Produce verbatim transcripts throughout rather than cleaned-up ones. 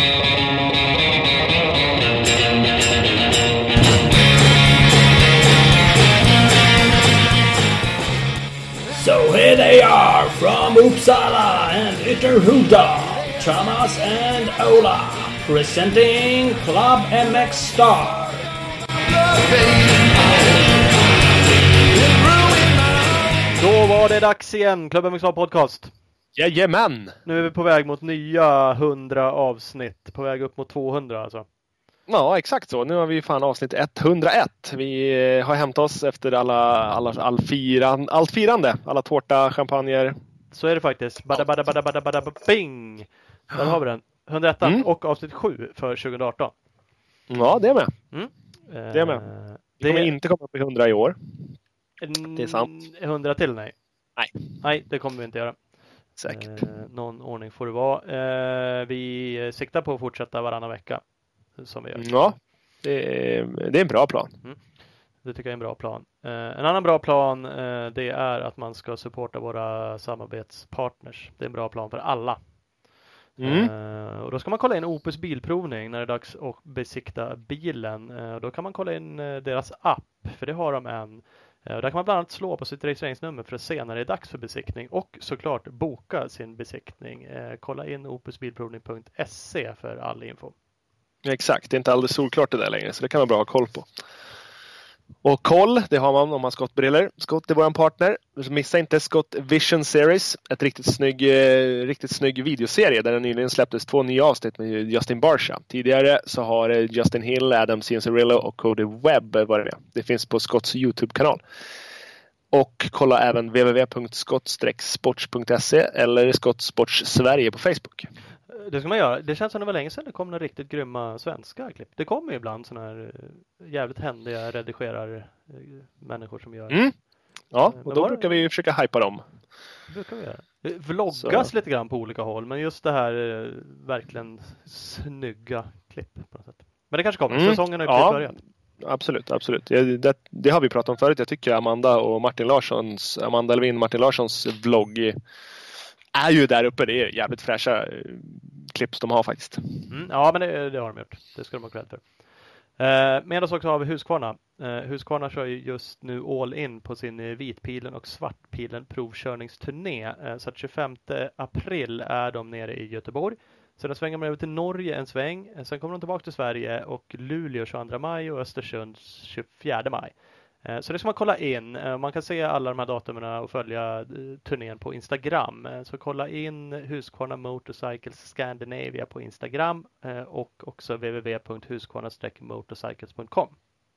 So here they are from Uppsala and Ytterhuda, Thomas and Ola, presenting Club M X Star. Då var det dags igen, Club M X Star podcast. Jajamän! Nu är vi på väg mot nya hundra avsnitt, på väg upp mot tvåhundra alltså. Ja, exakt så. Nu har vi fan avsnitt etthundraett. Vi har hämtat oss efter alla, alla, all firan, allt firande. Alla tårta, champagner. Så är det faktiskt. Bada, bada, bada, bada, bada, bing! Där har vi den. hundraett mm. och avsnitt sju för tjugo arton. Ja, det är med. Mm. Det är med. Vi kommer det... inte komma upp i hundra i år. Det är sant. hundra till, nej. Nej. Nej, det kommer vi inte göra. Säkert. Eh, någon ordning får det vara. Eh, vi siktar på att fortsätta varannan vecka. Som vi gör. Ja, det är, det är en bra plan. Mm. Det tycker jag är en bra plan. Eh, en annan bra plan eh, det är att man ska supporta våra samarbetspartners. Det är en bra plan för alla. Mm. Eh, och då ska man kolla in Opus bilprovning när det är dags att besikta bilen. Eh, då kan man kolla in eh, deras app, för det har de en. Eh, där kan man bland annat slå på sitt registreringsnummer för att se när det är dags för besiktning. Och såklart boka sin besiktning. Eh, kolla in opus bilprovning punkt se för all info. Exakt, det är inte alldeles solklart det där längre, så det kan man bra ha koll på. Och koll, det har man om man har skottbriller. Skott är våran partner. Missa inte Skott Vision Series, ett riktigt snygg, eh, riktigt snygg videoserie där det nyligen släpptes två nya avsnitt med Justin Barsha. Tidigare så har Justin Hill, Adam Cianciarillo och Cody Webb varit med. Det finns på Skotts YouTube-kanal. Och kolla även w w w punkt skott sports punkt se eller Skott Sports Sverige på Facebook. Det ska man göra. Det känns som det var länge sedan det kom några riktigt grymma svenska klipp. Det kommer ju ibland såna här jävligt händiga redigerar människor som gör. Mm. Ja, och då brukar vi försöka hypa dem. Det brukar vi göra. Det vloggas så lite grann på olika håll, men just det här är verkligen snygga klipp på något sätt. Men det kanske kommer. Mm. Säsongen har ju ja, börjat. Absolut, absolut. Det, det har vi pratat om förut. Jag tycker Amanda och Martin Larssons, Amanda Levin och Martin Larssons vlogg är ju där uppe. Det är jävligt fräscha klipp de har faktiskt. Mm, ja, men det, det har de gjort. Det ska de ha cred för. Eh, Medan också har vi Husqvarna. Eh, Husqvarna kör ju just nu all in på sin vitpilen och svartpilen provkörningsturné. Eh, så att tjugofemte april är de nere i Göteborg. Sen svänger man över till Norge en sväng. Eh, sen kommer de tillbaka till Sverige och Luleå tjugoandra maj och Östersund tjugofjärde maj. Så det ska man kolla in. Man kan se alla de här datumerna och följa turnén på Instagram. Så kolla in Husqvarna Motorcycles Scandinavia på Instagram och också w w w punkt husqvarna motorcycles punkt com.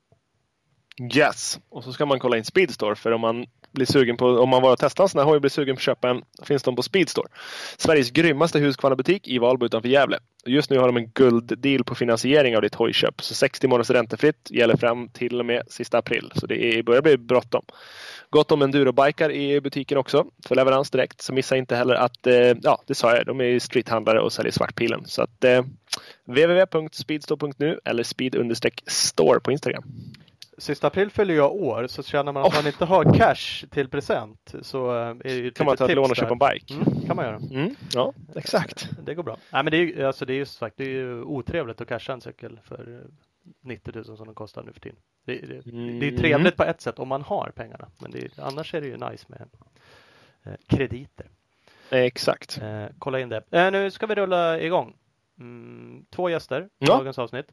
Yes, och så ska man kolla in Speedstore, för om man blir sugen på, om man var och testar en sån här hoj och blir sugen på att köpa en, finns de på Speedstore. Sveriges grymmaste Husqvarna-butik i Valbo utanför Gävle. Just nu har de en gulddeal på finansiering av ditt hojköp. Så sextio månaders räntefritt gäller fram till och med sista april. Så det är, börjar bli bråttom. Gott om endurobikar i butiken också för leverans direkt. Så missa inte heller att, eh, ja det sa jag, de är streethandlare och säljer svartpilen. Så att eh, w w w punkt speedstore punkt nu eller speed-store på Instagram. Sista april fyller jag år, så känner man att oh. man inte har cash till present så är det ju kan man ta ett lån och köpa en bike. Mm, kan man göra. Mm, ja, exakt. Det går bra. Nej, men det är ju alltså det är just sagt, det är ju otrevligt att casha en cykel för nittio tusen som den kostar nu för tiden. Det, det, mm. det är trevligt på ett sätt om man har pengarna, men det är, annars är det ju nice med eh, krediter. Exakt. Eh, kolla in det. Eh, nu ska vi rulla igång. Mm, två gäster i ja. dagens avsnitt.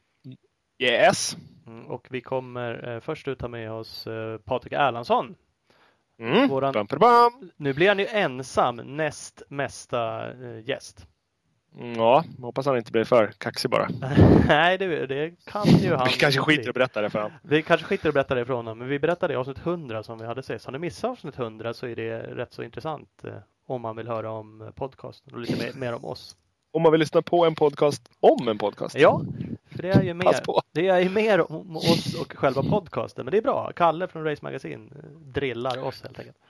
Yes. Mm, och vi kommer eh, först ut ta med oss eh, Patrik Erlandsson. Mm. Våran, bam, bam. Nu blir han ju ensam näst mesta eh, gäst. Mm, ja, hoppas han inte blir för kaxig bara. Nej, det, det kan ju han. Vi kanske skiter att berätta det för honom. Vi kanske skiter att berätta det för honom. Men vi berättade i avsnitt hundra som vi hade sett. Har ni missat avsnitt hundra så är det rätt så intressant eh, om man vill höra om podcasten och lite mer, mer om oss. Om man vill lyssna på en podcast om en podcast. Ja, för det är ju mer, det är ju mer om oss och själva podcasten. Men det är bra. Kalle från Race Magazine drillar oss helt enkelt.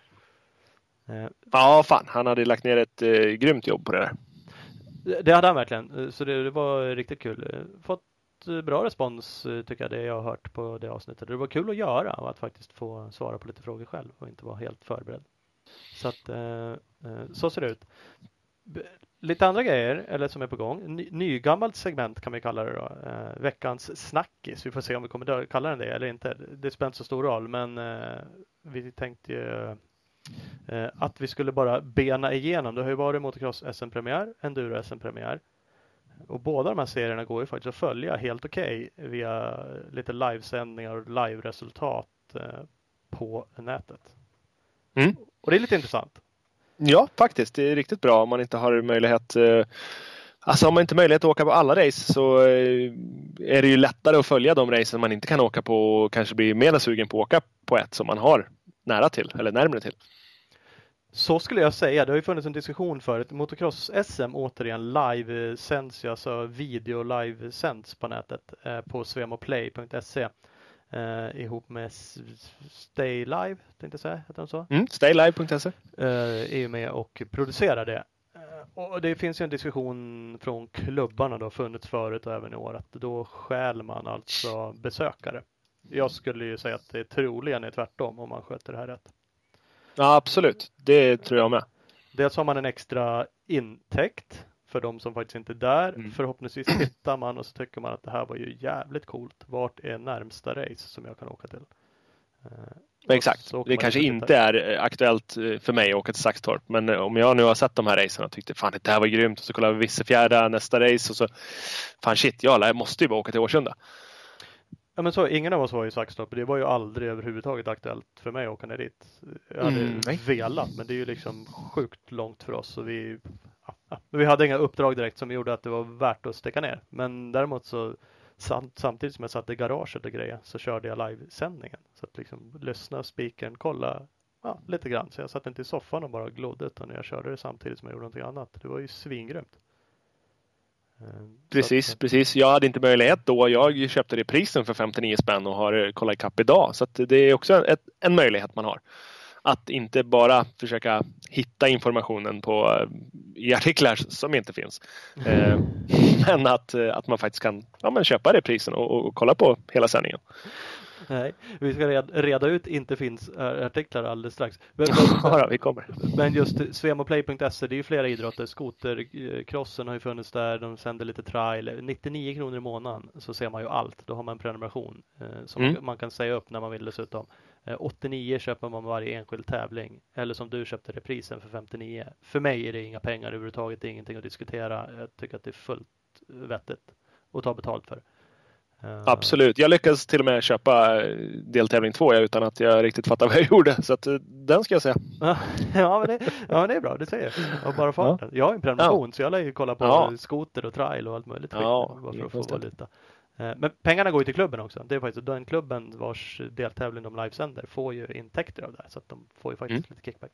Ja, fan. Han hade lagt ner ett eh, grymt jobb på det där. Det hade han verkligen. Så det, det var riktigt kul. Fått bra respons tycker jag det jag har hört på det avsnittet. Det var kul att göra och att faktiskt få svara på lite frågor själv och inte vara helt förberedd. Så att så ser det ut. Lite andra grejer, eller som är på gång. Ny, nygammalt segment kan vi kalla det då. Eh, veckans snackis. Vi får se om vi kommer att kalla den det eller inte. Det spelar inte så stor roll, men eh, vi tänkte ju eh, att vi skulle bara bena igenom. Det har ju varit motocross S M-premiär, enduro S M-premiär. Och båda de här serierna går ju faktiskt att följa helt okej okay via lite livesändningar och live-resultat eh, på nätet. Mm. Och det är lite intressant. Ja, faktiskt. Det är riktigt bra om man inte har möjlighet. Eh, alltså om man inte har möjlighet att åka på alla race så eh, är det ju lättare att följa de racen man inte kan åka på och kanske bli mer sugen på att åka på ett som man har nära till eller närmare till. Så skulle jag säga. Det har ju funnits en diskussion förut. Motocross-S M återigen live-sänds, alltså video live-sänds på nätet eh, på svemoplay punkt se eh, ihop med Stay Live, tänkte jag säga, heter de så? Mm, staylive punkt se eh, är ju med och producerar det. Eh, och det finns ju en diskussion från klubbarna då, funnits förut och även i år, att då stjäl man alltså besökare. Jag skulle ju säga att det troligen är tvärtom om man sköter det här rätt. Ja, absolut. Det tror jag med. Dels har man en extra intäkt för de som faktiskt inte är där. Mm. Förhoppningsvis tittar man och så tycker man att det här var ju jävligt coolt. Vart är närmsta race som jag kan åka till? Uh, Exakt. Det kanske inte är aktuellt för mig att åka till Saxtorp. Men om jag nu har sett de här racen och tyckte fan det här var grymt. Och så kollar vi Vissefjärda nästa race och så fan shit, jag måste ju bara åka till Årsunda. Ja, men så, ingen av oss var i Saxtorp. Det var ju aldrig överhuvudtaget aktuellt för mig att åka ner dit. Jag hade mm, velat, men det är ju liksom sjukt långt för oss. Och vi, ja, vi hade inga uppdrag direkt som gjorde att det var värt att sticka ner. Men däremot så samt, samtidigt som jag satt i garaget och grejer så körde jag livesändningen. Så att liksom lyssna, speakern, kolla ja, lite grann. Så jag satt inte i soffan och bara glodde utan jag körde det samtidigt som jag gjorde någonting annat. Det var ju svingrymt. Precis, precis. Jag hade inte möjlighet då. Jag köpte reprisen för femtionio spänn och har kollat ikapp idag. Så att det är också ett, en möjlighet man har. Att inte bara försöka hitta informationen på, i artiklar som inte finns. eh, men att, att man faktiskt kan ja, men köpa reprisen och, och kolla på hela sändningen. Nej, vi ska reda ut inte finns artiklar alldeles strax. Men, ja, vi kommer. Men just svemoplay punkt se, det är ju flera idrotter. Skoterkrossen har ju funnits där. De sänder lite trial. nittionio kronor i månaden så ser man ju allt. Då har man en prenumeration eh, som mm. man kan säga upp när man vill dessutom. Eh, åttionio köper man varje enskild tävling. Eller som du köpte reprisen för femtionio. För mig är det inga pengar överhuvudtaget. Det är ingenting att diskutera. Jag tycker att det är fullt vettigt att ta betalt för. Absolut. Jag lyckades till och med köpa deltävling två utan att jag riktigt fattar vad jag gjorde. Så att, den ska jag säga. ja, men det, ja, men det är bra. Det säger jag. Och bara farten. Ja. Jag har en prenumeration ja. så jag lär ju kolla på ja. skoter och trail och allt möjligt. Ja, för att få valuta. Men pengarna går ju till klubben också. Det är faktiskt den klubben vars deltävling de livesänder får ju intäkter av det här. Så att de får ju faktiskt mm. lite kickback.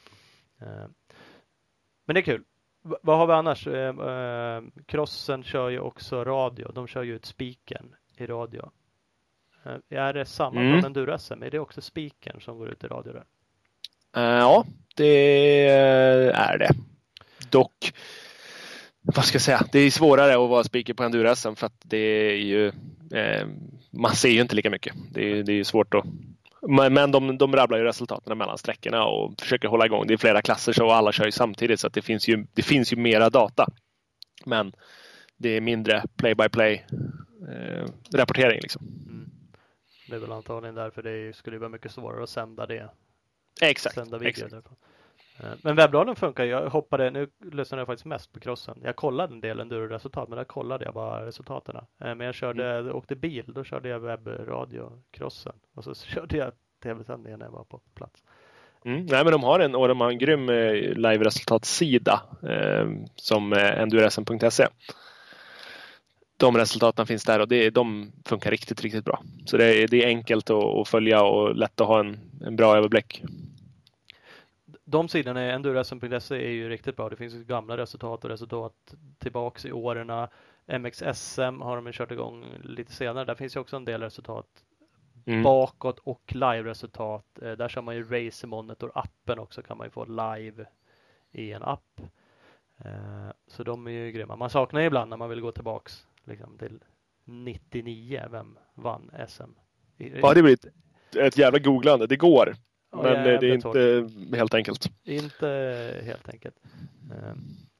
Men det är kul. V- vad har vi annars? Eh, Crossen kör ju också radio. De kör ju ut spiken i radio. Eh, är det samma mm. från enduro-S M? Är det också spiken som går ut i radio där? Uh, ja, det är det. Dock, vad ska jag säga? Det är svårare att vara speaker på enduro-S M för att det är ju eh, man ser ju inte lika mycket. Det är, det är svårt att men de, de rabblar ju resultaten mellan sträckorna och försöker hålla igång. Det är flera klasser så alla kör ju samtidigt så att det finns ju, det finns ju mera data. Men det är mindre play-by-play eh, rapportering liksom. Mm. Det är väl antagligen därför det skulle vara mycket svårare att sända det. Exakt. Sända video exakt. Därför. Men webbladen funkar. Jag hoppade, nu lyssnade jag faktiskt mest på crossen. Jag kollade en del enduro-resultat, men där kollade jag bara resultaten. Men jag körde, mm. åkte bil, då körde jag webbradio crossen. Och så körde jag tv-sändningen när jag var på plats. Mm. Nej, men de har en, och de har en grym eh, live-resultatsida eh, som eh, enduro-S M punkt se. De resultaten finns där och det, de funkar riktigt, riktigt bra. Så det är, det är enkelt att, att följa och lätt att ha en, en bra överblick. De sidorna, enduro-S M punkt se är ju riktigt bra. Det finns gamla resultat och resultat tillbaks i åren. M X S M har de kört igång lite senare. Där finns ju också en del resultat mm. bakåt och live-resultat. Där kör man ju Race Monitor-appen också, kan man ju få live i en app. Så de är ju grymma. Man saknar ju ibland när man vill gå tillbaks liksom till nittionio. Vem vann S M? Ja, det blir ett, ett jävla googlande. Det går. Men ja, det är inte hårt. Helt enkelt. Inte helt enkelt.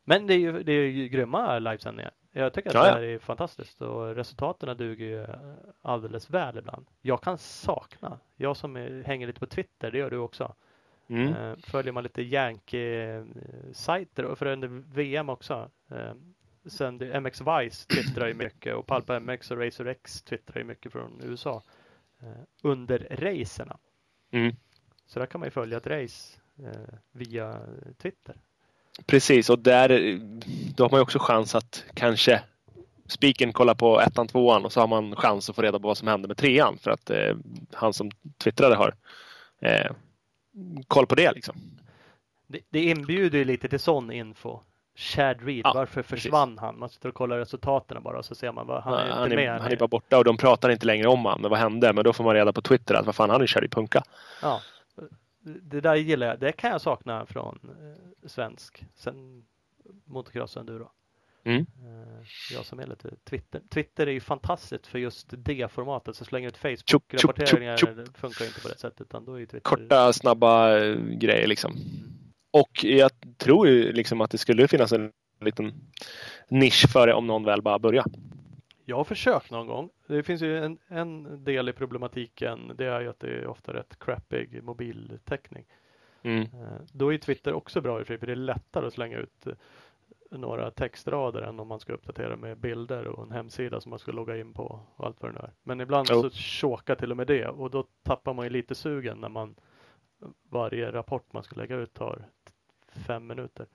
Men det är ju, det är ju grymma livesändningar. Jag tycker att ja, det ja. här är fantastiskt och resultaten duger ju alldeles väl ibland. Jag kan sakna, jag som är, hänger lite på Twitter, det gör du också. Mm. Eh, följer man lite Yankee-sajter och för under V M också. Eh, sen det, M X Vice twittrar ju mycket och Palpa M X och Racer X twittrar ju mycket från U S A eh, under racerna. Mm. Så där kan man ju följa ett race eh, via Twitter. Precis, och där då har man ju också chans att kanske spiken kolla på ettan, tvåan och så har man chans att få reda på vad som hände med trean för att eh, han som twittrade har eh, koll på det liksom. Det, det inbjuder ju lite till sån info. Chad Reed, Ja, varför försvann precis. han? Man sitter och kollar resultaten bara och så ser man vad han är han, inte är, med. han är bara borta och de pratar inte längre om han. Men vad hände? Men då får man reda på Twitter att vad fan, han är kör i punka. Ja, det där gillar jag. Det kan jag sakna från eh, svensk sen motocross enduro. Mm. Eh, jag som är lite Twitter. Twitter är ju fantastiskt för just det formatet. Så slänger ut Tjup, Facebook-rapporteringar tjup, tjup, tjup. funkar inte på det sättet. Utan då är ju Twitter... Korta, snabba eh, grejer liksom. Mm. Och jag tror ju liksom att det skulle finnas en liten nisch för det om någon väl bara börjar. Jag har försökt någon gång. Det finns ju en, en del i problematiken. Det är ju att det är ofta rätt crappig mobiltäckning. Mm. Då är Twitter också bra i för det är lättare att slänga ut några textrader än om man ska uppdatera med bilder och en hemsida som man ska logga in på och allt vad det nu är. Men ibland oh. så tjåkar till och med det och då tappar man ju lite sugen när man varje rapport man ska lägga ut tar fem minuter.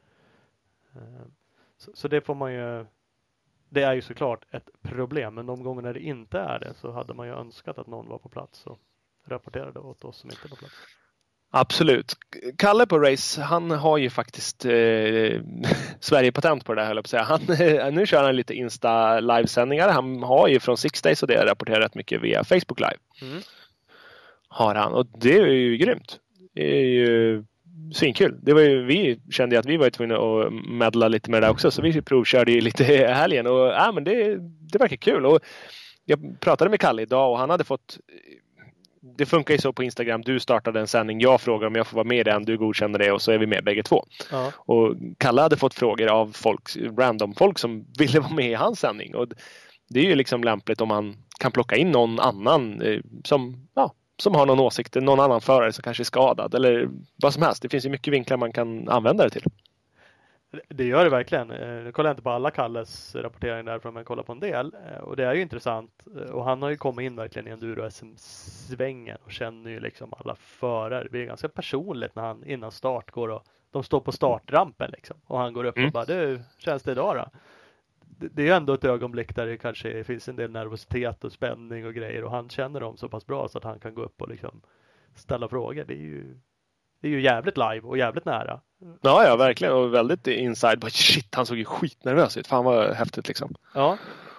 Så, så det får man ju, det är ju såklart ett problem, men de gånger när det inte är det så hade man ju önskat att någon var på plats och rapporterade åt oss som inte är på plats. Absolut. Kalle på Race, han har ju faktiskt eh, Sverige-patent på det där, höll jag på att säga. Han, nu kör han lite Insta-livesändningar. Han har ju från Six Days och det rapporterat rätt mycket via Facebook Live. Mm. Har han, och det är ju grymt. Det är ju svinkul. Det var ju, vi kände att vi var tvungna att medla lite med det där också, så vi provkörde ju lite i helgen och ja, men det, det verkar kul. Och jag pratade med Kalle idag och han hade fått, det funkar ju så på Instagram, du startade en sändning, jag frågar om jag får vara med i den, du godkänner det och så är vi med bägge två. Ja. Och Kalle hade fått frågor av folk, random folk som ville vara med i hans sändning, och det är ju liksom lämpligt om man kan plocka in någon annan eh, som, ja, som har någon åsikt, någon annan förare som kanske är skadad eller vad som helst. Det finns ju mycket vinklar man kan använda det till. Det gör det verkligen. Nu kollar jag inte på alla Kalles rapportering därifrån, men kollar på en del. Och det är ju intressant. Och han har ju kommit in verkligen i enduro-S M-svängen och känner ju liksom alla förare. Det blir ganska personligt när han innan start går och de står på startrampen liksom. Och han går upp mm. och bara, du, känns det idag då? Det är ju ändå ett ögonblick där det kanske finns en del nervositet och spänning och grejer. Och han känner dem så pass bra så att han kan gå upp och liksom ställa frågor. Det är ju, det är ju jävligt live och jävligt nära. Ja, ja, verkligen. Och väldigt inside. But shit, han såg ju skitnervös ut. Fan vad häftigt liksom. Ja,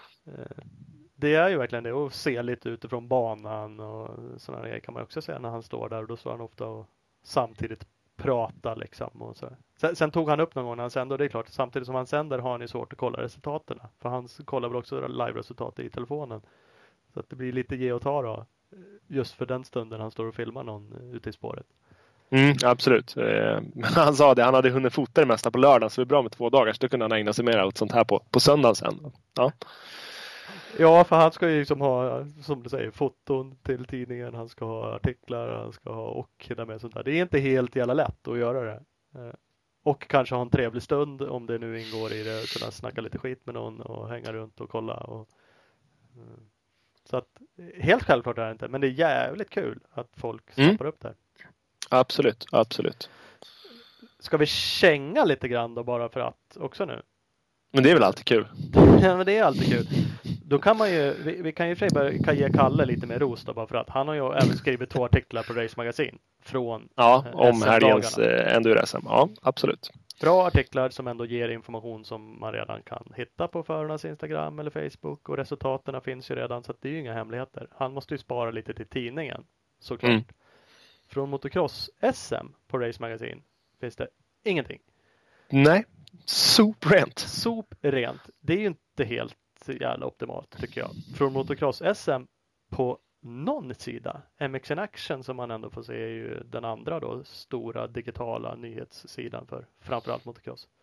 det är ju verkligen det. Och se lite utifrån banan och sådana grejer kan man också säga när han står där. Och då står han ofta och samtidigt pratar liksom. Och så. Sen, sen tog han upp någon gång när han sände, och det är klart, samtidigt som han sänder har han ju svårt att kolla resultaten. För han kollar väl också live-resultat i telefonen. Så att det blir lite ge och ta då. Just för den stunden han står och filmar någon ute i spåret. Mm, absolut. Men han sa det, han hade hunnit fota det mesta på lördagen, så det är bra med två dagar, så då kunde han ägna sig mer åt sånt här på, på söndagen sen. Ja. Ja, för han ska ju liksom ha, som du säger, foton till tidningen, han ska ha artiklar, han ska ha och hinna med sånt där. Det är inte helt jävla lätt att göra det. Och kanske ha en trevlig stund om det nu ingår i det, kunna snacka lite skit med någon och hänga runt och kolla. Och, så att helt självklart är det inte, men det är jävligt kul att folk snappar mm. upp där. Absolut, absolut. Ska vi känga lite grann då bara för att också nu? Men det är väl alltid kul. Ja, men det är alltid kul. Då kan man ju, vi, vi kan ju för sig kan ge Kalle lite mer ros då, bara för att han har ju även skrivit två artiklar på Race Magazine från ja, om helgens eh, enduro-S M. Ja, absolut. Bra artiklar som ändå ger information som man redan kan hitta på förarnas Instagram eller Facebook, och resultaten finns ju redan, så att det är ju inga hemligheter. Han måste ju spara lite till tidningen, såklart. Mm. Från motocross-S M på Race Magazine finns det ingenting. Nej, soprent. Soprent. Det är ju inte helt jävla optimalt tycker jag. Från motocross-S M på någon sida. M X in Action som man ändå får se är ju den andra då, stora digitala nyhetssidan för framförallt motocross.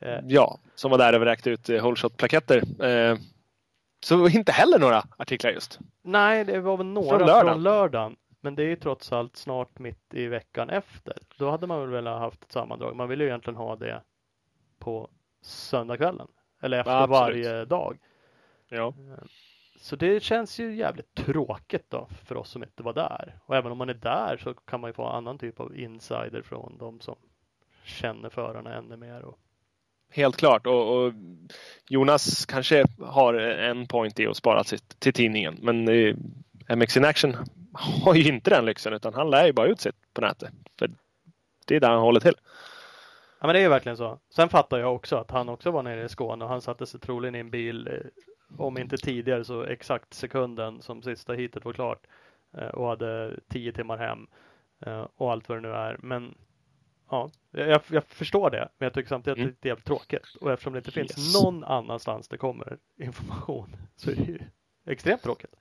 Eh, ja, som var där och räkte ut eh, holeshot-plaketter. Eh, så inte heller några artiklar just. Nej, det var väl några Från lördagen. från lördagen. Men det är ju trots allt snart mitt i veckan efter. Då hade man väl velat haft ett sammandrag. Man vill ju egentligen ha det på söndagskvällen. Eller efter Ja, varje dag. Ja. Så det känns ju jävligt tråkigt då för oss som inte var där. Och även om man är där så kan man ju få annan typ av insider från de som känner förarna ännu mer. Och... Helt klart. Och, och Jonas kanske har en point i att spara sitt till tidningen. Men eh, M X in Action har ju inte den lyxen, utan han lär ju bara ut sitt på nätet. För det är där han håller till. Ja, men det är ju verkligen så. Sen fattar jag också att han också var nere i Skåne och han satte sig troligen i en bil, om inte tidigare så exakt sekunden som sista heatet var klart, och hade tio timmar hem och allt vad det nu är. Men ja, jag, jag förstår det, men jag tycker samtidigt mm. att det är jävligt tråkigt. Och eftersom det inte finns yes. någon annanstans det kommer information så är det ju extremt tråkigt.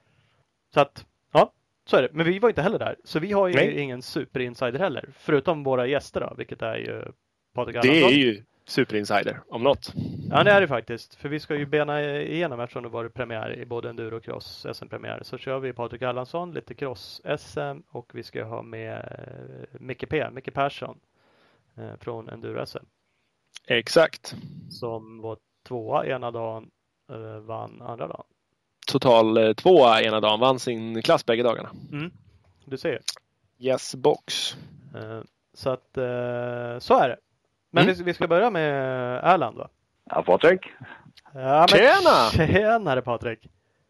Så att, ja, så är det. Men vi var inte heller där. Så vi har ju Nej. ingen superinsider heller. Förutom våra gäster då, vilket är ju Patrik Erlandsson. Det är ju superinsider, om något. Ja, det är det faktiskt. För vi ska ju bena igenom, eftersom det var premiär i både enduro och cross S M-premiär. Så kör vi Patrik Erlandsson, lite cross S M och vi ska ha med Micke P, Micke Persson eh, från enduro S M. Exakt. Som var tvåa ena dagen, eh, vann andra dagen. Total eh, tvåa ena dagen, vann sin klass bägge dagarna. Mm. Du ser. Yes, box. Eh, så att, eh, så är det. Men mm. vi, vi ska börja med Erland, va? Ja, Patrik. Ja, men tjena! Tjenare, Patrik.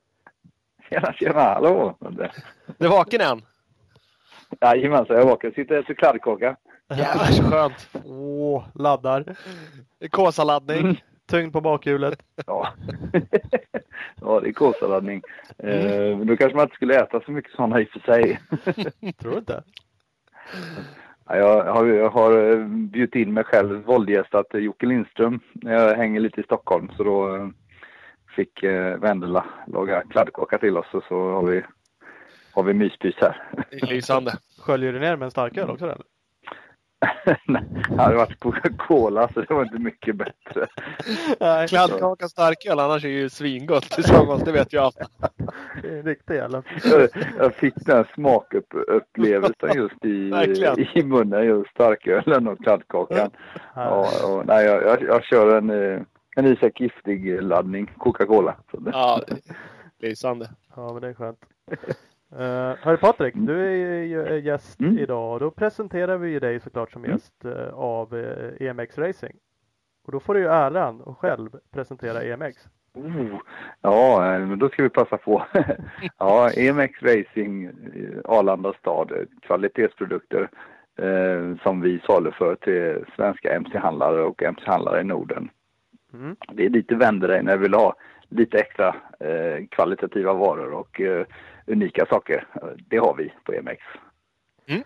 Tjena, tjena, hallå. Du är vaken än? Jajamän, så jag är vaken. Jag sitter och äter kladdkaka. Jävlar, så skönt. Åh, laddar. Kåsaladdning. Mm. Tyngd på bakhjulet. Ja. Ja, det är kåsaladdning. Mm. Eh, då kanske man inte skulle äta så mycket sådana i för sig. Tror du inte? Ja, jag har, jag har bjudit in mig själv våldgästat Jocke Lindström. Jag hänger lite i Stockholm, så då fick eh, Vendela laga kladdkaka till oss, och så har vi, har vi myspys här. Lysande. Sköljer du ner med en starköl också, eller? Nej, det hade varit Coca-Cola, så det var inte mycket bättre. Kladdkaka starköl, annars är ju svingott tillsammans, det vet jag. Det är riktigt jävla. Jag, jag fick den smakupplevelsen just i, i munnen, just starkölen och kladdkakan. Ja, och, nej, jag, jag, jag kör en, en Isak giftig laddning, Coca-Cola. Ja, lysande. Ja, men det är skönt. Uh, hörru Patrik, du är ju gäst mm. idag, och då presenterar vi ju dig såklart som gäst uh, av uh, E M X Racing. Och då får du ju äran att själv presentera E M X. Oh, ja, men då ska vi passa på. Ja, E M X Racing, Arlanda stad, kvalitetsprodukter eh, som vi saluför till svenska M C-handlare och M C-handlare i Norden. Mm. Det är lite vänder dig när vi vill ha lite extra eh, kvalitativa varor och eh, unika saker. Det har vi på E M X. Mm.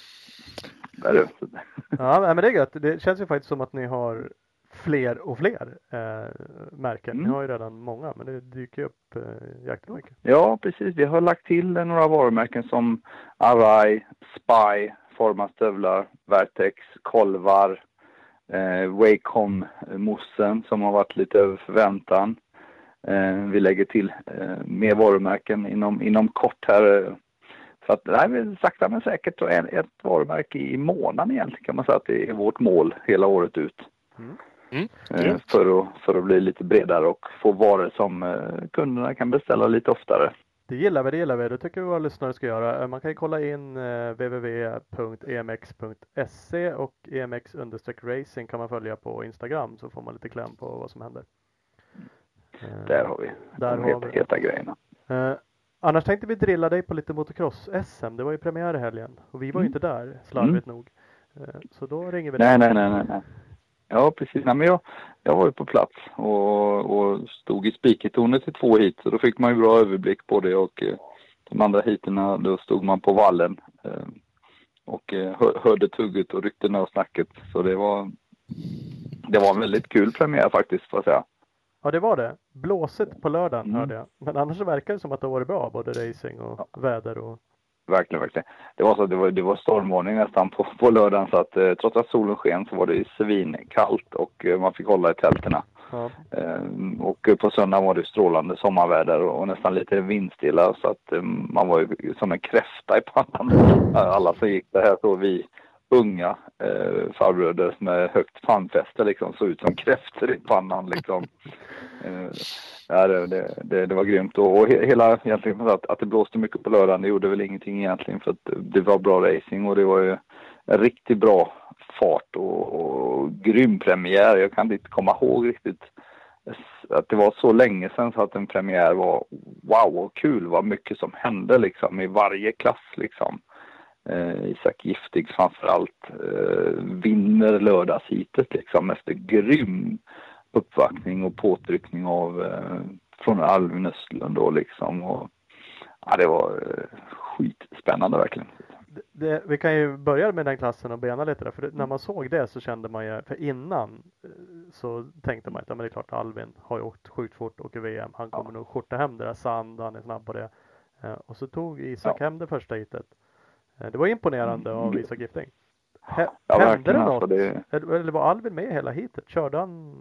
Där. Ja, men det är gött. Det känns ju faktiskt som att ni har fler och fler eh, märken. Mm. Ni har ju redan många, men det dyker upp eh, jäkligt mycket. Ja, precis. Vi har lagt till några varumärken som Arai, Spy, Forma stövlar, Vertex, Kolvar, eh, Wacom, Mossen som har varit lite över förväntan. Eh, vi lägger till eh, mer varumärken inom, inom kort här. Så att det här är sakta men säkert ett, ett varumärke i månaden egentligen, kan man säga att det är vårt mål hela året ut. Mm. Mm. Eh, för, att, för att bli lite bredare och få varor som eh, kunderna kan beställa lite oftare. Det gillar vi, det gillar vi. Det tycker vi våra lyssnare ska göra. Man kan ju kolla in eh, w w w punkt e m x punkt s e och E M X racing kan man följa på Instagram, så får man lite kläm på vad som händer. Eh, Där har vi där de heta, heta grejerna. Eh, annars tänkte vi drilla dig på lite motocross S M. Det var ju premiär i helgen och vi var ju mm. inte där, slarvigt mm. nog. Eh, så då ringer vi nej, dig. Nej, nej, nej, nej. Ja, precis. Nej, men jag, jag var ju på plats och, och stod i spikertornet i två hit. Så då fick man ju bra överblick på det, och eh, de andra hiterna då stod man på vallen eh, och eh, hör, hörde tugget och ryktena och snacket. Så det var, det var en väldigt kul premiär faktiskt, får jag säga. Ja, det var det. Blåsigt på lördagen mm. hörde jag. Men annars så verkar det som att det har varit bra, både racing och ja. väder och... verkligen, verkligen. Det var så, det var, det var stormvarning nästan på, på lördagen, så att eh, trots att solen sken så var det svinkallt och eh, man fick hålla i tälterna. Ja. Eh, och på söndagen var det strålande sommarväder och, och nästan lite vindstilla, så att eh, man var ju som en kräfta i pannan. Alla som gick det här, så vi unga eh, farbröder med högt fanfäste liksom såg ut som kräftor i pannan liksom. Eh, ja, det, det, det, det var grymt, och, och hela egentligen att, att det blåste mycket på lördagen, det gjorde väl ingenting egentligen, för att det var bra racing och det var ju en riktigt bra fart och, och grym premiär. Jag kan inte komma ihåg riktigt att det var så länge sedan så att en premiär var wow och kul, vad mycket som hände liksom i varje klass liksom. Eh, Isak Giftig framförallt eh, vinner lördagshitet liksom efter grym uppvaktning och påtryckning av eh, från Alvin Östlund då liksom, och ja, det var eh, skitspännande verkligen. Det, det, vi kan ju börja med den klassen och bena lite där, för det, när man såg det så kände man ju, för innan så tänkte man att ja, men det är klart Alvin har ju åkt sjukt fort och i V M, han kommer ja. nog skjorta hem det där sand, han är snabb på det, eh, och så tog Isak ja. hem det första hitet. eh, det var imponerande mm. av Isak Gifting. H- ja, hände det något? Det... Eller var Alvin med hela hitet? Körde han?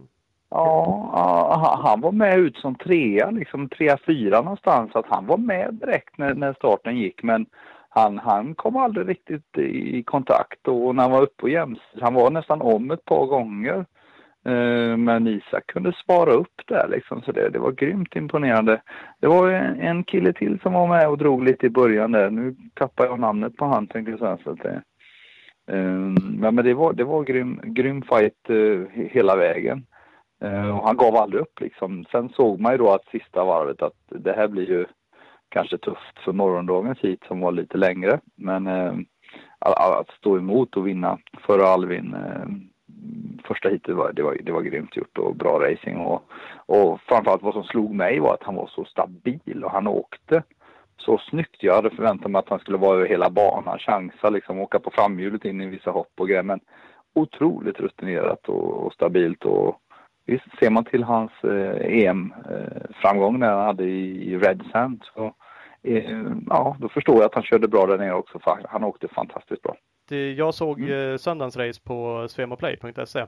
Ja, han var med ut som trea, liksom trea, fyra någonstans, så att han var med direkt när, när starten gick, men han, han kom aldrig riktigt i kontakt, och när han var uppe och jäms, han var nästan om ett par gånger, eh, men Isak kunde spara upp där liksom, så det, det var grymt imponerande. Det var en, en kille till som var med och drog lite i början där, nu tappar jag namnet på han, tänkte jag säga, så att det, eh, men det var, det var grym, grym fight eh, hela vägen. Uh, och han gav aldrig upp liksom. Sen såg man ju då att sista varvet att det här blir ju kanske tufft för morgondagens hit som var lite längre. Men uh, att, att stå emot och vinna före Alvin uh, första hitet var det, var det var grymt gjort och bra racing. Och, och framförallt vad som slog mig var att han var så stabil och han åkte så snyggt. Jag hade förväntat mig att han skulle vara över hela banan, chansa liksom, åka på framhjulet in i vissa hopp och grejer. Men otroligt rutinerat och, och stabilt, och visst, ser man till hans eh, E M-framgång eh, när han hade i, i Red Sand, så eh, ja, då förstår jag att han körde bra där nere också, för han åkte fantastiskt bra. Det, jag såg mm. eh, söndagens race på svemoplay punkt se.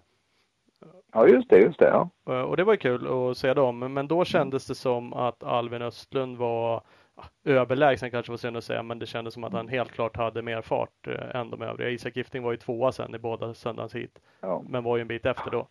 Ja, just det, just det, ja. Och det var ju kul att se dem, men då kändes det som att Alvin Östlund var ja, överlägsen, kanske var synd att säga, men det kändes som att han helt klart hade mer fart eh, än de övriga. Isak Gifting var ju tvåa sen i båda söndagens hit, ja. men var ju en bit efter då.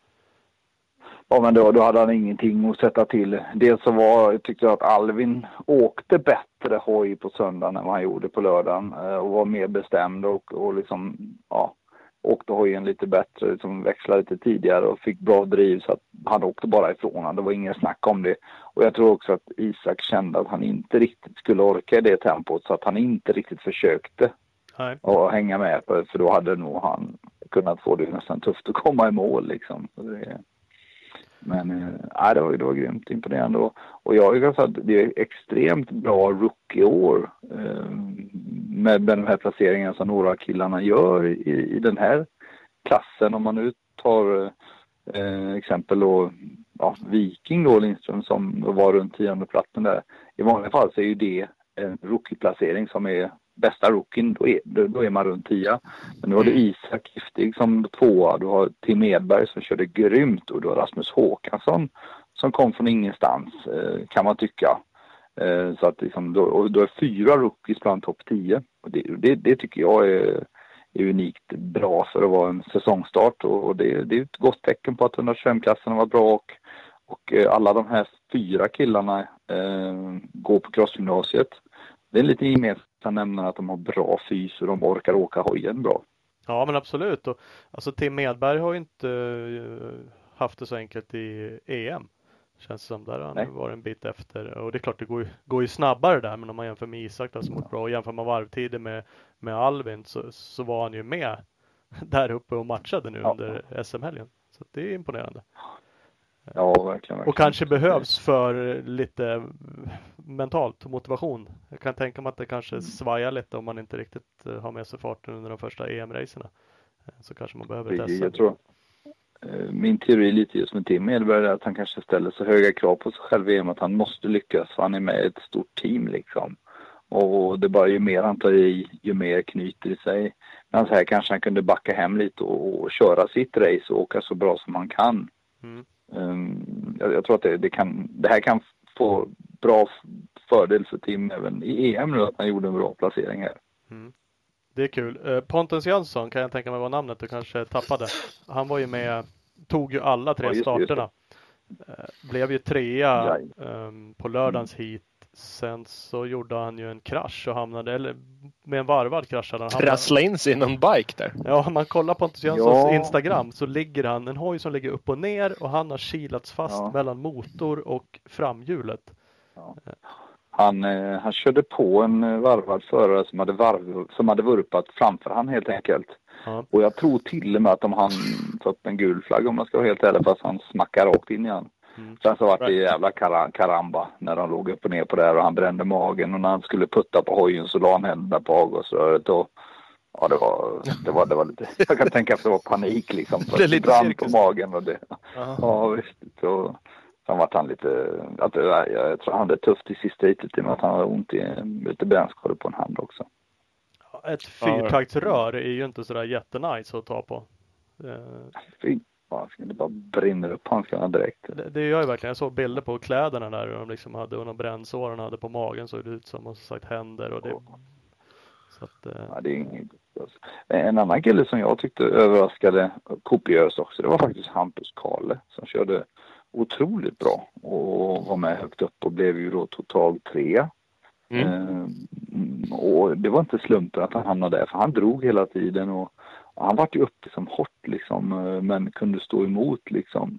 Ja, men då, då hade han ingenting att sätta till. Dels så var, tyckte jag att Alvin åkte bättre hoj på söndagen än vad han gjorde på lördagen, och var mer bestämd och, och liksom, ja, åkte hojen lite bättre, liksom växlade lite tidigare och fick bra driv, så att han åkte bara ifrån han. Det var ingen snack om det. Och jag tror också att Isak kände att han inte riktigt skulle orka i det tempot, så att han inte riktigt försökte Nej. att hänga med på det, för då hade nog han kunnat få det nästan tufft att komma i mål liksom. Så det, Men äh, det, var, det var grymt imponerande. Och, och jag kan säga att det är extremt bra rookie-år eh, med de här placeringarna som några av killarna gör i, i den här klassen. Om man nu tar eh, exempel då, ja, Viking då, Lindström, som var runt tionde platsen där. I vanliga fall så är ju det en rookie-placering som är bästa rookien, då är, då är man runt tio. Men nu har du Isak Giftig som tvåa, du har Tim Edberg som körde grymt, och du har Rasmus Håkansson som kom från ingenstans, kan man tycka. Så att liksom, då, och då är fyra rookies bland topp tio. Och det, det, det tycker jag är, är unikt bra för att vara en säsongstart, och det, det är ett gott tecken på att etthundratjugofem-klassen var bra, och, och alla de här fyra killarna eh, går på crossgymnasiet. Det är lite gemensamt nämna att de har bra fys och de orkar åka hojen bra. Ja, men absolut. Och, alltså Tim Medberg har ju inte uh, haft det så enkelt i E M. Känns som där han Nej. var en bit efter. Och det är klart, det går ju, går ju snabbare där, men om man jämför med Isak där, som var bra, och jämför man varvtider med, med Alvin, så, så var han ju med där uppe och matchade nu ja. under S M-helgen. Så det är imponerande. Ja, verkligen, verkligen. Och kanske behövs för lite mentalt motivation. Jag kan tänka mig att det kanske svajar lite om man inte riktigt har med sig farten under de första E M-racerna. Så kanske man behöver testa. Jag tror, min teori lite just med Tim Edberg är att han kanske ställer så höga krav på sig själv i E M att han måste lyckas. Han är med i ett stort team liksom. Och det bara ju mer han tar i, ju mer knyter i sig. Men så här kanske han kunde backa hem lite och, och köra sitt race och åka så bra som han kan. Mm. Um, jag, jag tror att det, det, kan, det här kan få bra fördel för Tim även i E M nu, att han gjorde en bra placering här. Mm. Det är kul. Uh, Pontus Jönsson kan jag tänka mig var namnet du kanske tappade. Han var ju med, tog ju alla tre ja, just, starterna. Just uh, blev ju trea um, på lördagens mm. heat. Sen så gjorde han ju en krasch och hamnade, eller med en varvad kraschade han. Trasslade in sig i någon bike där. Ja, om man kollar på Pontus Jönssons ja. Instagram så ligger han, en hoj som ligger upp och ner och han har kilats fast ja. mellan motor och framhjulet. Ja. Han, eh, han körde på en varvad förare som hade, varv, som hade vurpat framför han helt enkelt. Ja. Och jag tror till och med att om han fått en gul flagg, om man ska vara helt ärlig, fast han smackar rakt in i han. Mm. Sen så var det jävla kar- karamba när de låg upp och ner på det här och han brände magen och när han skulle putta på hojen så la han händerna på avgasröret och ja det var, det var, det var lite, jag kan tänka att det var panik liksom. Så det lite brann på magen och det, uh-huh. ja visst. Så, sen var han lite, att, jag, jag tror han hade tufft i sista hitet i och med att han hade ont i lite brännskador på en hand också. Ett fyrtaktsrör är ju inte sådär jättenice att ta på. Fy. Det bara brinner upp handskarna direkt. Det, det gör ju verkligen. Jag såg bilder på kläderna där de liksom hade och någon brännsår de hade på magen så det ut som och sagt händer och det. Oh. Så att, eh... ja, det är inget. En annan kille som jag tyckte överraskade kopiöst också, det var faktiskt Hampus Kahle som körde otroligt bra och var med högt upp och blev ju då totalt tre. Mm. Eh, och det var inte slumpen att han hamnade där för han drog hela tiden och han var ju uppe som hårt liksom, men kunde stå emot liksom.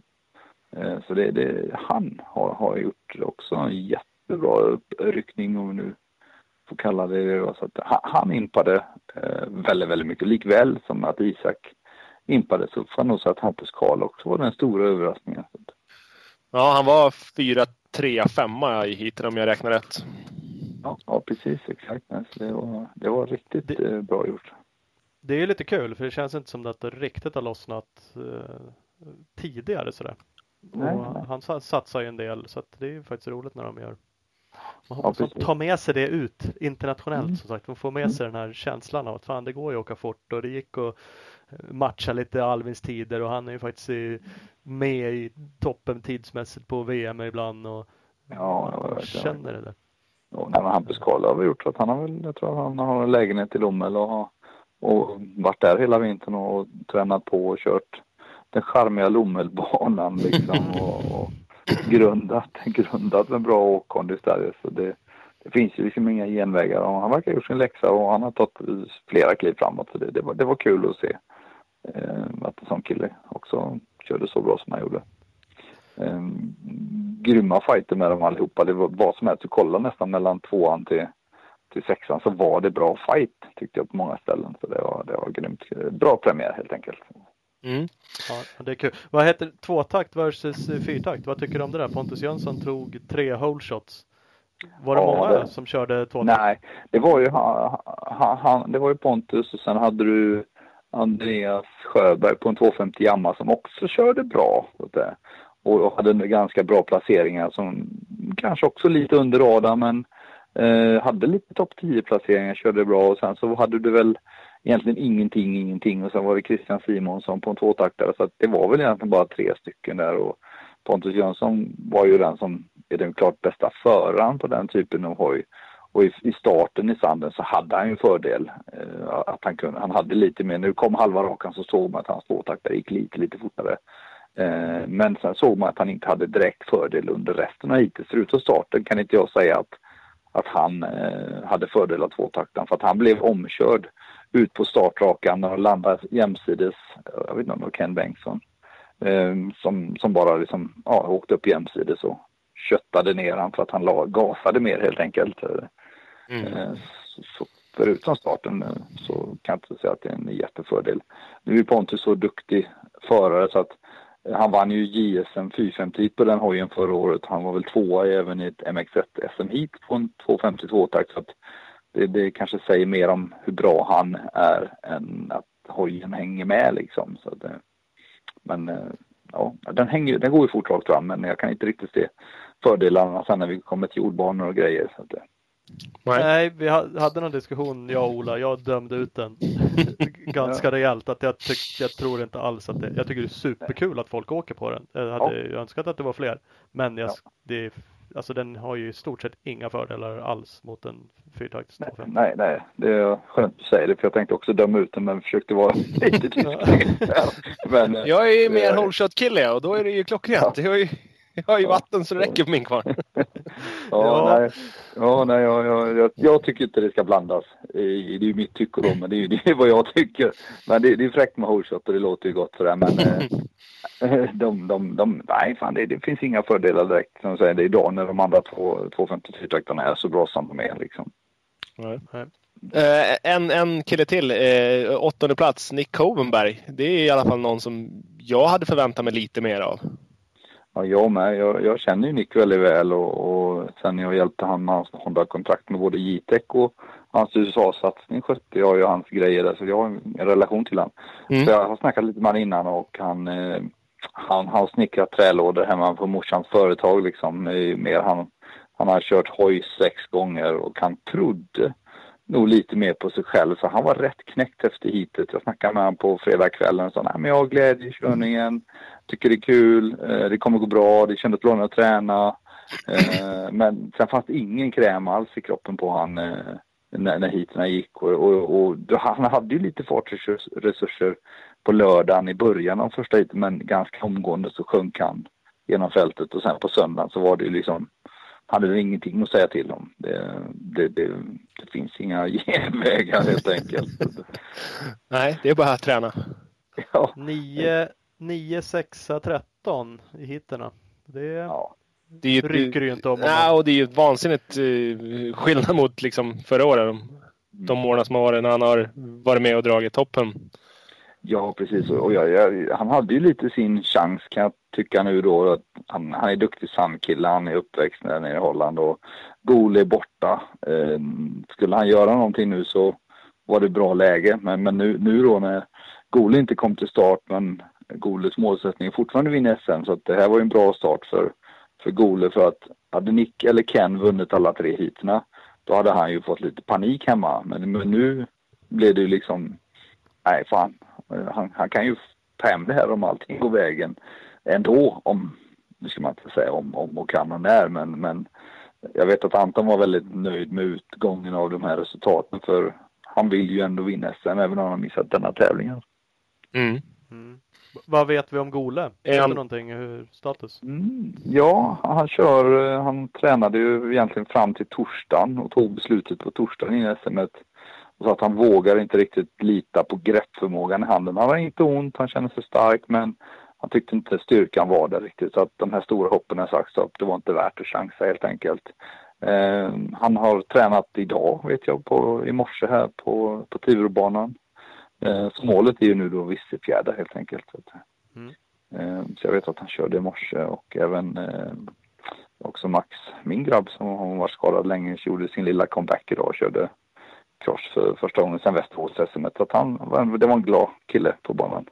Så det, det han har, har gjort också en jättebra uppryckning om vi nu får kalla det. Så att han, han impade väldigt, väldigt mycket. Likväl som att Isak impade så fann nog så att Hampus Karl också var den stora överraskningen. Ja, han var fyra, tre, femma i heaten om jag räknar rätt. Ja, ja precis, exakt. Så det var, det var riktigt det... bra gjort. Det är lite kul för det känns inte som att det riktigt har lossnat eh, tidigare sådär. Nej, och nej. Han satsar ju en del så att det är ju faktiskt roligt när de gör. Man hoppas ja, att ta med sig det ut internationellt mm. som sagt. Man får med sig mm. den här känslan av att fan det går ju att åka fort och det gick att matcha lite Alvins tider och han är ju faktiskt i, med i toppen tidsmässigt på V M ibland och ja, jag känner det där. Ja, nej, men Hampus Karl har vi gjort så att han har väl, jag tror att han har en lägenhet i Lommel och har och varit där hela vintern och tränat på och kört den charmiga Lommelbanan liksom och, och grundat, grundat en bra åkkondis där. Så det, det finns ju liksom inga genvägar och han verkar ha gjort sin läxa och han har tagit flera kliv framåt så det, det, var, det var kul att se eh, att en sån kille också körde så bra som han gjorde. Eh, grymma fighter med dem allihopa, det var vad som helst att kolla nästan mellan tvåan till till sexan så var det bra fight tyckte jag på många ställen så det var, det var grymt. Bra premiär helt enkelt. Mm. Ja, det är kul. Vad heter tvåtakt versus fyrtakt? Vad tycker du om det där? Pontus Jönsson tog tre hole shots. Var det ja, många det... som körde tvåtakt? Nej, det var ju han, han, det var ju Pontus och sen hade du Andreas Sjöberg på en tvåhundrafemtio Yamaha som också körde bra och hade ganska bra placeringar som kanske också lite under radarn men Uh, hade lite topp tio placeringar, körde bra och sen så hade du väl egentligen ingenting, ingenting och sen var det Christian Simonsson på en tvåtaktare så att det var väl egentligen bara tre stycken där och Pontus Jönsson var ju den som är den klart bästa föraren på den typen av hoj och i, i starten i sanden så hade han ju en fördel uh, att han kunde, han hade lite mer, nu kom halva rakan så såg man att hans tvåtaktare gick lite, lite fortare uh, men sen såg man att han inte hade direkt fördel under resten av hittills, förutom starten kan inte jag säga att att han eh, hade fördel av tvåtakten för att han blev omkörd ut på startrakan och landade jämsides, jag vet inte om det var Ken Bengtsson eh, som, som bara liksom, ja, åkte upp jämsides och köttade ner han för att han la, gasade mer helt enkelt. Mm. Eh, så, så förutom starten så kan jag inte säga att det är en jättefördel. Nu är Pontus så duktig förare så att han vann ju J S M fyrahundrafemtio på den hojen förra året. Han var väl tvåa även i ett M X ett S M hit på en tvåhundrafemtiotvå-takt. Så att det, det kanske säger mer om hur bra han är än att hojen hänger med liksom. Så att, men ja, den, hänger, den går ju fort rakt fram men jag kan inte riktigt se fördelarna sen när vi kommer till jordbanor och grejer. Så att, Nej, Nej vi hade någon diskussion, jag och Ola. Jag dömde ut den ganska ja. rejält. Att jag, tyck, jag tror inte alls att det... Jag tycker det är superkul att folk åker på den. Jag hade ja. önskat att det var fler. Men jag, ja. det, alltså, den har ju i stort sett inga fördelar alls mot en fyrtakts nej, nej, nej. Det är skönt att säga det. För jag tänkte också döma ut den, men försökte vara lite diskret. men Jag är ju mer äh, hållshot-kille och då är det ju klockrent. Ja. Jag, är, jag har ju vatten så det räcker på min kvar. ja, ja, nej. Ja, nej, jag, jag, jag, jag tycker inte det ska blandas. Det är ju mitt tycke då, men det är ju det är vad jag tycker. Men det, det är fräckt med hållshot och det låter ju gott för det. Men de, de, de, nej, fan, det, det finns inga fördelar direkt. Som säger det idag när de andra två, två femtiofyra-takterna är så bra som de är liksom. Nej. Nej. Uh, en, en kille till, uh, åttonde plats, Nick Covenberg. Det är i alla fall någon som jag hade förväntat mig lite mer av. Ja, jag med. Jag, jag känner ju Nick väldigt väl och, och sen jag hjälpte han med hans Honda-kontrakt med både J-Tech och hans U S A-satsning skötte jag ju hans grejer där, så jag har en relation till han. Mm. Så jag har snackat lite med han innan och han, eh, han har snickrat trälådor hemma på morsans företag liksom. Mer han, han har kört hoj sex gånger och han trodde nog lite mer på sig själv, så han var rätt knäckt efter hitet. Jag snackade med honom på fredagskvällen och sa, nej men jag har glädje i körningen, tycker det är kul, det kommer gå bra, det kändes bra när jag träna. Men sen fanns det ingen kräm alls i kroppen på han när, när hiterna gick och, och, och han hade ju lite fartresurser på lördagen i början av första hiten, men ganska omgående så sjönk han genom fältet och sen på söndagen så var det ju liksom, hade det ingenting att säga till om. Det, det, det, det finns inga genvägar helt enkelt. Nej, det är bara att träna. Ja. nio, sex, tretton i hitterna. Det, ja. det är ju, rycker ju inte om. Nej, och det är ju ett vansinnigt uh, skillnad mot liksom förra året. De, de åren som har varit när han har varit med och dragit toppen. Ja, precis. Och jag, jag, han hade ju lite sin chans kan jag tycka nu då. Att han, han är duktig sandkille, han är uppväxt där nere i Holland och Gole är borta. Eh, skulle han göra någonting nu så var det bra läge. Men, men nu, nu då när Gole inte kom till start, men Goles målsättning är fortfarande vinna S M. Så att det här var ju en bra start för, för Gole, för att hade Nick eller Ken vunnit alla tre hitterna, då hade han ju fått lite panik hemma. Men, men nu blev det ju liksom, nej fan. Han, han kan ju ta hem det här om allting går vägen ändå, om, det ska man inte säga om, om och kan och när, men, men jag vet att Anton var väldigt nöjd med utgången av de här resultaten, för han vill ju ändå vinna S M även om han har missat denna tävlingen. Mm. Mm. Vad vet vi om Gole? Är det någonting, hur status? Mm, ja, han kör, han tränade ju egentligen fram till torsdagen och tog beslutet på torsdagen i S M. Så att han vågar inte riktigt lita på greppförmågan i handen. Han har inte ont, han känner sig stark, men han tyckte inte styrkan var där riktigt. Så att de här stora hoppen har sagt att det var inte värt att chansa helt enkelt. Eh, han har tränat idag, vet jag, på, i morse här på, på Tiverobanan. Eh, så målet är ju nu då Vissefjärda helt enkelt. Så, att, mm. eh, så jag vet att han körde i morse och även eh, också Max, min grabb som har varit skadad länge, gjorde sin lilla comeback idag och körde cross för första gången sedan Västerås-S M. Så att han, det var en glad kille på banan.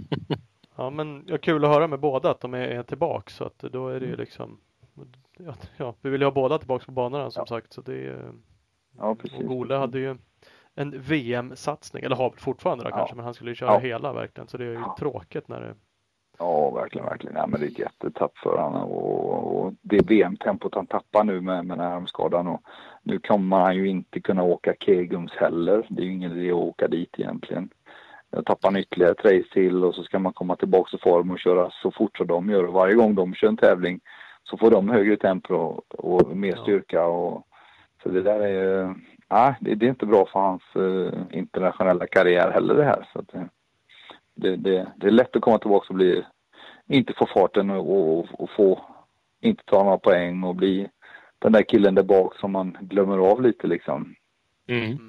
Ja, men ja, kul att höra med båda att de är, är tillbaka, så att då är det ju liksom, ja, ja vi vill ju ha båda tillbaka på banorna som ja. sagt, så det är, ja, precis. Och Gole hade ju en V M-satsning, eller har fortfarande då, ja. kanske, men han skulle ju köra ja. hela verkligen, så det är ju ja. tråkigt när det... Ja, verkligen, verkligen. Ja, men det är ett jättetapp för honom och, och det V M-tempot han tappar nu med, med den här armskadan, och nu kommer han ju inte kunna åka Kegums heller. Det är ju ingen idé att åka dit egentligen. Jag tappar han ytterligare ett race till och så ska man komma tillbaka i form och köra så fort som de gör. Och varje gång de kör en tävling så får de högre tempo och, och mer styrka. Och, så det där är, nej, det, det är inte bra för hans uh, internationella karriär heller det här. Så att, det, det, det är lätt att komma tillbaka och bli, inte få farten och, och, och få, inte ta några poäng och bli den där killen där bak som man glömmer av lite liksom. Mm.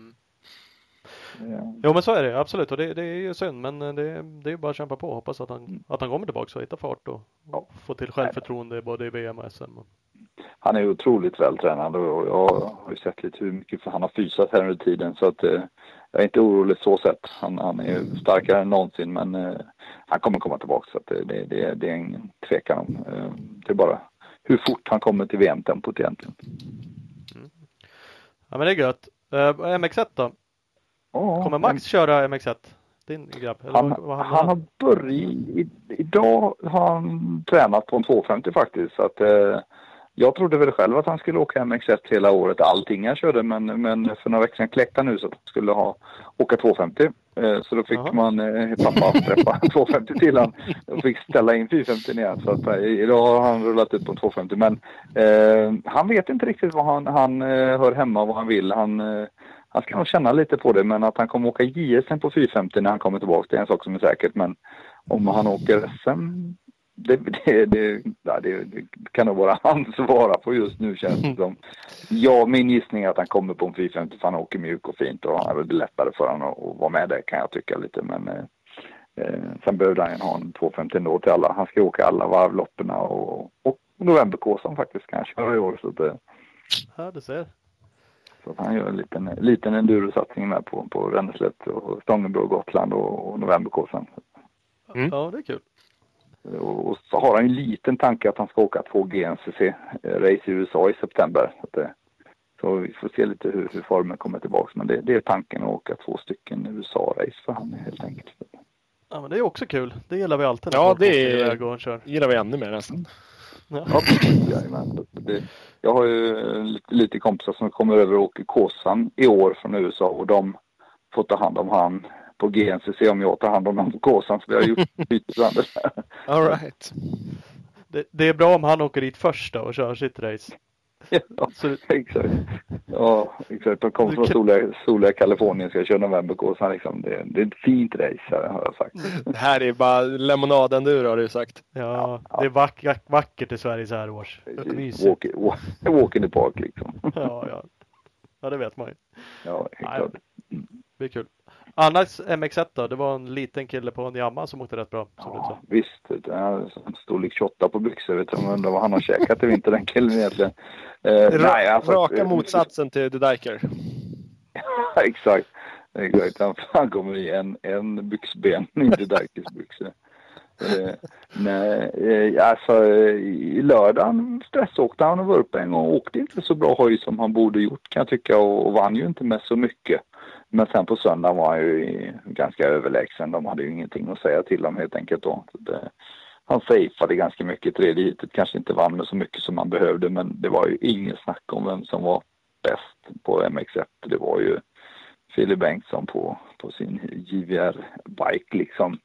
Ja. Jo, men så är det, absolut. Och det, det är ju synd, men det, det är bara att kämpa på och hoppas att han, mm. att han kommer tillbaka och hittar fart och, och ja. får till självförtroende både i V M och S M. Han är otroligt vältränad och jag har ju sett lite hur mycket han har fysat här under tiden, så att eh, jag är inte orolig så sett. Han, han är starkare än någonsin, men eh, han kommer komma tillbaka, så att det, det, det, det är ingen tvekan om. Eh, det är bara hur fort han kommer till V M-tempot egentligen. Mm. Ja, men det är gött. Uh, M X ett då? Ja, Kommer Max köra M X ett? Din grabb? Eller han, vad, vad han, han har börjat, i, idag har han tränat på en tvåhundrafemtio faktiskt. Så att, eh, jag trodde väl själv att han skulle åka M X ett hela året. Allting jag körde, men, men för några veckor sedan kläckte han nu så att han skulle ha, åka tvåhundrafemtio. Eh, så då fick Aha. man eh, pappa träffa tvåhundrafemtio till han och fick ställa in fyrahundrafemtio igen. Så att, eh, idag har han rullat ut på tvåhundrafemtio. Men eh, han vet inte riktigt vad han, han eh, hör hemma och vad han vill. Han... Eh, Han ska nog känna lite på det, men att han kommer åka J S M på fyrahundrafemtio när han kommer tillbaka, det är en sak som är säkert. Men om han åker S M, det, det, det, ja, det, det kan nog vara han svara på just nu, känns det som. Ja, min gissning är att han kommer på en fyrahundrafemtio för han åker mjuk och fint och han är väl lättare för honom att vara med där, kan jag tycka lite. Men eh, sen behövde han ha en tvåhundrafemtio ändå till alla. Han ska åka alla varvlopperna och, och novemberkåsan faktiskt kan jag köra i år. Så det, ja, det ser. Så att han gör en liten, liten endurosatsning med på, på Ränneslätt och Stångenbro, Gotland och, och novemberkåsen. Mm. Ja, det är kul. Och, och så har han en liten tanke att han ska åka två G N C C-race i U S A i september. Så, att det, så vi får se lite hur, hur formen kommer tillbaka. Men det, det är tanken att åka två stycken U S A-race för han helt enkelt. Ja, men det är också kul. Det gillar vi alltid. Ja, det är, gillar vi ännu mer nästan. Ja, ja det, jag har ju lite, lite kompisar som kommer över och åker Kåsan i år från U S A och de får ta hand om han på G N C C om jag tar hand om honom på Kåsan, så vi har gjort byte. All right. Det, det är bra om han åker dit först då och kör sitt race. Ja, så, exakt. Ja, exakt. De kommer från soliga, soliga Kalifornien, ska köra novemberkåsan liksom. Det, det är ett fint race här, har jag sagt. Det här är bara lemonaden du har du sagt. Ja, ja, det är vack, vackert i Sverige så här års. Walk, walk, walk in the park liksom. Ja, ja. Ja, det vet man ju. Ja, helt klart. Mm. Det är kul. Annars M X ett då, det var en liten kille på en Yamaha som åkte rätt bra. Ja, visst. Det är storlek tjugoåtta på byxor. Vet jag undrar vad han har käkat i vinter, den killen egentligen. Eh, nej, alltså, raka motsatsen till The Diker. Exakt. Exakt. Han, han kommer i en, en byxben i The Dikers byxor. Eh, nej, eh, alltså i lördagen stressåkte han och var uppe en gång och åkte inte så bra hoj som han borde gjort, kan jag tycka, och, och vann ju inte med så mycket. Men sen på söndag var han ju ganska överlägsen. De hade ju ingenting att säga till om helt enkelt då. Det, han safeade ganska mycket i tredje heatet, kanske inte vann med så mycket som man behövde, men det var ju ingen snack om vem som var bäst på M X ett. Det var ju Philip Bengtsson på, på sin J V R-bike liksom.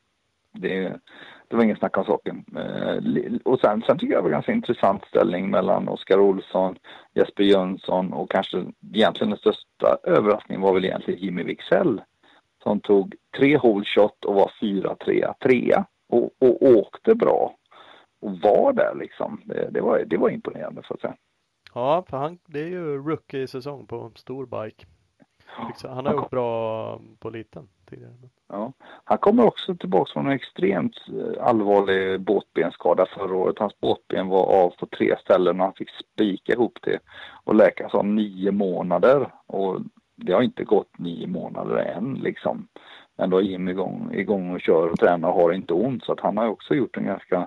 Det, det var ingen snack om saken. Eh, och sen, sen tycker jag det var en ganska intressant ställning mellan Oskar Olsson, Jesper Jönsson och kanske egentligen den största överraskningen var väl egentligen Jimmy Wicksell som tog tre hole shot och var fyra, trea, trea och, och åkte bra och var där liksom. Det, det, var, det var imponerande för att säga. Ja, för han, det är ju rookie-säsong på stor bike. Han har gjort bra på liten tidigare. Ja, han kommer också tillbaka från en extremt allvarlig båtbenskada förra året. Hans båtben var av på tre ställen och han fick spika ihop det och läka sa nio månader. Och det har inte gått nio månader än liksom. Ändå är Jim igång, igång och kör och tränar och har inte ont. Så att han har också gjort en ganska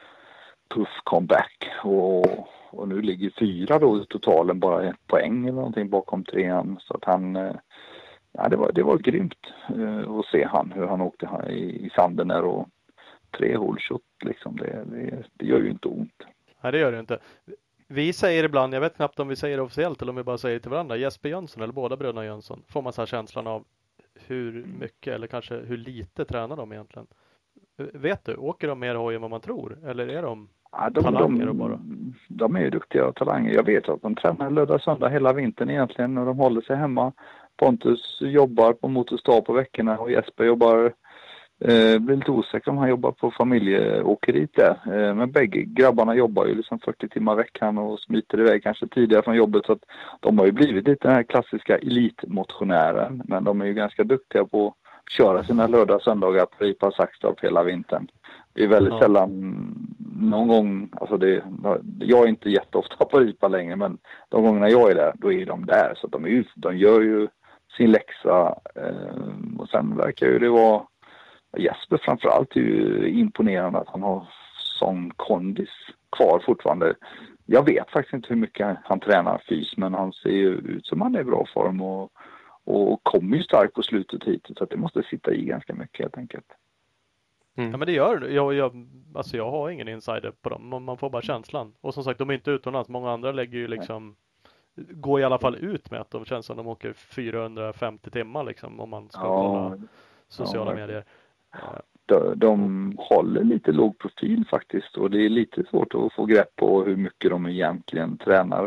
tuff comeback. Och, och nu ligger fyra då i totalen, bara ett poäng eller någonting bakom trean. Så att han... Ja, det var, det var grymt uh, att se han, hur han åkte här i, i sanden där och tre hålshot liksom. Det, det, det gör ju inte ont. Nej, det gör det inte. Vi säger ibland, jag vet knappt om vi säger det officiellt eller om vi bara säger det till varandra, Jesper Jönsson eller båda bröderna Jönsson. Får man så här känslan av hur mycket eller kanske hur lite tränar de egentligen? Vet du, åker de mer hoj än vad man tror? Eller är de, ja, de talanger de, och bara? De är ju duktiga talanger. Jag vet att de tränar lördag söndag hela vintern egentligen och de håller sig hemma. Pontus jobbar på Motorstar på veckorna och Jesper jobbar, eh, blir lite osäker om han jobbar på familjeåkeriet där. Eh, men bägge grabbarna jobbar ju liksom fyrtio timmar i veckan och smiter iväg kanske tidigare från jobbet, så att de har ju blivit lite den här klassiska elitmotionären, men de är ju ganska duktiga på att köra sina lördag och söndagar på Ripa Saxtorp hela vintern. Det är väldigt ja. sällan någon gång, alltså det, jag är inte jätteofta på Ripa längre, men de gångerna jag är där, då är de där, så att de, är ju, de gör ju sin läxa eh, och sen verkar ju det vara Jesper framförallt är ju imponerande att han har sån kondis kvar fortfarande. jag vet faktiskt inte hur mycket han, han tränar fys, men han ser ju ut som han är i bra form och, och kommer ju starkt på slutet hit, så att det måste sitta i ganska mycket helt enkelt. Mm. Ja, men det gör det. Jag, jag, alltså jag har ingen insider på dem. Man, man får bara känslan. Och som sagt, de är inte utomlands. Många andra lägger ju liksom, Nej. går i alla fall ut med att de känns som de åker fyrahundrafemtio timmar liksom, om man ska ja. kolla sociala ja. medier. De, de håller lite låg profil faktiskt, och det är lite svårt att få grepp på hur mycket de egentligen tränar.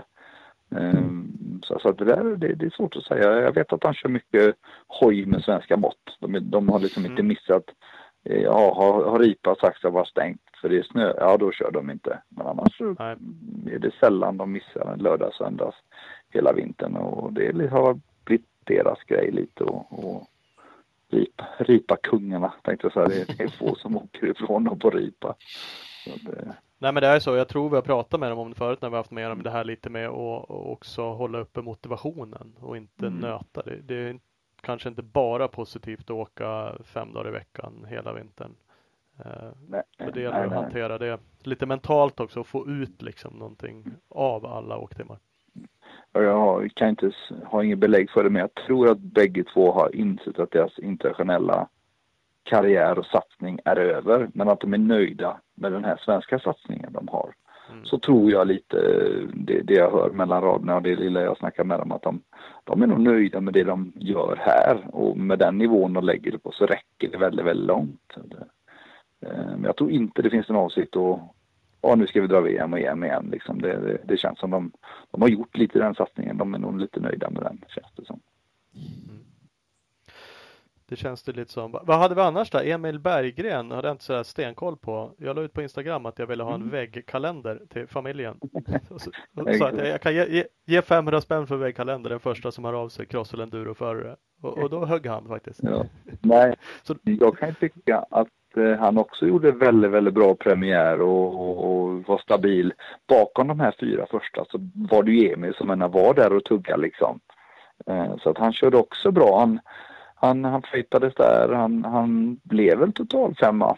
Um, så, så att det, där, det, det är svårt att säga. Jag vet att han kör mycket hoj med svenska mått. De, de har liksom mm. inte missat. Ja, har, har ripa sagt att vara stängt för det är snö, ja då kör de inte. Men annars så är det sällan de missar en lördag, söndags hela vintern, och det har blivit deras grej lite, och, och ripa, ripa kungarna tänkte jag säga. Det är få som åker ifrån dem på ripa. Så det... Nej, men det är så, jag tror vi har pratat med dem om det förut när vi har haft med dem det här lite med att också hålla uppe motivationen och inte mm. nöta det. Det är kanske inte bara positivt att åka fem dagar i veckan hela vintern. Nej, så det gäller att nej, hantera nej. det lite mentalt också och få ut liksom någonting av alla åktimmar. Jag har, kan inte ha ingen belägg för det, men jag tror att bägge två har insett att deras internationella karriär och satsning är över, men att de är nöjda med den här svenska satsningen de har. Mm. Så tror jag lite, det, det jag hör mellan raderna och det lilla jag snackar med dem, att de, de är nog nöjda med det de gör här, och med den nivån de lägger det på så räcker det väldigt, väldigt långt. Men jag tror inte det finns en avsikt att ja, nu ska vi dra V M och E M igen. Liksom. Det, det, det känns som de, de har gjort lite den satsningen, de är nog lite nöjda med den, känns det som. Mm. Det känns det lite som. Vad hade vi annars då? Emil Berggren hade jag inte så här stenkoll på. Jag la ut på Instagram att jag ville ha en mm. väggkalender till familjen. Så, så, så att jag, jag kan ge, ge, ge femhundra spänn för väggkalender, den första som har av sig cross eller enduro förare. Och, och då högg han faktiskt. Ja. Nej, så, jag kan tycka att eh, han också gjorde väldigt, väldigt bra premiär och, och, och var stabil. Bakom de här fyra första så var det ju Emil som ena var där och tugga liksom. Eh, så att han körde också bra. Han Han, han flyttades där. Han, han blev väl total femma.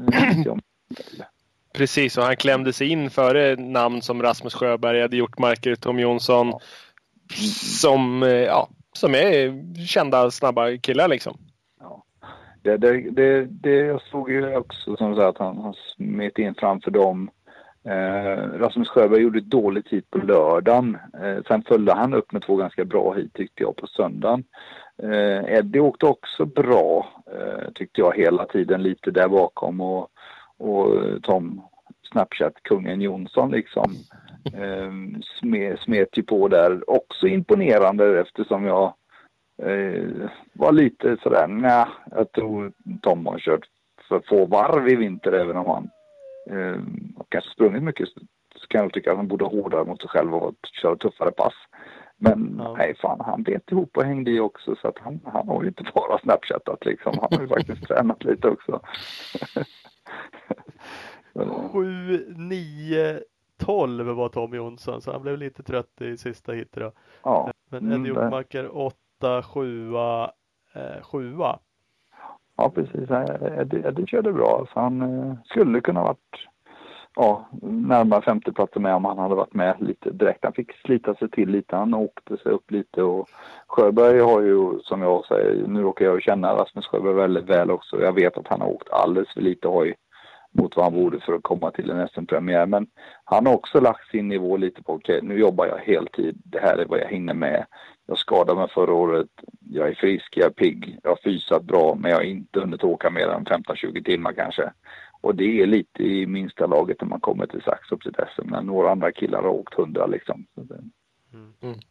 Precis, och han klämde sig in före namn som Rasmus Sjöberg, hade gjort marker, Tom Jonsson. Ja. Som, ja, som är kända, snabba killar liksom. Ja. Det, det, det, det jag såg ju också som sagt att han, han smet in framför dem. Eh, Rasmus Sjöberg gjorde ett dåligt hit på lördagen. Eh, sen följde han upp med två ganska bra hit tyckte jag på söndagen. Eh, Eddie åkte också bra eh, tyckte jag hela tiden lite där bakom, och, och Tom Snapchat-kungen Jonsson liksom eh, smet, smet ju på där. Också imponerande eftersom jag eh, var lite sådär, nej, jag tror Tom har kört för få varv i vinter även om han eh, kanske sprungit mycket, så kan jag tycka att han borde hårdare mot sig själv och köra tuffare pass. Men ja. nej fan, han bet ihop och hängde i också, så att han, han har ju inte bara snapchattat liksom, han har ju faktiskt tränat lite också. sju, nio, tolv var Tom Jonsson, så han blev lite trött i sista hit då. Ja. Men Eddie mm, Uppmaker åtta, sju, sju. Ja precis, Eddie, Eddie körde bra, så han eh, skulle kunna varit ja, närmare femtio platser med om han hade varit med lite direkt. Han fick slita sig till lite, han åkte sig upp lite, och Sjöberg har ju, som jag säger, nu råkar jag känna Rasmus Sjöberg väldigt väl också. Jag vet att han har åkt alldeles för lite hoj mot vad han borde för att komma till en S M-premiär, men han har också lagt sin nivå lite på, okej, okay, nu jobbar jag heltid, det här är vad jag hinner med. Jag skadade mig förra året, jag är frisk, jag är pigg, jag har fysat bra, men jag har inte hunnit åka mer än femton tjugo timmar kanske. Och det är lite i minsta laget när man kommer till Sax upp till S M, när några andra killar har åkt hundra liksom. Mm.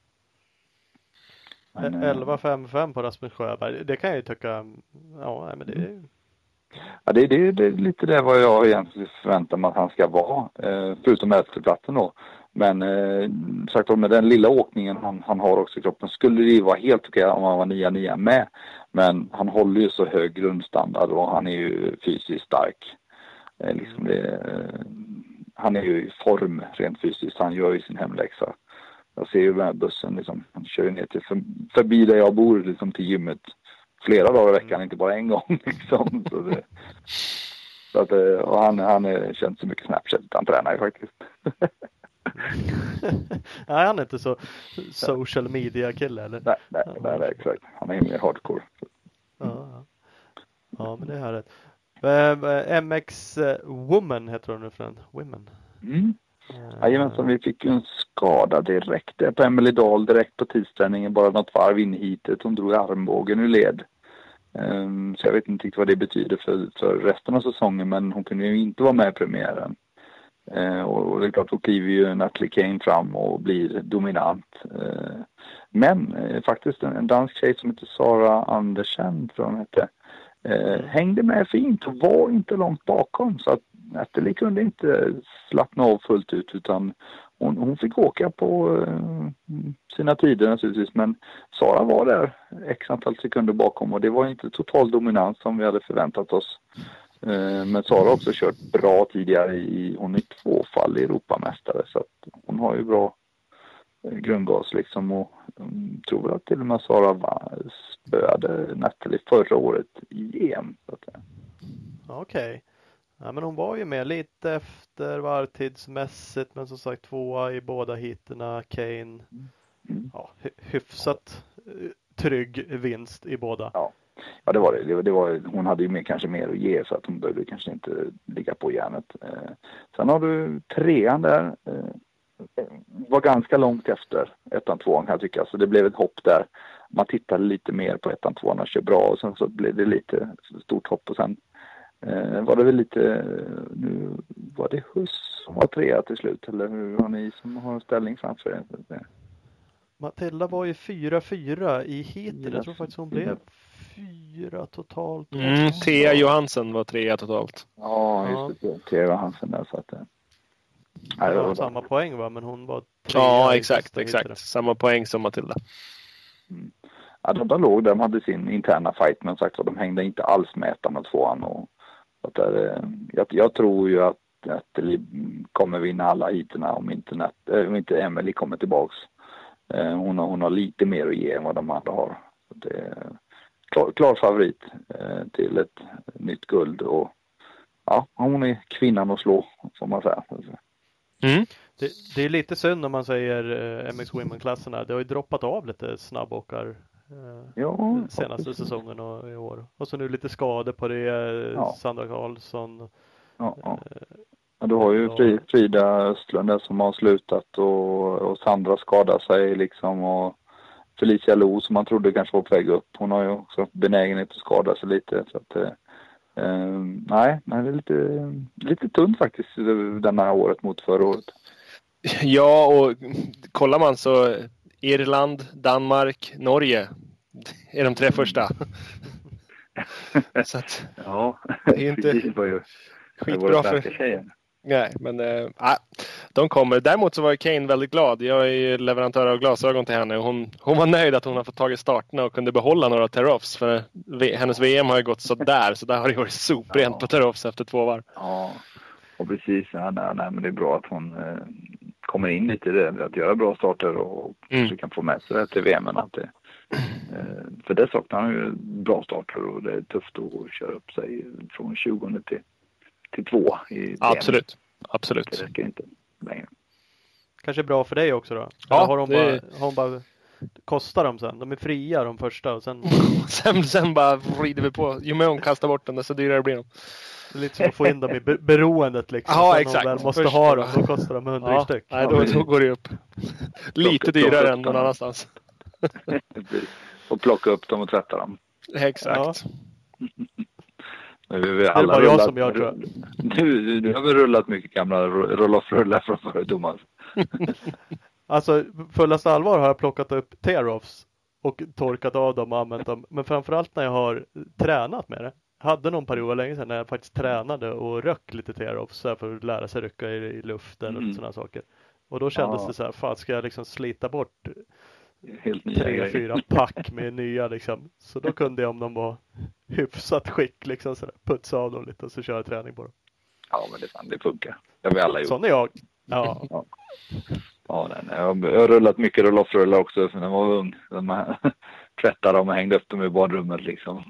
Mm. elva fem fem på Rasmus Sjöberg, det kan jag ju tycka, ja men det är ja, det, det, det är lite det vad jag egentligen förväntar mig att han ska vara, eh, förutom elfteplatsen då. Men eh, sagt med den lilla åkningen han, han har också i kroppen skulle det ju vara helt okej om han var nio nio med. Men han håller ju så hög grundstandard och han är ju fysiskt stark. Eh, liksom det, eh, han är ju i form rent fysiskt, han gör ju sin hemläxa. Jag ser ju den här bussen liksom, han kör ju ner till för, förbi där jag bor liksom till gymmet flera dagar i veckan, inte bara en gång liksom. Så det, så att, och han, han känns så mycket Snapchat, han tränar ju faktiskt. Nej, han är inte så social media kille eller? Nej, nej, nej, nej exakt. Han är mer hardcore. Ja, ja. Ja, men det är rätt. Uh, M X Woman heter hon nu för den. Women. Mm. Jajamensan, vi fick ju en skada direkt där på Emily Dahl direkt på tidsträningen. Bara något varv in i hitet. Hon drog armbågen ur led. Um, så jag vet inte riktigt vad det betyder för, för resten av säsongen. Men hon kunde ju inte vara med i premiären. Uh, och, och det är klart, då kliver ju Natalie Kane fram och blir dominant. Uh, men uh, faktiskt en, en dansk tjej som heter Sara Andersen, tror jag hon hette. Uh, hängde med fint och var inte långt bakom. Så att Natalie kunde inte slappna av fullt ut, utan hon, hon fick åka på uh, sina tider naturligtvis. Men Sara var där x antal sekunder bakom och det var inte total dominans som vi hade förväntat oss. Uh, men Sara har också kört bra tidigare i, hon är två fall i Europamästare, så att hon har ju bra uh, grundgas liksom, och um, tror väl att till och med Sara var, spöade Natalie förra året i E M. Okej. Okay. Ja, men hon var ju med lite efter varvtidsmässigt, men som sagt tvåa i båda heaterna. Kane, Mm. ja, hyfsat trygg vinst i båda. Ja, ja det var det. det, var, det var, hon hade ju mer, kanske mer att ge, så att hon behövde kanske inte ligga på järnet. Eh, sen har du trean där. Eh, var ganska långt efter ettan, tvåan kan jag tycka. Så det blev ett hopp där. Man tittade lite mer på ettan, tvåan och kör bra. Och sen så blev det lite stort hopp. Och sen eh, var det väl lite... Nu var det Huss som var trea till slut. Eller hur har ni som har en ställning framför er? Matilda var ju fyra fyra i heatet. Jag tror faktiskt hon blev fyra totalt. Mm, Thea Johansen var trea totalt. Ja, just det. Thea Johansen där. Så att, det nej, var var samma poäng va, men hon var trea. Ja, exakt, exakt. Samma poäng som Matilda. Mm. Ja, de, de låg där, de hade sin interna fight, men sagt att de hängde inte alls med ettan och tvåan. Och, att där, jag, jag tror ju att, att det kommer vinna alla heaterna om inte, äh, om inte Emily kommer tillbaks. Hon har, hon har lite mer att ge än vad de andra har. Det är klar, klar favorit eh, till ett nytt guld. Och ja, hon är kvinnan att slå, får man säga. Mm. Det, det är lite synd när man säger eh, M X Women-klasserna. Det har ju droppat av lite snabbåkar eh, ja, senaste faktiskt. Säsongen och i år. Och så nu lite skador på det. Eh, ja. Sandra Karlsson. Ja, ja. Eh, Ja, du har ju Fri, Frida Östlund där som har slutat och, och Sandra skadar sig liksom, och Felicia Lo som man trodde kanske var på väg upp. Hon har ju också benägenhet att skada sig lite. Så att, eh, nej, men det är lite, lite tunt faktiskt denna året mot förra året. Ja, och kollar man så Irland, Danmark, Norge är de tre första. Så att, ja, det är inte det var ju skitbra för tjejen. Nej, men äh, de kommer. Däremot så var Kane väldigt glad. Jag är ju leverantör av glasögon till henne. Hon, hon var nöjd att hon har fått tag i starterna och kunde behålla några tear-offs. För hennes V M har ju gått så där. Så där har det varit soprent ja. på tear-offs efter två var. Ja, och precis. Ja, nej, nej, men det är bra att hon eh, kommer in lite i det. Att göra bra starter och mm. kanske kan få med sig det till V M. Att det, eh, för det saknar han ju bra starter och det är tufft att köra upp sig från tjugo till, till två i Absolut. V M. Absolut. Det räcker inte längre. Kanske bra för dig också då? Ja, Eller har hon, det... bara, har hon bara kostar dem sen? De är fria de första och sen... sen, sen bara vrider vi på. Ju mer hon kastar bort den, så dyrare blir de. Det är lite som att få in dem i be- beroendet liksom. Ja, exakt. Väl måste Först, ha dem, då kostar de hundra ja, styck. Nej, då, då går det upp. Lite dyrare än någon annanstans. Och plocka upp dem och tvätta dem. Exakt. Ja. Men vi, vi alla det är bara rullat, jag som gör, tror jag. Du, du har väl rullat mycket gamla roll-off-rullar från förut, Thomas? Alltså, fullaste allvar har jag plockat upp tear-offs och torkat av dem och använt dem. Men framförallt när jag har tränat med det. Jag hade någon period länge sedan när jag faktiskt tränade och röck lite tear-offs för att lära sig rycka i, i luften och mm. sådana saker. Och då kändes ja. det så här, fan ska jag liksom slita bort helt nya tre, grejer. fyra pack med nya liksom. Så då kunde jag, om de var hyfsat skick liksom sådär, putsa av dem lite och så köra träning på dem. Ja, men det, fan, det funkar. Det har vi alla gjort. Sån är jag. Ja. ja. ja nej, nej. Jag har rullat mycket rull-off-rullar också när jag var ung. Man tvättade dem och hängde upp dem i badrummet liksom.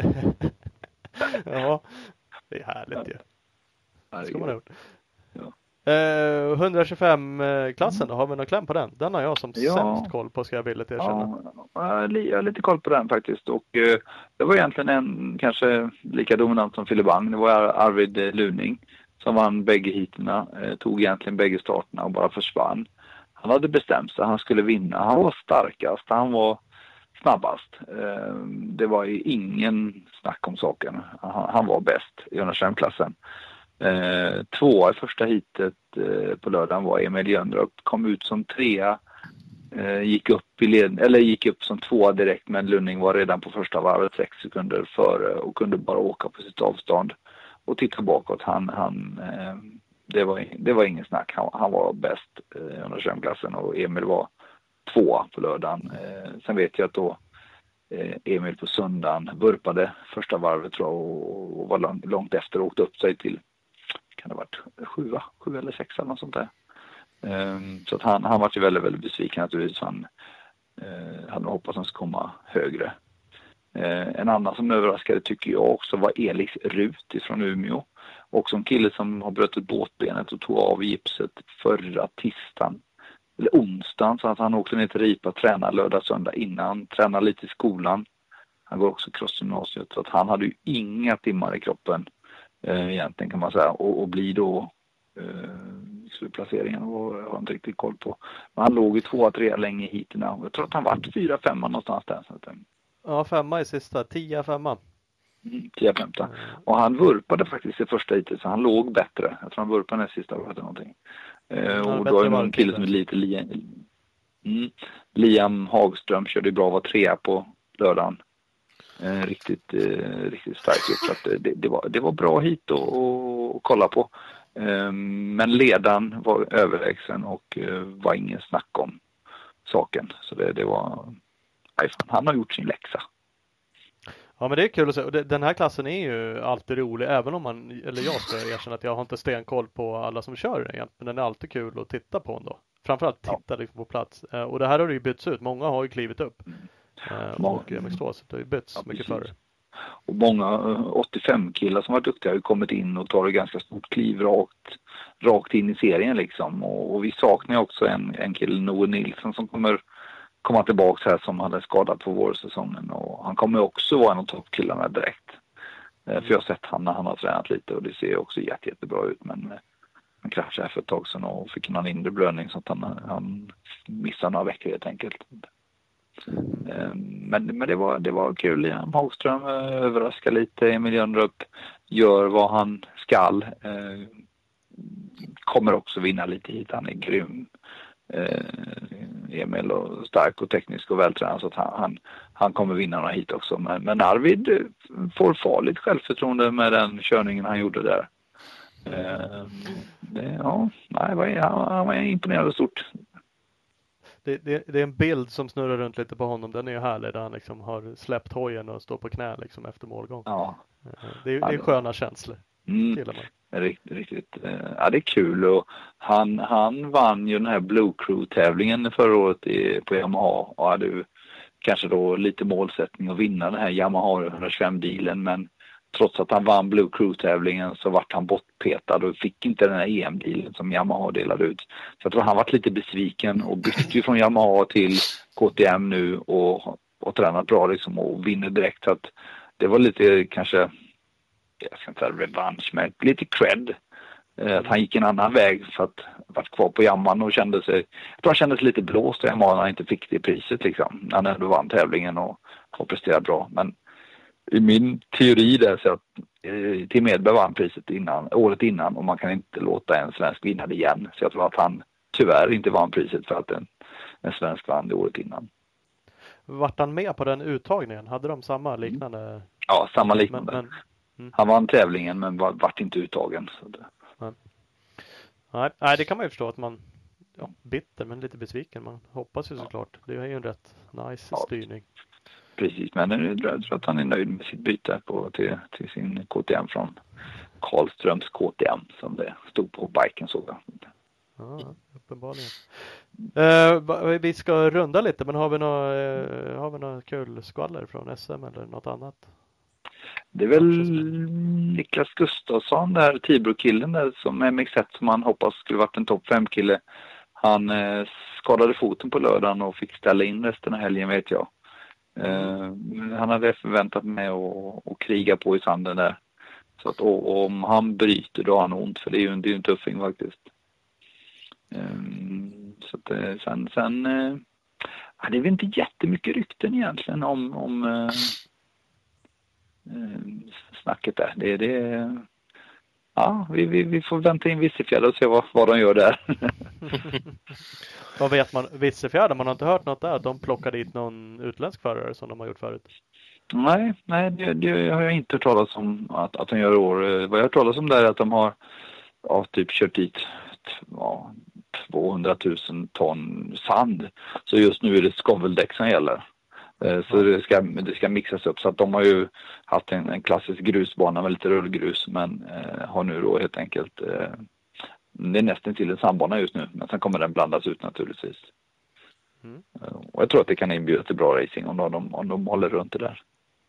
Ja, det är härligt ju. Ja. Det ska man ha gjort. Ja. Eh, etthundratjugofem-klassen då, har vi någon kläm på den? Den har jag som Ja. sämst koll på, ska jag vilja erkänna. Ja, jag har lite koll på den faktiskt. Och eh, det var egentligen en kanske lika dominant som Philip Bang. Det var Arvid Luning som vann bägge heaterna. Eh, tog egentligen bägge starterna och bara försvann. Han hade bestämt sig, han skulle vinna. Han var starkast, han var snabbast. Eh, det var ju ingen snack om saken. Han, han var bäst i etthundratjugofem-klassen. Eh, tvåa i första heatet eh, på lördagen var Emil Jöndrup. Kom ut som trea. Eh, gick upp i led, eller gick upp som tvåa direkt, men Lunning var redan på första varvet sex sekunder före och kunde bara åka på sitt avstånd. Och titta bakåt, han, han, eh, det, var, det var ingen snack. Han, han var bäst eh, i etthundratjugofem-klassen och Emil var tvåa på lördagen. Eh, sen vet jag att då eh, Emil på söndagen vurpade första varvet tror jag, och, och var långt, långt efter och åkte upp sig till, kan det ha varit sjua, sju eller sex eller något sånt där. Um, så att han, han var ju väldigt, väldigt besviken naturligtvis. Han uh, hade hoppats att han skulle komma högre. Uh, en annan som överraskade tycker jag också var Elis Rut från Umeå. Också en kille som har brutit båtbenet och tog av gipset förra tisdagen. Eller onsdagen, så att han åkte ner till Ripa och tränade lördag söndag innan. Tränade lite i skolan. Han går också crossgymnasiet, så att han hade ju inga timmar i kroppen. Uh, egentligen kan man säga. Och, och blir då uh, placeringen och jag har inte riktigt koll på. Men han låg i två, tre länge hit nu. Jag tror att han var fyra, femma någonstans där. Så att, ja, femma i sista. Tio, femma. Mm, tio, femta. Och han vurpade faktiskt i första hitet så han låg bättre. Jag tror han vurpade näst sista eller någonting. Uh, och då är det någon kille som är lite Liam, mm, Liam Hagström körde bra, var trea på lördagen. Eh, riktigt, eh, riktigt starkt gjort. Så att det, det, var, det var bra hit att kolla på. Eh, men ledaren var överlägsen och eh, var ingen snack om saken. Så det, det var... Nej, fan, han har gjort sin läxa. Ja, men det är kul att se. Och det, den här klassen är ju alltid rolig, även om man, eller jag ska erkänna att jag har inte stenkoll på alla som kör den, men den är alltid kul att titta på ändå. Framförallt titta ja. liksom på plats. Eh, och det här har ju bytts ut. Många har ju klivit upp. Mm. Uh, och M X två, så det har ju bytts ja, mycket förr. Och många åttiofem killar som var duktiga har ju kommit in och tar ett ganska stort kliv rakt, rakt in i serien liksom. Och, och vi saknar ju också en, en kille, Noah Nilsson, som kommer komma tillbaka här, som hade skadat på vårsäsongen. Och han kommer också vara en av toppkillarna direkt. Mm. För jag har sett han när han har tränat lite och det ser också jätte, jättebra ut. Men han kraschade för ett tag sedan och fick en inre blödning så att han, han missade några veckor helt enkelt. Men, men det var, det var kul. Liam Hagström överraskar lite. Emil Jöndrup gör vad han skall. Kommer också vinna lite hit. Han är grym. Emil och stark och teknisk och vältränad, så att han, han, han kommer vinna några hit också. Men, men Arvid får farligt självförtroende med den körningen han gjorde där. Det, ja, nej, han, han var imponerande stort. Det, det, det är en bild som snurrar runt lite på honom. Den är ju härlig där han liksom har släppt hojen och står på knä liksom efter målgång. Ja. Det, är, det är sköna känslor. Mm. Riktigt, riktigt. Ja, det är kul. Och han, han vann ju den här Blue Crew-tävlingen förra året i, på Yamaha. Och hade ju kanske då lite målsättning att vinna den här Yamaha etthundratjugofem-dealen. Men trots att han vann Blue Crew-tävlingen så vart han bortpetad och fick inte den här E M-dealen som Yamaha delade ut. Så jag tror han varit lite besviken och bytte ju från Yamaha till K T M nu och har tränat bra liksom och vinner direkt. Så att det var lite kanske, jag ska inte säga revansch, men lite cred. Att han gick en annan väg för att varit kvar på Yamaha och kände sig, jag tror han kände sig lite blåst och Yamaha när han inte fick det priset liksom. När han ändå vann tävlingen och har presterat bra. Men i min teori där så att eh, Tim Edberg vann priset innan, året innan och man kan inte låta en svensk vinna det igen. Så jag tror att han tyvärr inte vann priset för att en, en svensk vann det året innan. Vart han med på den uttagningen? Hade de samma liknande? Mm. Ja, samma liknande. Men, men, mm. Han vann tävlingen men var, vart inte uttagen. Så det... Nej. Nej, det kan man ju förstå att man ja, bitter men lite besviken. Man hoppas ju såklart. Det är ju en rätt nice ja. styrning. Precis, men jag tror att han är nöjd med sitt byte på, till, till sin K T M från Karlströms K T M som det stod på biken såg jag. Ja, uppenbarligen. Uh, vi ska runda lite, men har vi några uh, har vi några kul skvaller från S M eller något annat? Det är väl Niklas Gustafsson, där Tibro-killen där, som M X ett som han hoppas skulle varit en topp fem-kille. Han eh, skadade foten på lördagen och fick ställa in resten av helgen, vet jag. Eh, han hade förväntat mig att, att kriga på i sanden där. Så att och, och om han bryter då har han ont, för det är ju, det är ju en tuffing faktiskt. Eh, så att eh, sen, sen eh, det är väl inte jättemycket rykten egentligen om, om eh, snacket där. Det, det, ja, vi, vi, vi får vänta in Vissefjärd och se vad, vad de gör där. Vad vet man? Vissefjärd, man har inte hört något där att de plockar dit någon utländsk förare som de har gjort förut? Nej, nej det, det har jag inte hört talas om att, att de gör i år. Vad jag har hört talas om där är att de har ja, typ kört dit ja, tvåhundratusen ton sand. Så just nu är det skoveldäck som gäller. Så det ska, det ska mixas upp, så att de har ju haft en, en klassisk grusbana med lite rullgrus, men eh, har nu då helt enkelt eh, det är nästan till en sandbana just nu, men sen kommer den blandas ut naturligtvis. Mm. Och jag tror att det kan inbjuda till bra racing om de, om de håller runt det där.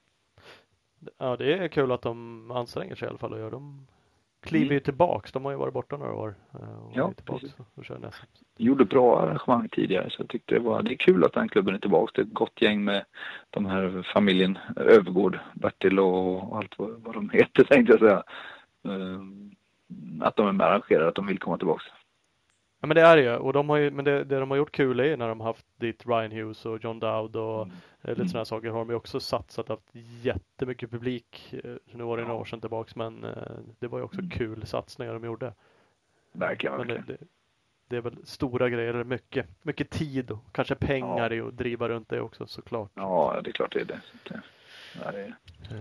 Ja, det är kul att de anstränger sig i alla fall och gör dem. Kliver mm. ju tillbaks, de har ju varit borta några år. Och ja, tillbaks och kör nästan. Gjorde bra arrangemang tidigare, så jag tyckte det var det är kul att den klubben är tillbaks. Det är ett gott gäng med de här familjen Övergård, Bertil och allt vad, vad de heter, tänkte jag säga. Um, att de är med arrangerade, att de vill komma tillbaks. Ja, men det är det ju. Och de har ju, men det, det de har gjort kul är när de har haft dit Ryan Hughes och John Dowd och mm. lite sådana saker har de ju också satsat, haft jättemycket publik. Nu var det några år sedan tillbaks, men det var ju också mm. kul satsningar de gjorde. Verkligen, men verkligen. Det, det, det är väl stora grejer, mycket, mycket tid och kanske pengar ja. i att driva runt det också, såklart. Ja, det är klart det är det. det, ja, det är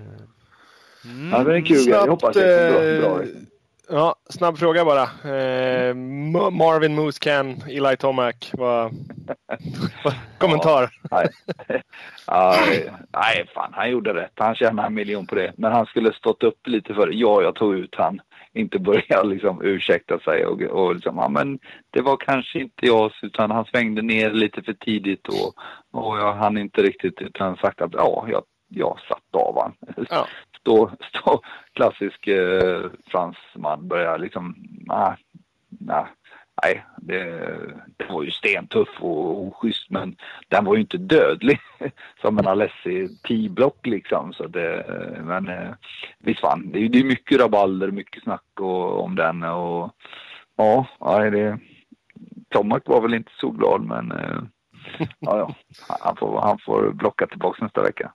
mm. ja, det är en kul grej. Jag hoppas det är bra. bra. Ja, snabb fråga bara. Eh, Marvin Muscan, Eli Tomac, vad kommentar? Ja, nej. nej, nej, fan, han gjorde rätt. Han tjänade en miljon på det. Men han skulle stått upp lite för det. Ja, jag tog ut han. Inte börja liksom ursäkta sig och, och liksom, ja, men det var kanske inte jag, utan han svängde ner lite för tidigt och, och jag hann inte riktigt, utan sagt att ja, jag, jag satt av han. Ja. Stå, stå klassisk eh, fransman börjar liksom, nah, nah, nej, det, det var ju stentuff och oschysst, men den var ju inte dödlig som en Alessi T-block liksom, så det, men eh, visst fan, det är ju mycket rabalder, mycket snack och, om den och ja, nej, det Tomac var väl inte så glad, men eh, ja, ja, han får, han får blocka tillbaka nästa vecka.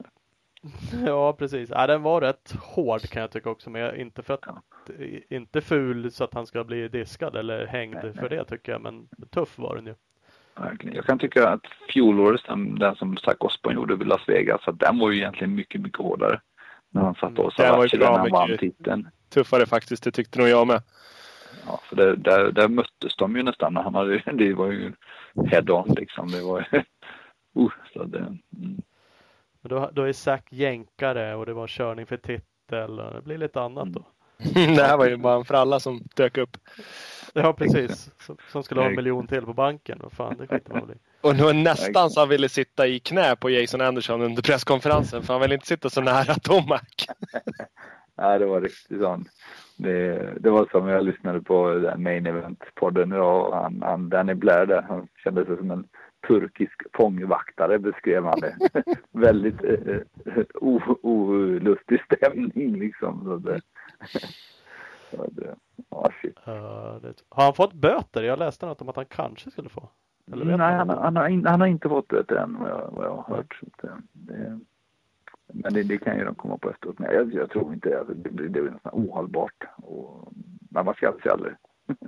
Ja, precis. Ja, den var rätt hård kan jag tycka också, men inte för att ja. inte ful så att han ska bli diskad eller hängd nej, för nej. det tycker jag, men tuff var den ju. Jag kan tycka att fjolåret, den, den som Zach Osborne gjorde vid Las Vegas, så den var ju egentligen mycket, mycket hårdare. När han satt och mm. så den han vann titeln. Tuffare faktiskt, det tyckte nog jag med. Ja, för det, där, där möttes de ju nästan när han hade, det var ju head-on liksom, det var ju, uh, så det, mm. Men då, då är Zach jänkare och det var körning för titel och det blir lite annat då. Det här var ju bara för alla som dök upp. Ja, precis. Som, som skulle ha en miljon till på banken. Vad fan, det kan inte vara bli. Och nu nästan så han ville sitta i knä på Jason Anderson under presskonferensen, för han ville inte sitta så nära Tomac. Nej, det var riktigt sånt. Det, det var som jag lyssnade på den main event-podden idag. Han, han, Danny Blair där, han kände sig som en turkisk fångvaktare, beskrev han det. Väldigt eh, olustig stämning liksom. Så det, så det, oh, shit. Uh, det, har han fått böter? Jag läste något om att han kanske skulle få. Eller vet Nej, han, han, har in, han har inte fått böter än vad jag, vad jag har hört. Så det, det, men det, det kan ju de komma på efteråt. Men jag, jag tror inte att det blir, det blir nästan ohållbart. Och, men man ska se aldrig.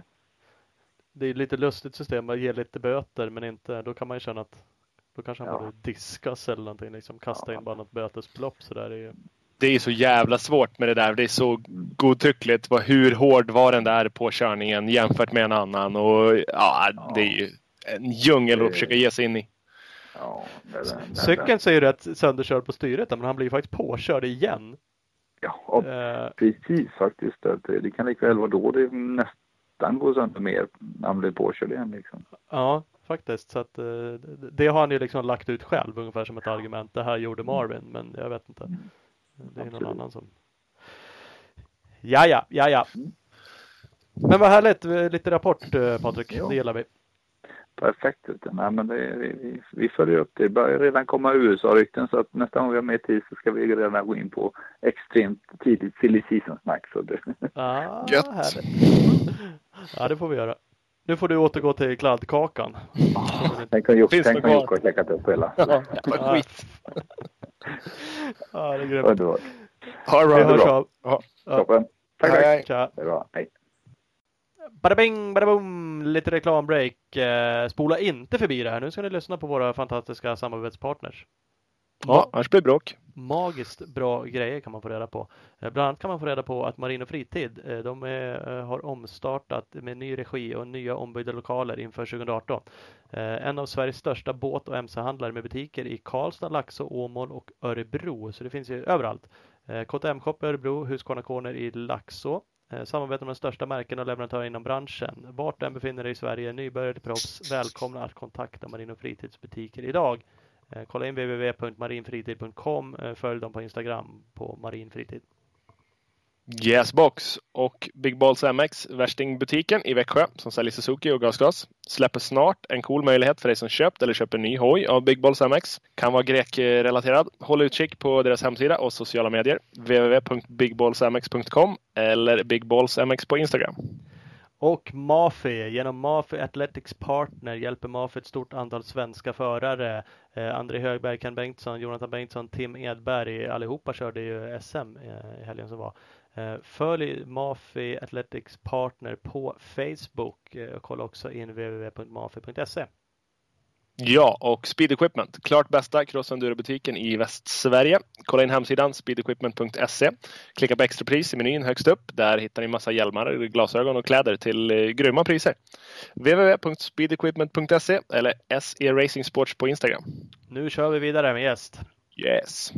Det är lite lustigt system att ge lite böter, men inte, då kan man ju känna att då kanske han ja. borde diskas eller någonting, liksom kasta ja. in bara något bötesbelopp så där är ju... Det är så jävla svårt med det där. Det är så godtyckligt. Hur hård var den där påkörningen jämfört med en annan, och ja, ja. det är ju en djungel att försöka ge sig in i. Ja, det, det, det, Cykeln säger rätt sönderkörd på styret, men han blir ju faktiskt påkörd igen. Ja, och uh, precis faktiskt. Att det kan lika väl vara då det nästan den går sönder mer när han blir påkörd igen liksom. Ja, faktiskt. Så att, det har han ju liksom lagt ut själv ungefär som ett argument. Det här gjorde Marvin, men jag vet inte. Det är Absolut. någon annan som... Ja, ja, ja, ja. Men vad härligt. Lite rapport, Patrik. Jo. Det gillar vi. Perfekt. Nej, men det, vi, vi, vi följer upp det. Det börjar redan komma U S A-rykten så att nästa gång vi har mer tid så ska vi redan gå in på extremt tidigt silly season snack. Så det... Ah, Gött. härligt. Ja, det får vi göra. Nu får du återgå till kladdkakan. Tänk om Jocke Finns det tänk om kvar? Jocke har checkat upp hela. Ja, jävla skit. Ja, det är grymt. Underbart. Ha det Vi bra. hörs bra. av. Ja. Toppen. Tack, Hej, tack. hej. Tja. Det är bra. Hej. Bada bing, bada boom. Lite reklambreak. Eh, spola inte förbi det här. Nu ska ni lyssna på våra fantastiska samarbetspartners. Ja, annars blir det bråk. Magiskt bra grejer kan man få reda på. Eh, bland annat kan man få reda på att Marin och Fritid eh, de är, eh, har omstartat med ny regi och nya ombyggda lokaler inför tjugo arton. Eh, en av Sveriges största båt- och M C-handlare med butiker i Karlstad, Laxå, Åmål och Örebro. Så det finns ju överallt. Eh, K T M-shop i Örebro, Husqvarna Corner i Laxå. Eh, samarbetar med de största märkena och leverantörer inom branschen. Vart den befinner dig i Sverige, nybörjare till proffs, välkomna att kontakta Marin och Fritids butiker idag. Eh, kolla in w w w punkt marinfritid punkt com. Eh, följ dem på Instagram på marinfritid. Yesbox och Big Balls M X, värstingbutiken i Växjö som säljer Suzuki och gasgas, släpper snart en cool möjlighet för dig som köpt eller köper ny hoj av Big Balls M X. Kan vara grekrelaterad. Håll utkik på deras hemsida och sociala medier w w w punkt big balls m x punkt com eller Big Balls M X på Instagram. Och Mafi, genom Mafi Athletics Partner hjälper Mafi ett stort antal svenska förare. Eh, André Högberg, Ken Bengtsson, Jonathan Bengtsson, Tim Edberg, allihopa körde ju S M eh, i helgen som var. Eh, följ Mafi Athletics Partner på Facebook eh, och kolla också in w w w punkt mafi punkt se. Ja, och Speed Equipment. Klart bästa cross-enduro-butiken i Västsverige. Kolla in hemsidan speed equipment punkt se. Klicka på extrapris i menyn högst upp. Där hittar ni massa hjälmar, glasögon och kläder till eh, grymma priser. w w w punkt speed equipment punkt se eller S E Racing Sports på Instagram. Nu kör vi vidare med gäst. Yes.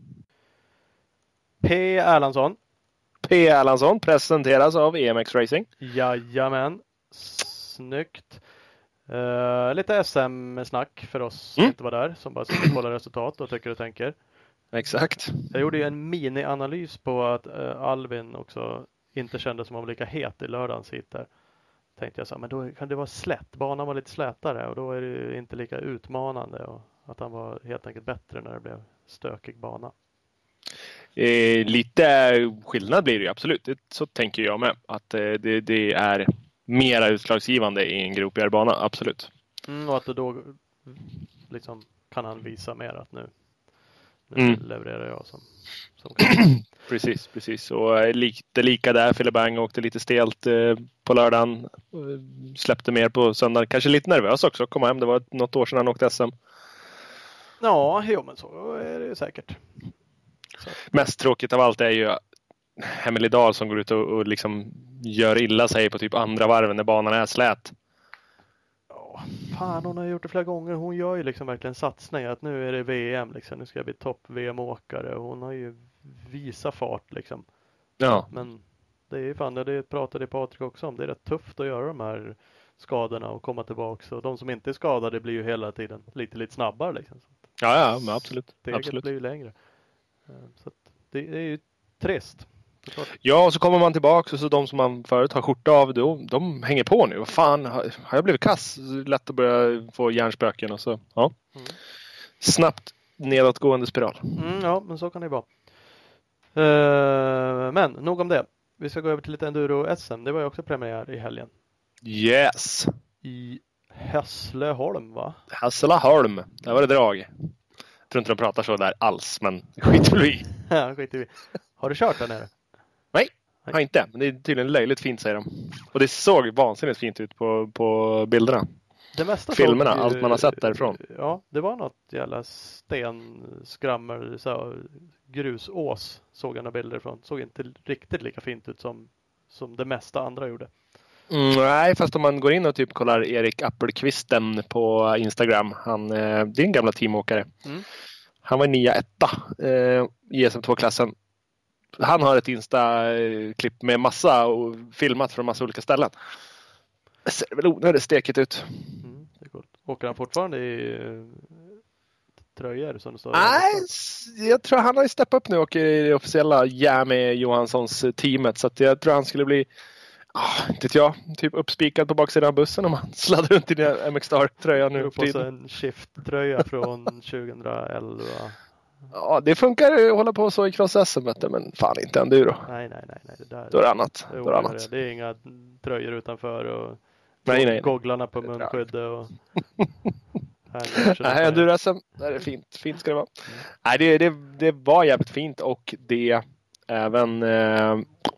P. Erlandsson. P. Erlandsson presenteras av E M X Racing. Jajamän. Snyggt. Uh, lite S M-snack för oss som Mm. inte var där. Som bara ska kolla resultat och tycker och tänker. Exakt. Jag gjorde ju en mini-analys på att uh, Alvin också inte kände som om lika het i lördagens hit där. Tänkte jag så här, men då kan det vara slätt. Banan var lite slätare och då är det inte lika utmanande. Och att han var helt enkelt bättre när det blev stökig bana. Eh, lite skillnad blir det ju absolut. Det, så tänker jag med. Att eh, det, det är mera utslagsgivande i en gropigare bana, absolut. Mm, och att det då liksom kan han visa mer att nu, nu Mm. levererar jag som, som Precis, precis. Och eh, lite lika där. Filibang åkte lite stelt eh, på lördagen. Eh, släppte mer på söndagen. Kanske lite nervös också. Kom hem. Det var något år sedan han åkte S M. Ja, jo, men så är det ju säkert. Så. Mest tråkigt av allt är ju Emelie Dahl som går ut och, och liksom gör illa sig på typ andra varven när banan är slät. Ja, fan, hon har gjort det flera gånger. Hon gör ju liksom verkligen satsningar att nu är det V M liksom. Nu ska jag bli topp-V M-åkare. Och hon har ju visat fart liksom. Ja. Men det är ju fan, det pratade Patrik också om. Det är rätt tufft att göra de här skadorna och komma tillbaka. Och de som inte är skadade blir ju hela tiden lite, lite snabbare liksom. Ja, ja, men absolut. Steget absolut. blir ju längre. Så att det, det är ju trist. Ja, och så kommer man tillbaka och så de som man förut har skjort av, då, de hänger på nu. Vad fan, har, har jag blivit kass? Lätt att börja få hjärnspöken och så. Ja. Mm. Snabbt nedåtgående spiral. Mm, ja, men så kan det vara. Uh, men nog om det. Vi ska gå över till lite enduro-S M. Det var ju också premiär i helgen. Yes. I Hässleholm, va? Hässleholm. Där var det drag. Jag tror inte de pratar så där alls, men skit väl i. Ja, skit i. Har du kört där nere? Nej, jag har inte. Men det är tydligen löjligt fint, säger de. Och det såg vansinnigt fint ut på, på bilderna. Det mesta Filmerna, såg, allt man har sett därifrån. Ja, det var något jävla stenskrammer, så grusås såg jag några bilder ifrån. Såg inte riktigt lika fint ut som, som det mesta andra gjorde. Mm, nej, fast om man går in och typ kollar Erik Appelqvisten på Instagram. Han eh, det är en gamla teamåkare. Mm. Han var nia etta eh, i S M två-klassen. Han har ett Insta-klipp med massa och filmat från massa olika ställen. Det ser väl onödigt stekigt ut. Mm, det är coolt. Åker han fortfarande i tröjor som det står? Nej, jag tror han har ju steppat upp nu och i det officiella Jäme Johanssons teamet. Så att jag tror han skulle bli, ah, inte vet jag, typ uppspikad på baksidan av bussen om han sladdar runt i den M X Star-tröjan nu. På sig en shift-tröja från tjugoelva. Ja, det funkar ju att hålla på så i cross-S M, men fan inte enduro. Nej, nej, nej. nej. Det där, Då är det annat. Det är, Då är det annat. Det är inga tröjor utanför och nej, nej. gogglarna på munskyddet och... Nej, enduro-S M, det är fint. Fint ska det vara. Mm. Nej, det, det, det var jävligt fint och det även... Eh,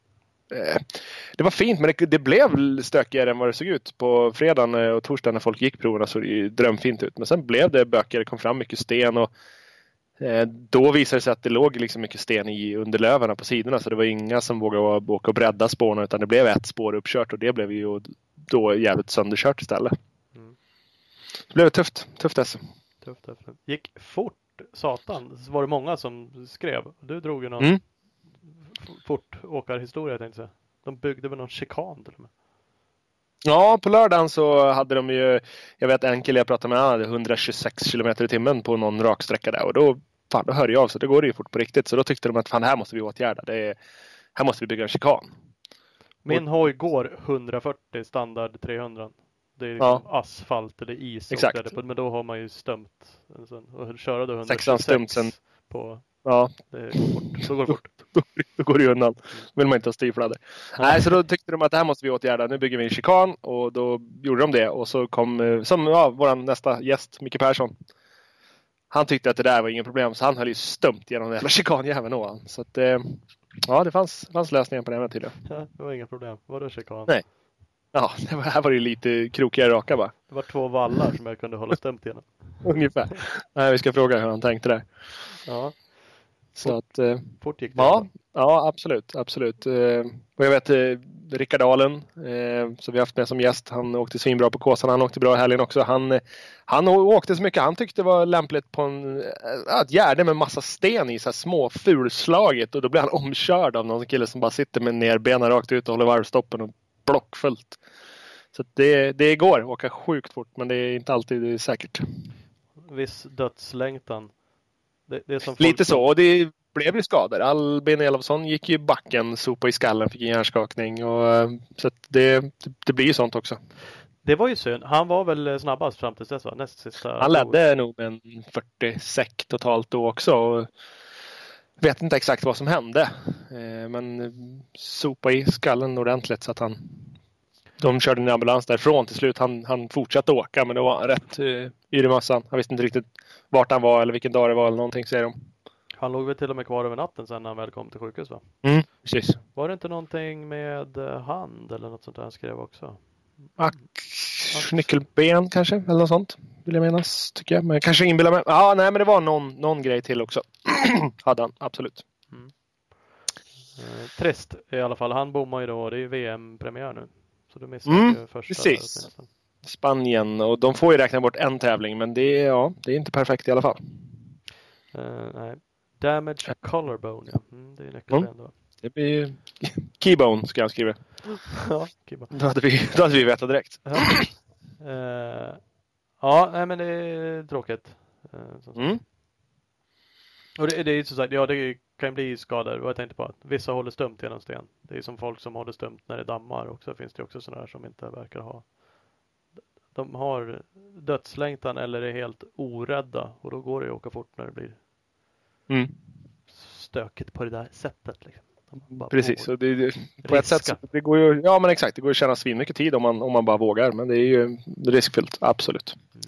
det var fint, men det, det blev stökigare än vad det såg ut. På fredagen och torsdagen när folk gick proverna så det ju drömfint ut. Men sen blev det bökigare, det kom fram mycket sten och eh, då visade det sig att det låg liksom mycket sten i underlövarna på sidorna. Så det var inga som vågade åka och bredda spåren, utan det blev ett spår uppkört och det blev ju då jävligt sönderkört istället. Mm. Det blev tufft, tufft alltså. Tufft, tufft. Gick fort, satan. Så var det många som skrev. Du drog ju någon mm. fort åkarhistoria, tänkte jag. De byggde väl någon chikan till och med. Ja, på lördagen så hade de ju, jag vet en kille jag pratade med, han hade hundratjugosex kilometer i timmen på någon raksträcka där. Och då, fan, då hörde jag av så det går ju fort på riktigt. Så då tyckte de att fan, här måste vi åtgärda. Det är, här måste vi bygga en chikan. Min och, hoj går hundrafyrtio standard trehundra. Det är liksom ja. asfalt eller is. Exakt. Men då har man ju stömt. Och köra då hundratjugosex stumt på... Ja. Det går fort. Då går det fort. Då går det ju undan. Vill man inte ha styrfladder. Nej, så då tyckte de att det här måste vi åtgärda. Nu bygger vi en chikan och då gjorde de det. Och så kom, som ja, vår nästa gäst, Micke Persson. Han tyckte att det där var ingen problem. Så han höll ju stumt genom den jävla chikanjäveln då. Så att, ja, det fanns, fanns lösningar på det här tydligen. Ja, det var inga problem. Var det chikan? Nej. Ja, det var, här var det lite krokigare raka bara. Det var två vallar som jag kunde hålla stumt genom. Ungefär. Nej, vi ska fråga hur han tänkte där. Ja. Så att, eh, fort gick det. Ja, ja, absolut, absolut. Eh, och jag vet eh, Rickard Dalen, eh, som vi haft med som gäst, han åkte svinbra på Kåsan, han åkte bra i helgen också. Han, han åkte så mycket, han tyckte det var lämpligt på en, ett gärde med massa sten i, så här små fulslaget, och då blir han omkörd av någon kille som bara sitter med nerbenen rakt ut och håller varvstoppen och blockfullt. Så det, det går att åka sjukt fort, men det är inte alltid säkert. Viss dödslängtan. Det, det är som lite som... så, och det blev ju skador. Albin Elofsson gick ju backen, sopa i skallen, fick en hjärnskakning. Och, så att det, det blir ju sånt också. Det var ju synd. Han var väl snabbast fram till dess, va? Näst sista. Han ledde nog med en fyrtio säck totalt då också. Och vet inte exakt vad som hände. Men sopa i skallen ordentligt så att han... De körde en ambulans därifrån till slut. Han, han fortsatte åka, men det var rätt uh, i massan. Han visste inte riktigt vart han var eller vilken dag det var eller någonting, säger de. Han låg väl till och med kvar över natten sen när han väl kom till sjukhus, va? Mm, precis. Var det inte någonting med hand eller något sånt där han skrev också? Ack, nyckelben kanske, eller något sånt. Vill jag menas, tycker jag. Men jag kanske inbillar mig. Ja, nej, men det var någon, någon grej till också. Hade han, absolut. Mm. Eh, trist i alla fall. Han bommar ju då, det är ju V M-premiär nu. Så du missar mm, ju första. Precis. Spanien, och de får ju räkna bort en tävling, men det är, ja, det är inte perfekt i alla fall. Uh, nej. Damage collarbone, ja. Mm, det är nyckelben mm. då. Det blir ju keybone, ska jag skriva. Ja, keybone. Då hade vi, då hade vi vetat direkt. Ja, uh, ja nej, men det är tråkigt. Uh, mm. Och det, det är ju så sagt, ja, det kan bli skador. Och jag tänkte på att vissa håller stumt genom sten. Det är som folk som håller stumt när det dammar också. Finns det också sådana som inte verkar ha. De har dödslängtan eller är helt orädda. Och då går det ju att åka fort när det blir mm. stökigt på det där sättet. Liksom. Precis, och det, det, på ett sätt så, det går ju, ja men exakt, det går ju att tjäna svin mycket tid om man, om man bara vågar. Men det är ju riskfyllt, absolut. Mm.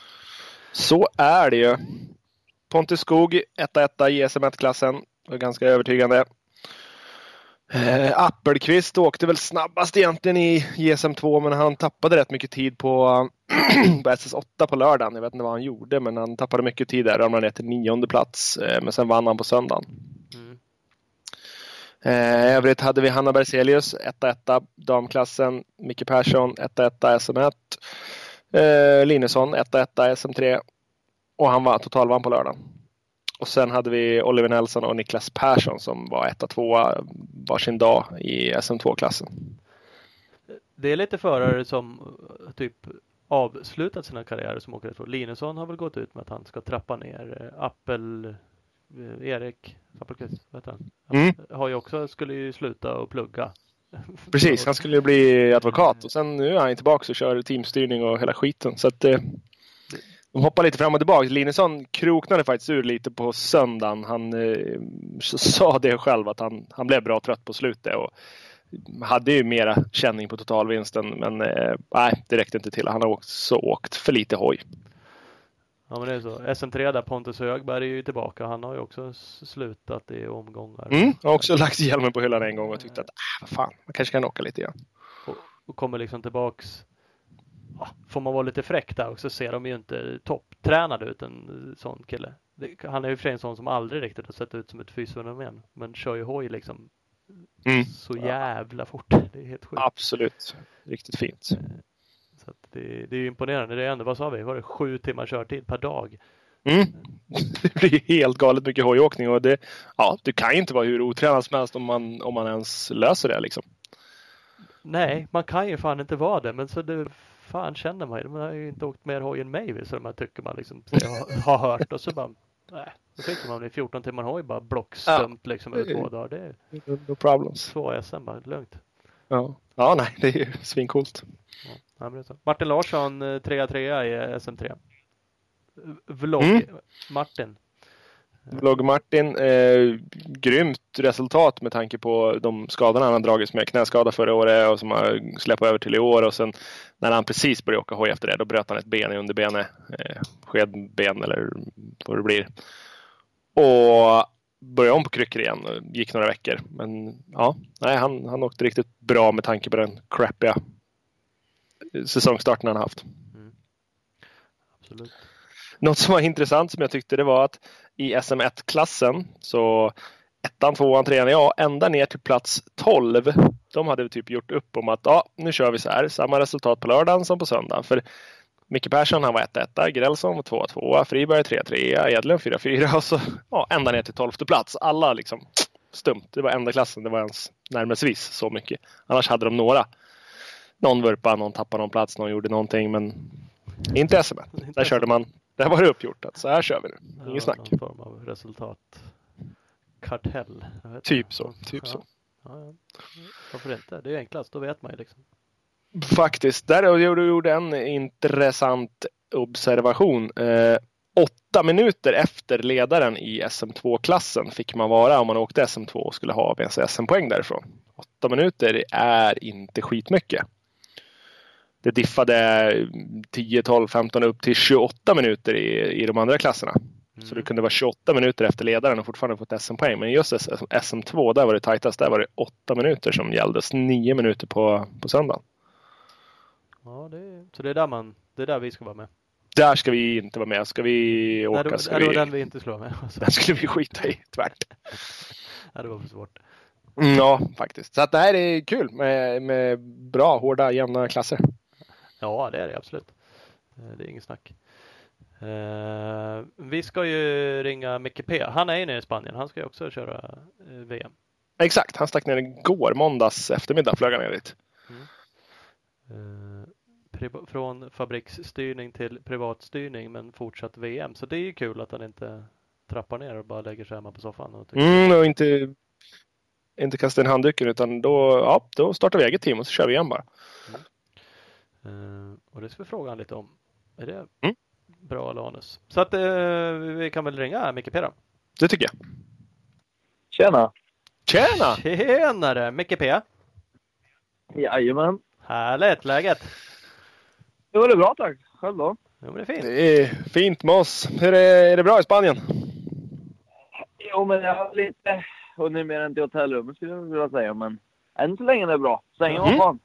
Så är det ju. Pontus Skog, etta etta i S M ett-klassen. Var ganska övertygande. Eh, Appelqvist åkte väl snabbast egentligen i J S M två, men han tappade rätt mycket tid på, på S S åtta på lördagen. Jag vet inte vad han gjorde, men han tappade mycket tid där. Ramlade ner till nionde plats, eh, men sen vann han på söndagen. Mm. Eh, övrigt hade vi Hanna Berzelius, etta etta damklassen. Micke Persson, etta etta S M ett. Eh, Linusson, etta etta S M tre. Och han var totalvann på lördagen. Och sen hade vi Oliver Nelson och Niklas Persson som var etta tvåa varsin dag i S M två-klassen. Det är lite förare som typ avslutat sina karriärer som åkare. Linusson har väl gått ut med att han ska trappa ner. Appel, Erik, Appelqvist, vet han, Mm. har ju också, skulle ju sluta och plugga. Precis, han skulle ju bli advokat och sen nu är han tillbaka och kör teamstyrning och hela skiten. Så att eh, de hoppar lite fram och tillbaka. Linusson kroknade faktiskt ur lite på söndagen. Han eh, sa det själv att han, han blev bra trött på slutet och hade ju mera känning på totalvinsten. Men eh, nej, det räckte inte till. Han har också åkt för lite hoj. Ja, men det är så. S M tre där, Pontus Högberg är ju tillbaka. Han har ju också slutat i omgångar. Mm, han har också lagt hjälmen på hyllan en gång och tyckte att ah, vad fan, man kanske kan åka lite igen. Och, och kommer liksom tillbaks. Ja, får man vara lite fräck där också, ser de ju inte topptränad ut, en sån kille. Det, han är ju för en sån som aldrig riktigt har sett ut som ett fysfenomen. Men kör ju hoj liksom Mm. så jävla fort. Det är helt sjukt. Absolut, riktigt fint. Så att det, det är ju imponerande. Det är ändå, vad sa vi? Var det sju timmar körtid per dag? Mm. Det blir helt galet mycket hojåkning och det, ja, det kan ju inte vara hur otränad som helst om man, om man ens löser det liksom. Nej, man kan ju fan inte vara det. Men så det fan känner man ju. Man har ju inte åkt mer hoj än mig, så man tycker man liksom har, har hört. Och så bara, nej, då fick man i fjorton timmar hoj bara blockstumt ja. Liksom över två dagar. Det är no problems. Två S M bara, lugnt. Ja, ja nej, det är ju svincoolt. Ja, det är så. Martin Larsson, trea trea i S M tre. Vlogg, mm. Martin. Vlogg Martin, eh, grymt resultat med tanke på de skadorna han har dragits med. Knäskada förra året och som har släppt över till i år. Och sen när han precis började åka hoj efter det, då bröt han ett ben i underbenet. Eh, skedben eller vad det blir. Och började om på kryckor igen och gick några veckor. Men ja, nej, han, han åkte riktigt bra med tanke på den crappiga säsongstarten han haft. Mm. Absolut. Något som var intressant som jag tyckte det var att i S M ett-klassen så ettan, tvåan, trean, ja, ända ner till plats tolv. De hade typ gjort upp om att ja, nu kör vi så här. Samma resultat på lördagen som på söndagen. För Micke Persson, han var ett ett, Grälsson var två två, Friberg tre tre, Edlund fyra fyra och så ja, ända ner till tolfte plats. Alla liksom stumt. Det var enda klassen, det var ens närmast så mycket. Annars hade de några. Någon vurpa, någon tappade någon plats, någon gjorde någonting, men inte S M ett. Där körde man, där var det uppgjort att så här kör vi nu. Ingen ja, snack. Någon form av resultatkartell. Typ så, typ ja. så. Ja, ja. Varför inte? Det är enklast, då vet man ju liksom. Faktiskt, där gjorde en intressant observation. Eh, åtta minuter efter ledaren i S M två-klassen fick man vara om man åkte S M två och skulle ha med sig S M-poäng därifrån. Åtta minuter är inte skitmycket. Det diffade tio, tolv, femton upp till tjugoåtta minuter i, i de andra klasserna. Mm. Så det kunde vara tjugoåtta minuter efter ledaren och fortfarande fått S M-poäng. Men just S M två, där var det tajtast. Där var det åtta minuter som gälldes. Nio minuter på, på söndagen. Ja, det, så det är där man, det är där vi ska vara med. Där ska vi inte vara med. Ska vi åka? Nej, det, ska det var vi... den vi inte slår med. Alltså. Den skulle vi skita i, tvärt. Ja, det var för svårt. Mm, ja, faktiskt. Så att det här är kul med, med bra, hårda, jämna klasser. Ja, det är det absolut. Det är ingen snack. Uh, vi ska ju ringa Micke P. Han är ju nere i Spanien. Han ska ju också köra uh, V M. Exakt, han stack ner igår, måndags eftermiddag flög han ner dit. Mm. Uh, pri- från fabriksstyrning till privatstyrning men fortsatt V M. Så det är ju kul att han inte trappar ner och bara lägger sig hemma på soffan. Och, mm, och inte, inte kastar in handduken utan då, ja, då startar vi eget team och så kör vi igen bara. Mm. Uh, och det ska vi fråga han lite om. Är det mm. bra eller anus? Så att uh, vi kan väl ringa Micke P då. Det tycker jag. Tjena! Tjena! Tjenare! Micke P. Jajamän. Härligt, läget? Det var det bra, tack. Själv då? Jo, men det är fint. Det är fint med oss. Hur är, är det bra i Spanien? Jo, men jag har lite hunnit mer än till hotellrummet skulle jag vilja säga. Men än så länge är det bra. Sängen var Mm. fan.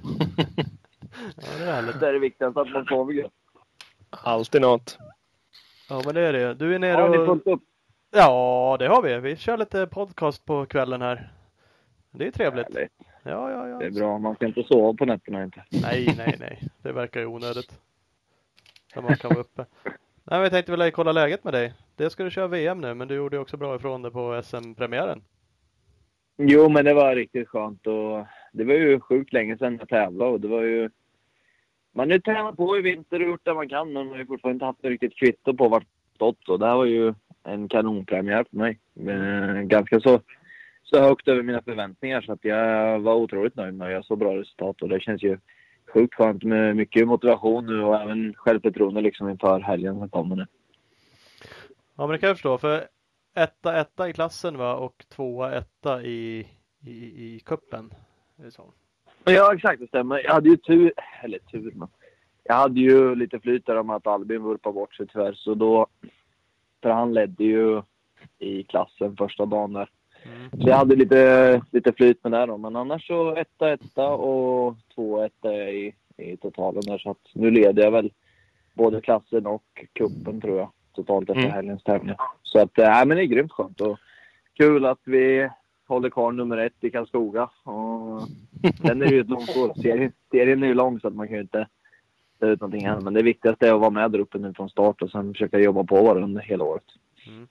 Ja, det är härligt. Det är det viktigaste att man sover gött. Alltid något. Ja, men det är det. Du är nere Har ni och... fullt upp? Ja, det har vi. Vi kör lite podcast på kvällen här. Det är trevligt. Härligt. Ja, ja, ja. Det är bra. Man ska inte sova på nätterna inte. Nej, nej, nej. Det verkar ju onödigt. När man kan vara uppe. Nej, men jag tänkte väl kolla läget med dig. Det ska du köra V M nu, men du gjorde ju också bra ifrån det på S M-premiären. Jo, men det var riktigt skönt. Och det var ju sjukt länge sedan jag tävlade. Och det var ju man har ju tränat på i vinter och gjort det man kan, men man har ju fortfarande inte haft riktigt kvitto på vart stått. Och det här var ju en kanonpremiär för mig. Men ganska så, så högt över mina förväntningar, så att jag var otroligt nöjd när jag så bra resultat. Och det känns ju sjukt skönt med mycket motivation nu och även självförtroende liksom inför helgen som kommer nu. Ja, men det kan jag förstå, för etta etta i klassen va, och tvåa etta i, i, i kuppen. Är det så? Ja, exakt, det stämmer. Jag hade ju tur, eller tur, men jag hade ju lite flyt där om att Albin vurpade bort sig tyvärr. Så då, för han ledde ju i klassen första dagen där. Mm. Så jag hade lite, lite flyt med det då. Men annars så etta etta och två etta i, i totalen där. Så att nu leder jag väl både klassen och kuppen tror jag. Totalt efter mm. helgens tävling. Så att, äh, men det är grymt skönt. Och kul att vi håller kvar nummer ett i Karlskoga. Och den är ju ett långt år. Serien, serien är ju lång så att man kan ju inte ta ut någonting än. Men det viktigaste är att vara med där uppe nu från start och sen försöka jobba på var under hela året. Mm.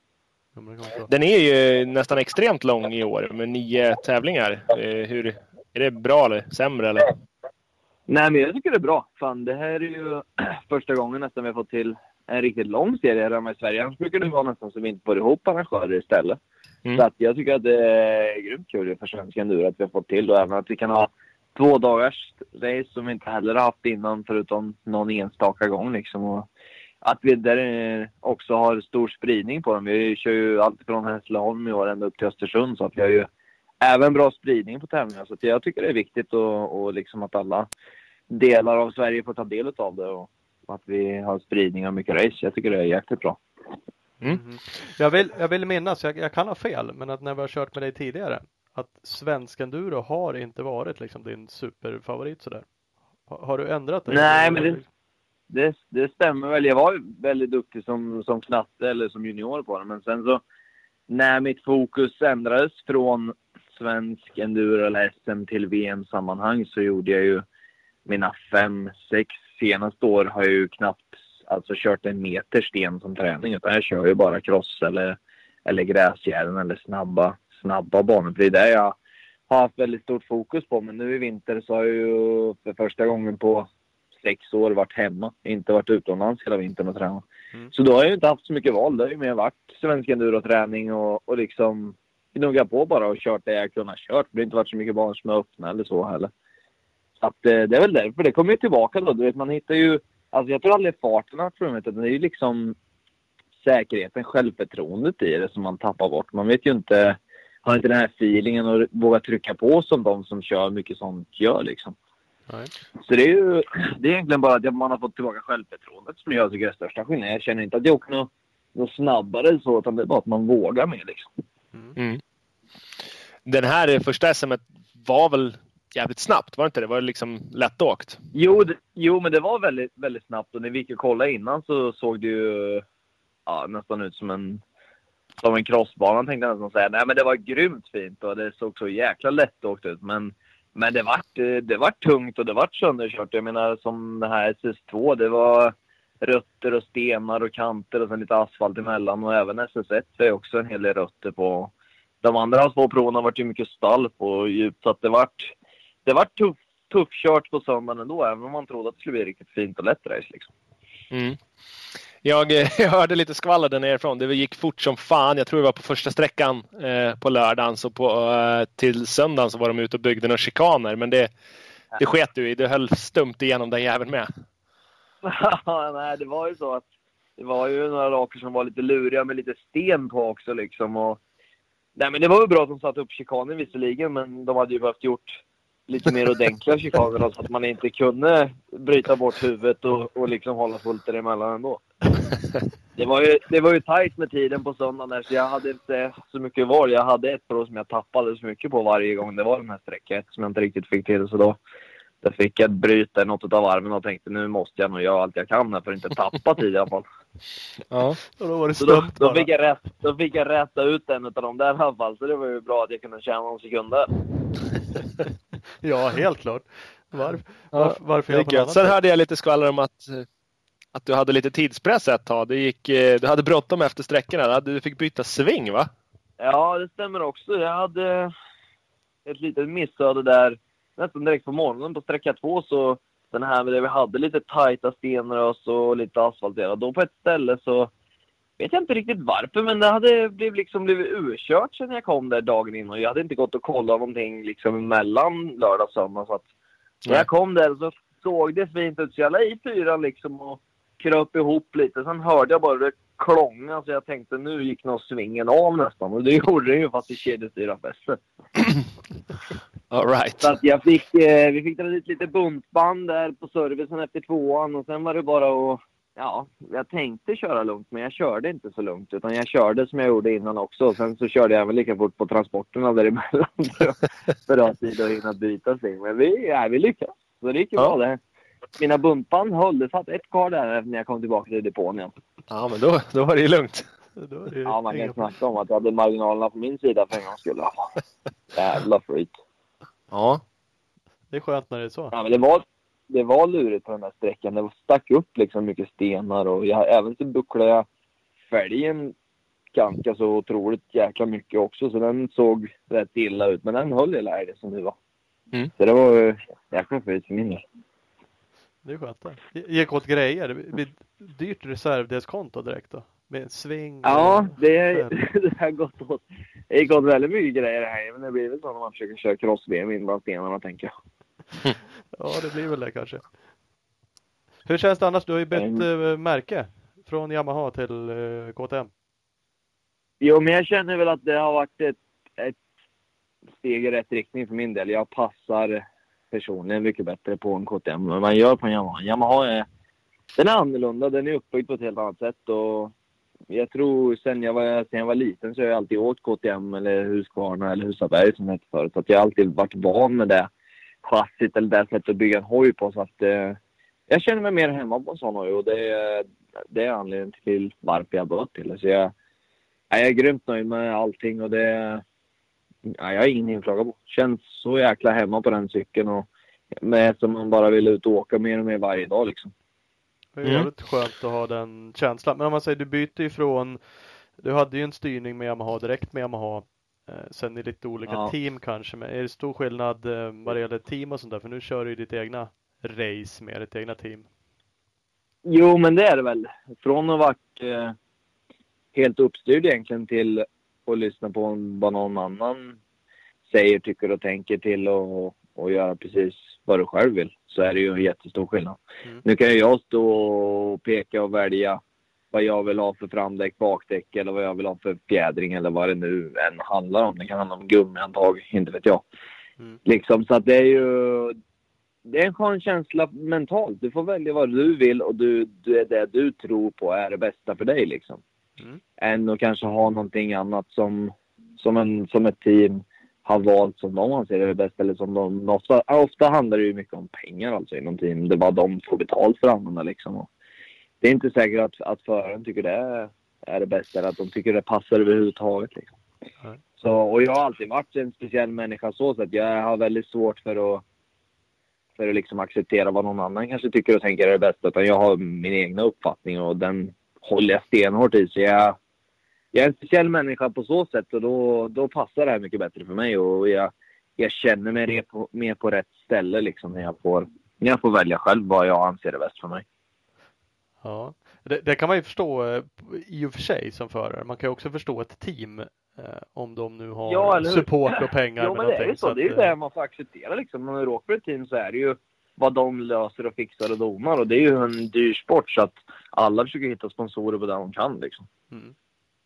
Den är ju nästan extremt lång i år med nio tävlingar. Hur, är det bra eller sämre eller? Nej, men jag tycker det är bra. Fan, det här är ju första gången nästan vi har fått till en riktigt lång serie här hemma i Sverige. Annars brukar det vara nästan så vi inte får ihop arrangörer istället. Mm. Så att jag tycker att det är grymt kul för svenska enduro att vi har fått till. Och även att vi kan ha två dagars race som vi inte heller har haft innan förutom någon enstaka gång liksom. Och att vi där också har stor spridning på dem. Vi kör ju allt från Hässleholm i år ända upp till Östersund. Så att vi har ju även bra spridning på tävlingar. Så att jag tycker det är viktigt och, och liksom att alla delar av Sverige får ta del av det. Och att vi har spridning av mycket race. Jag tycker det är jäkligt bra. Mm. Mm. Jag, vill, jag vill minnas, jag, jag kan ha fel, men att när vi har kört med dig tidigare, att svensk enduro har inte varit liksom din superfavorit sådär. Har, har du ändrat det? Nej, men det, det, det stämmer väl. Jag var väldigt duktig som, som knatte eller som junior på det, men sen så när mitt fokus ändrades från svensk enduro eller S M till V M-sammanhang så gjorde jag ju mina fem, sex senaste år har jag ju knappt alltså kört en meter sten som träning, utan jag kör ju bara cross eller, eller gräsgärden eller snabba, snabba banor. För det är det jag har haft väldigt stort fokus på. Men nu i vinter så har jag ju för första gången på sex år varit hemma. Inte varit utomlands hela vintern och tränat. Mm. Så då har jag ju inte haft så mycket val. Det har ju mer varit svensk enduro-träning och, och liksom gnugga på bara och kört det jag kunnat kört. Det har inte varit så mycket banor som är öppna eller så heller. Så att det är väl därför. Det kommer ju tillbaka då. Du vet, man hittar ju alltså jag tror aldrig farten har tror jag, det är ju liksom säkerheten, självförtroendet i det som man tappar bort. Man vet ju inte, har inte den här feelingen och vågar trycka på som de som kör mycket sånt gör liksom. Nej. Så det är ju det är egentligen bara att man har fått tillbaka självförtroendet som jag tycker är största skillnaden. Jag känner inte att jag åker något, något snabbare så, utan det är bara att man vågar mer liksom. Mm. Mm. Den här första S M var väl jävligt snabbt, var det inte det? Var det liksom lättåkt? Jo, det, jo, men det var väldigt, väldigt snabbt. Och när vi gick och kollade innan så såg det ju ja, nästan ut som en, som en crossbana, tänkte jag nästan säga. Nej, men det var grymt fint och det såg så jäkla lättåkt ut. Men, men det var det var tungt och det var sönderkört. Jag menar, som det här S S två, det var rötter och stenar och kanter och sen lite asfalt emellan. Och även S S ett är också en hel del rötter på. De andra två proverna har varit ju mycket stall på djupt, så att det var Det var tuff, tuff kört på söndagen ändå, även om man trodde att det skulle bli riktigt fint och lätt race liksom. Mm. Jag, jag hörde lite skvaller där nerifrån. Det gick fort som fan. Jag tror det var på första sträckan eh, på lördagen. Så på, eh, till söndagen så var de ute och byggde några chikaner. Men det, det sket du i. Det höll stumt igenom den jäveln med. Nej, det var ju så att det var ju några raker som var lite luriga med lite sten på också liksom. Och, nej, men det var ju bra att de satte upp chikaner visserligen, men de hade ju behövt gjort lite mer ordentliga chikaner så att man inte kunde bryta bort huvudet och, och liksom hålla fullt däremellan ändå. Det var ju, det var ju tajt med tiden på söndagen där, så jag hade inte så mycket val. Jag hade ett prov som jag tappade så mycket på varje gång det var den här sträckan som jag inte riktigt fick till. Så då, då fick jag bryta något av armen och tänkte nu måste jag nog göra allt jag kan här för att inte tappa tid i alla fall. Ja, och då var det så då, då, fick jag rätt, då fick jag rätta ut en av dem där i alla fall. Så det var ju bra att jag kunde tjäna någon sekund där. Ja, helt klart. Varf, varf, varför jag på Sen hörde jag lite skvaller om att, att du hade lite tidspress ett tag. Du, gick, du hade bråttom efter sträckorna. Du fick byta sving, va? Ja, det stämmer också. Jag hade ett litet missöde där nästan direkt på morgonen på sträcka två så den här där vi hade lite tajta stenar och så lite asfalterat. Då på ett ställe så vet jag inte riktigt varför, men det hade blivit, liksom blivit urkört sen jag kom där dagen innan. Jag hade inte gått och kollat någonting liksom mellan lördag och söndag. Så att när jag kom där så såg det fint ut. Så jag la i fyran liksom och kröp ihop lite. Sen hörde jag bara det klånga, så jag tänkte nu gick nog svingen av nästan. Och det gjorde det ju fast i kedjestyra fästet. All right. Så att jag fick, eh, vi fick dra dit lite buntband där på servicen efter tvåan. Och sen var det bara att, ja, jag tänkte köra lugnt, men jag körde inte så lugnt. Utan jag körde som jag gjorde innan också. Och sen så körde jag även lika fort på transporterna däremellan. För att tid att hinna byta sig. Men vi, ja, vi lyckades. Så det gick ju bra det. Mina buntband höll, det satt ett kvar där när jag kom tillbaka till depån igen. Ja, men då, då var det ju lugnt. Då är det Ja, man kan snacka om att jag hade marginalerna på min sida för en gång skulle. Jävla skit. Ja. Det är skönt när det är så. Ja, men det var, det var lurigt på den där sträckan. Det stack upp liksom mycket stenar och jag, även så bucklade jag fälgen ganska så otroligt jäkla mycket också. Så den såg rätt illa ut. Men den höll hela det som det var. Mm. Så det var jäkla skit för min del. Det är skönt det. Gick åt grejer. Det blir dyrt reservdelskonto direkt då. Med en sving. Ja, det, det har gått åt. Det gick åt väldigt mycket grejer här. Men det blir väl så när man försöker köra cross-V M in bland stenarna, tänker jag. Ja, det blir väl det kanske. Hur känns det annars? Du har ju bytt mm. märke från Yamaha till uh, K T M. Jo, men jag känner väl att det har varit ett, ett steg i rätt riktning för min del. Jag passar personligen mycket bättre på en K T M än man gör på en Yamaha. Yamaha är, den är annorlunda, den är uppbyggd på ett helt annat sätt. Och jag tror sen jag var, sen jag var liten så har jag alltid åkt K T M eller Husqvarna eller Husaberg som det heter förut. Så att jag har alltid varit van med det chassit eller det sättet att bygga en hoj på. Så att eh, jag känner mig mer hemma på en sån hoj och det är, det är anledningen till varför jag började till det. Så jag, jag är grymt nöjd med allting och det ja, jag har ingen inflaga på. Känns så jäkla hemma på den cykeln och med som man bara vill ut och åka mer och mer varje dag liksom. Det är väldigt mm. skönt att ha den känslan. Men om man säger du byter ifrån, du hade ju en styrning med Yamaha direkt med Yamaha. Eh, sen är det lite olika ja. team kanske. Men är det stor skillnad eh, vad det gäller team och sånt där? För nu kör du ju ditt egna race med ditt egna team. Jo, men det är det väl. Från att ha varit eh, helt uppstyrd egentligen till att lyssna på vad någon annan säger, tycker och tänker till och, och göra precis vad du själv vill. Så är det ju en jättestor skillnad. Mm. Nu kan jag stå och peka och välja vad jag vill ha för framdäck, bakdäck eller vad jag vill ha för fjädring eller vad det nu än handlar om. Det kan handla om gummihandtag, inte vet jag. Mm. Liksom, så att det är ju det är en skön känsla mentalt. Du får välja vad du vill och du, du är det du tror på är det bästa för dig liksom. Mm. Än att kanske ha någonting annat som, som, en, som ett team har valt som de anser är det bästa. Eller som de, ofta, ofta handlar det ju mycket om pengar alltså inom team. Det är vad de får betalt för att använda liksom. Och det är inte säkert att, att föraren tycker det är, är det bästa eller att de tycker det passar överhuvudtaget liksom. Mm. Så, och jag har alltid varit en speciell människa så, så att jag har väldigt svårt för att för att liksom acceptera vad någon annan kanske tycker och tänker är det bästa. Utan jag har min egna uppfattning och den håller jag stenhårt i. Så jag, jag är en speciell människa på så sätt och då, då passar det här mycket bättre för mig. Och jag, jag känner mig mer på, mer på rätt ställe liksom när jag, får, när jag får välja själv vad jag anser är bäst för mig. Ja, det, det kan man ju förstå eh, i och för sig som förare. Man kan ju också förstå ett team eh, om de nu har ja, support och pengar. Jo, men det är ju så. så det är ju det man får acceptera liksom. När man råkar för ett team så är det ju vad de löser och fixar och domar. Och det är ju en dyr sport så att alla försöker hitta sponsorer på det de kan liksom. Mm.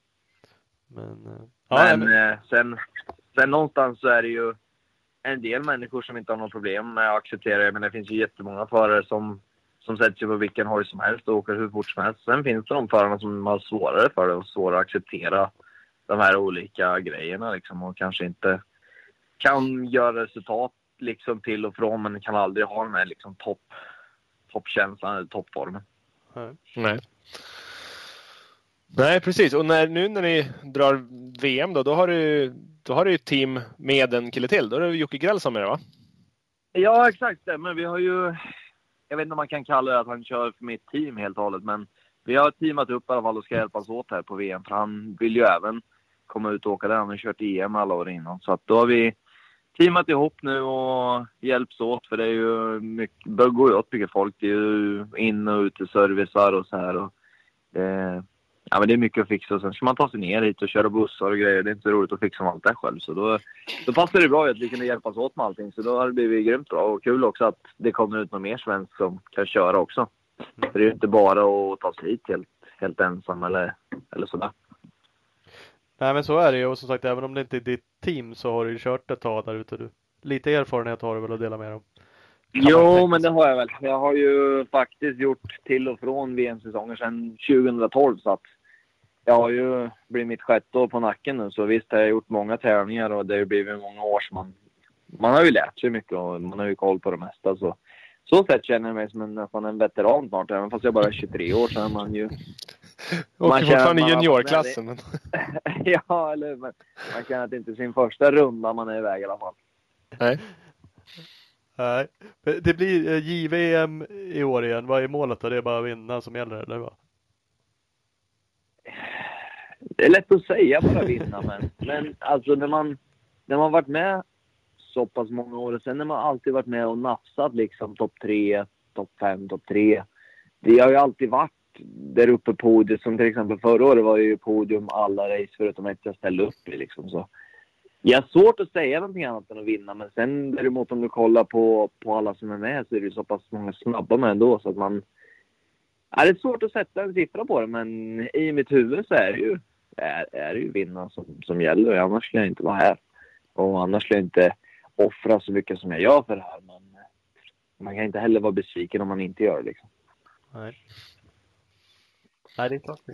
Men, eh, men, ja, men... Eh, sen, sen någonstans så är det ju en del människor som inte har något problem med att acceptera det. Men det finns ju jättemånga förare som som sätter sig på vilken hoj som helst och åker hur fort som helst. Sen finns det de förarna som har svårare för det och svårare att acceptera de här olika grejerna liksom och kanske inte kan göra resultat liksom till och från men kan aldrig ha den här liksom topp toppkänslan eller toppformen. Nej. Nej. Nej, precis. Och när, nu när ni drar V M då, då har du då har du ett team med en kille till. Då är det Jocke Grell som är det, va? Ja, exakt det. Men vi har ju jag vet inte om man kan kalla det att han kör för mitt team helt och hållet. Men vi har teamat upp i alla fall och ska hjälpas åt här på V M. För han vill ju även komma ut och åka där. Han har kört E M alla år innan. Så att då har vi teamat ihop nu och hjälps åt, för det är ju mycket, bör gå åt mycket folk. Det är ju in och ut i servicer och så här. Och det, ja, men det är mycket att fixa. Och sen ska man ta sig ner hit och köra bussar och grejer. Det är inte roligt att fixa med allt det själv. Så då, då passar det bra att vi kunde hjälpas åt med allting. Så då har det blivit grymt bra. Och kul också att det kommer ut någon mer svensk som kan köra också. För det är ju inte bara att ta sig hit helt, helt ensam eller, eller sådär. Nej, men så är det ju. Och som sagt, även om det inte är ditt team så har du ju kört ett tag där ute. Du. Lite erfarenhet har du väl att dela med dem? Jo, men det har jag väl. Jag har ju faktiskt gjort till och från V M-säsonger sedan tjugohundratolv. Så att jag har ju blivit mitt sjätte år på nacken nu. Så visst har jag gjort många tävlingar och det har ju blivit många år. Så man, man har ju lärt sig mycket och man har ju koll på det mesta. Så, så sätt känner jag mig som en, nästan en veteran snart. Även fast jag bara är tjugotre år så är man ju... Och man fortfarande i juniorklassen. Men... ja, eller men man känner att det inte är sin första runda man är iväg i alla fall. Nej. Nej. Det blir J V M i år igen. Vad är målet då? Det är bara att vinna som gäller, eller vad? Det är lätt att säga bara vinna, men, men alltså när man, när man varit med så pass många år och sen när man alltid varit med och nafsat liksom topp tre, topp fem, topp tre. Det har ju alltid varit där uppe podium, som till exempel förra året var ju podium alla race förutom ett jag ställde upp i liksom så. Jag har svårt att säga någonting annat än att vinna, men sen däremot om du kollar på, på alla som är med så är det ju så pass många snabba med ändå så att man... Ja, det är svårt att sätta en siffra på det, men i mitt huvud så är det ju, är, är det ju vinna som, som gäller, och annars skulle jag inte vara här. Och annars skulle jag inte offra så mycket som jag gör för det här, men man kan inte heller vara besviken om man inte gör det liksom. Nej. Nej, det är klart.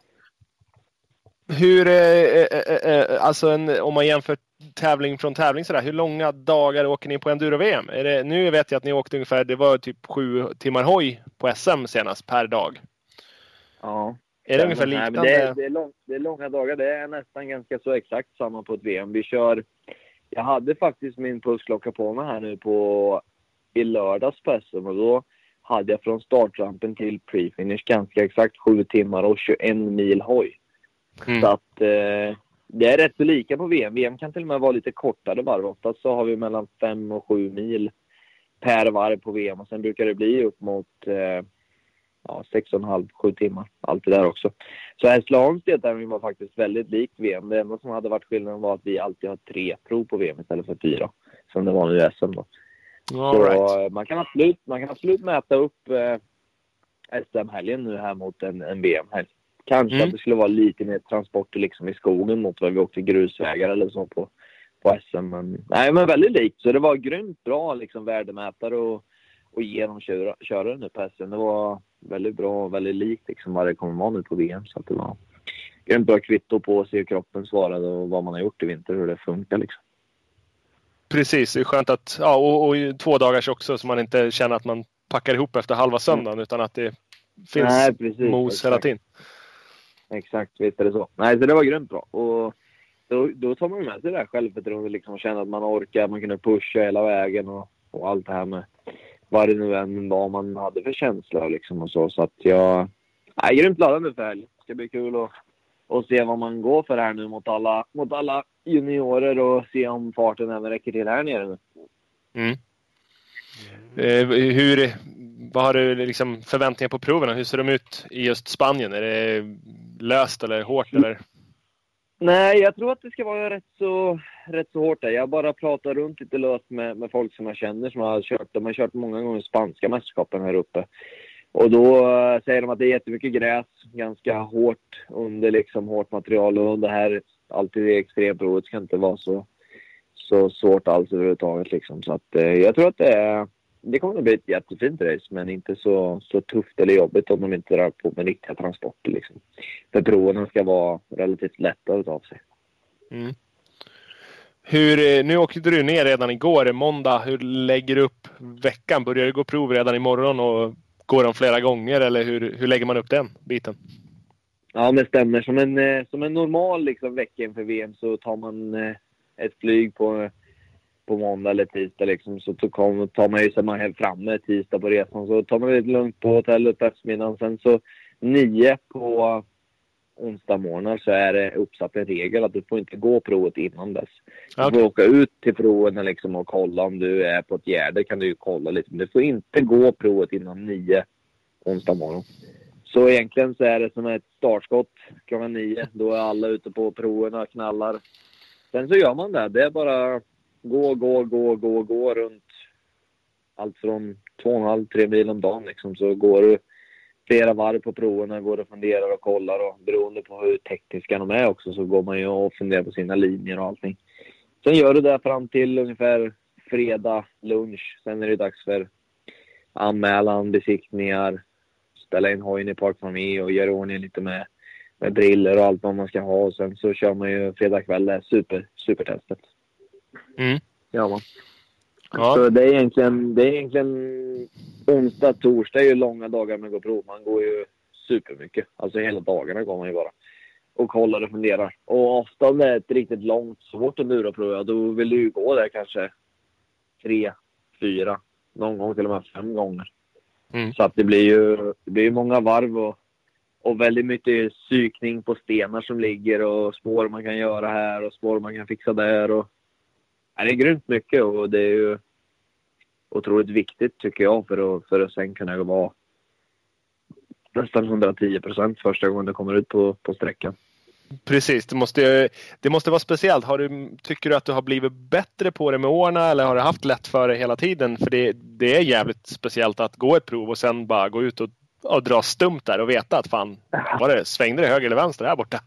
Hur, eh, eh, alltså en, om man jämför tävling från tävling sådär, hur långa dagar åker ni på Enduro-V M? Är det, nu vet jag att ni åkte ungefär, det var typ sju timmar hoj på S M senast per dag. Ja. Är det ungefär liknande? Det är, det, är lång, det är långa dagar, det är nästan ganska så exakt samma på ett V M. Vi kör, jag hade faktiskt min pulsklocka på mig här nu på i lördags på S M och då hade jag från startrampen till pre-finish ganska exakt sju timmar och tjugoen mil hoj. Mm. Så att eh, det är rätt så lika på V M. V M kan till och med vara lite kortare varv. Ofta så har vi mellan fem och sju mil per varv på V M. Och sen brukar det bli upp mot eh, ja, sex och en halv, sju timmar. Allt det där också. Så Hässleholms deltävling var faktiskt väldigt likt V M. Det enda som hade varit skillnaden var att vi alltid har tre prov på V M istället för fyra. Som det var nu i S M då. All så right. man, kan absolut, man kan absolut mäta upp eh, S M-helgen nu här mot en, en V M-helg. Kanske mm. att det skulle vara lite mer transporter liksom i skogen mot vad vi åkte grusvägar eller så på, på S M. Men, nej, men väldigt likt. Så det var grymt bra liksom värdemätare och, och genomköra köra nu på S M. Det var väldigt bra och väldigt likt liksom vad det kommer vara nu på V M. Så att det var grymt bra kvitto på att se hur kroppen svarade och vad man har gjort i vinter, hur det funkar liksom. Precis, det är skönt att, ja, och, och två dagars också så man inte känner att man packar ihop efter halva söndagen mm. utan att det finns nej, precis, mos exakt. Hela tiden. Exakt, visst är det så. Nej, så det var grymt bra. Och då, då tar man med sig det där självförtroende liksom och känner att man orkar, man kunde pusha hela vägen och, och allt det här med vad det nu än vad man hade för känsla liksom och så. Så att jag är grymt laddande för helg. Det ska bli kul att, att se vad man går för här nu mot alla, mot alla juniorer och se om farten även räcker till här nere nu. Mm. Eh, hur, vad har du liksom förväntningar på proverna? Hur ser de ut i just Spanien? Är det löst eller hårt? Eller? Nej, jag tror att det ska vara rätt så, rätt så hårt där. Jag bara pratar runt lite löst med, med folk som jag känner som har kört. De har kört många gånger spanska mästerskapen här uppe. Och då uh, säger de att det är jättemycket gräs, ganska hårt under liksom hårt material. Och det här, alltid det extremprovet ska inte vara så, så svårt alls överhuvudtaget liksom. Så att uh, jag tror att det är... Det kommer att bli ett jättefint race, men inte så, så tufft eller jobbigt om de inte drar på med riktiga transporter. Liksom. För proverna ska vara relativt lätta av sig. Mm. Hur, nu åkte du ner redan igår, måndag. Hur lägger du upp veckan? Börjar det gå prov redan imorgon och går de flera gånger? Eller hur, hur lägger man upp den biten? Ja, men stämmer. Som en, som en normal liksom, vecka inför V M så tar man ett flyg på... på måndag eller tisdag liksom, så kom, tar man ju sig man helt framme tisdag på resan, så tar man lite lugnt på hotellet på eftermiddagen, sen så nio på onsdag morgon så är det uppsatt en regel att du får inte gå provet innan dess. Du Okay. får åka ut till proven liksom och kolla om du är på ett gärde, kan du ju kolla lite. Men du får inte gå provet innan nio onsdag morgon. Så egentligen så är det som ett startskott klockan nio. Då är alla ute på proverna och knallar. Sen så gör man det. Det är bara gå, gå, gå, gå, gå runt allt från två och en halv, tre mil om dagen liksom. Så går du flera varv på proverna, går och funderar och kollar. Och beroende på hur tekniska de är också så går man ju och funderar på sina linjer och allting. Sen gör du det fram till ungefär fredag lunch. Sen är det dags för anmälan, besiktningar, ställa in hojen i Park for Me och göra ordning lite med, med briller och allt vad man ska ha. Och sen så kör man ju fredag kväll det super, supertestet. Mm. Ja, man. Ja. Så det är egentligen, det är egentligen onsdag, torsdag är ju långa dagar med att gå prov. Man går ju supermycket. Alltså hela dagarna går man ju bara. Och kollar och funderar. Och ofta om det är ett riktigt långt, svårt enduro-prov, ja, då vill du ju gå där kanske tre, fyra, någon gång till och med fem gånger. Mm. Så att det blir ju det blir ju många varv och, och väldigt mycket sykning på stenar som ligger och spår man kan göra här och spår man kan fixa där. Och, ja, det är grymt mycket och det är ju otroligt viktigt tycker jag för att, för att sen kunna vara nästan hundratio procent första gången du kommer ut på, på sträckan. Precis, det måste, det måste vara speciellt. Har du, tycker du att du har blivit bättre på det med åren eller har du haft lätt för det hela tiden? För det, det är jävligt speciellt att gå ett prov och sen bara gå ut och, och dra stumt där och veta att fan, var det, svängde det höger eller vänster här borta?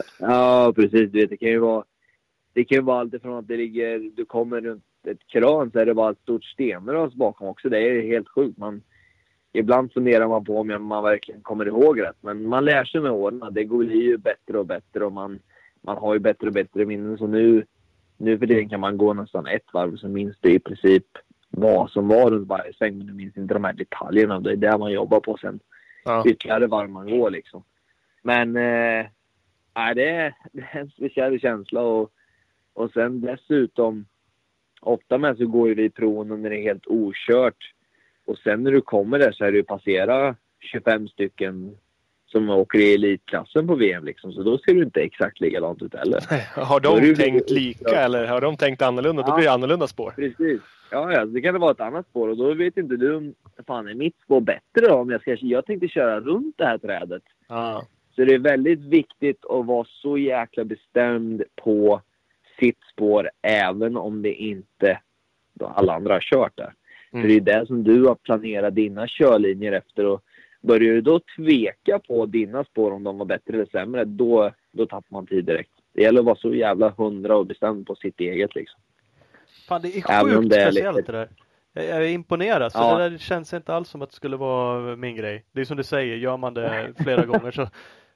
Ja, precis. Du vet, det kan ju vara det kan ju vara allt ifrån att det ligger, du kommer runt ett kran så är det bara ett stort stenras bakom också. Det är helt sjukt. Man Ibland funderar man på om man verkligen kommer ihåg rätt. Men man lär sig med åren. Det går ju bättre och bättre. Och man, man har ju bättre och bättre minnen. Så nu, nu för det kan man gå nästan ett varv. Så minns det i princip vad som var runt varje sväng. Men du minns inte de här detaljerna. Det är där man jobbar på sen. Ja. Ytterligare varv man går liksom. Men eh, nej, det, är, det är en speciell känsla. Och, och sen dessutom. Ofta med så går ju vi proven när det är helt okört. Och sen när du kommer där så är det ju passera tjugofem stycken som åker i elitklassen på V M liksom. Så då ser du inte exakt likadant ut heller. Har de du, tänkt lika ja. Eller har de tänkt annorlunda? Ja. Då blir det annorlunda spår. Precis. Ja, ja, det kan det vara ett annat spår. Och då vet inte du om, fan är mitt spår bättre då? Om jag, ska, jag tänkte köra runt det här trädet. Ja. Så det är väldigt viktigt att vara så jäkla bestämd på sitt spår. Även om det inte då alla andra har kört där. Mm. För det är det som du har planerat dina körlinjer efter. Och börjar du då tveka på dina spår om de var bättre eller sämre, då, då tappar man tid direkt. Det gäller att vara så jävla hundra och bestämd på sitt eget liksom. Fan, det är sjukt det är speciellt lite... det där. Jag, jag är imponerad. Så ja. Det där känns inte alls som att det skulle vara min grej. Det är som du säger, gör man det flera gånger så...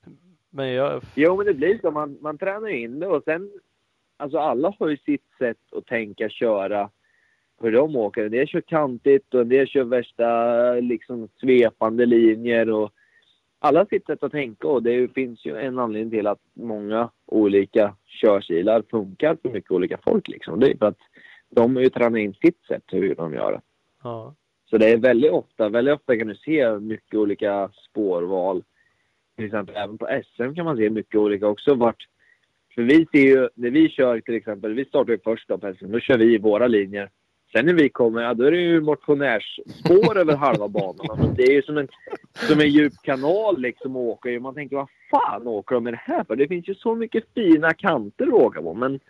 Men jag... Jo, men det blir så. Man, man tränar in det och sen... Alltså alla har ju sitt sätt att tänka köra hur de åker. En del kör kantigt och en del kör värsta liksom svepande linjer och alla sitt sätt att tänka och det finns ju en anledning till att många olika körstilar funkar för mycket olika folk liksom. Det är för att de är ju tränat in sitt sätt hur de gör det. Ja. Så det är väldigt ofta, väldigt ofta kan du se mycket olika spårval. Till exempel även på S M kan man se mycket olika också. Vart, för vi ser ju, när vi kör till exempel, vi startar ju först då på S M, då kör vi våra linjer. Sen när vi kommer, ja, då är det ju motionärsspår över halva banan. Men det är ju som en, som en djup kanal liksom att åka. Man tänker, vad fan åker de med det här? För det finns ju så mycket fina kanter att åka på. Men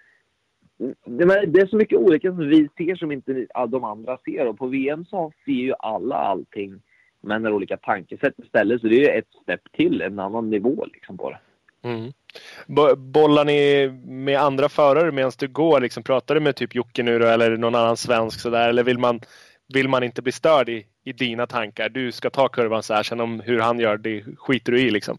det är så mycket olika som vi ser som inte de andra ser. Och på V M så ser ju alla allting med när olika tankesätt istället. Så det är ju ett steg till, en annan nivå liksom på det. Mm. Bollar ni med andra förare medan du går? Liksom, pratar du med typ Jocke nu då, eller någon annan svensk sådär? Eller vill man, vill man inte bli störd i, i dina tankar? Du ska ta kurvan så här, sen om hur han gör det skiter du i liksom.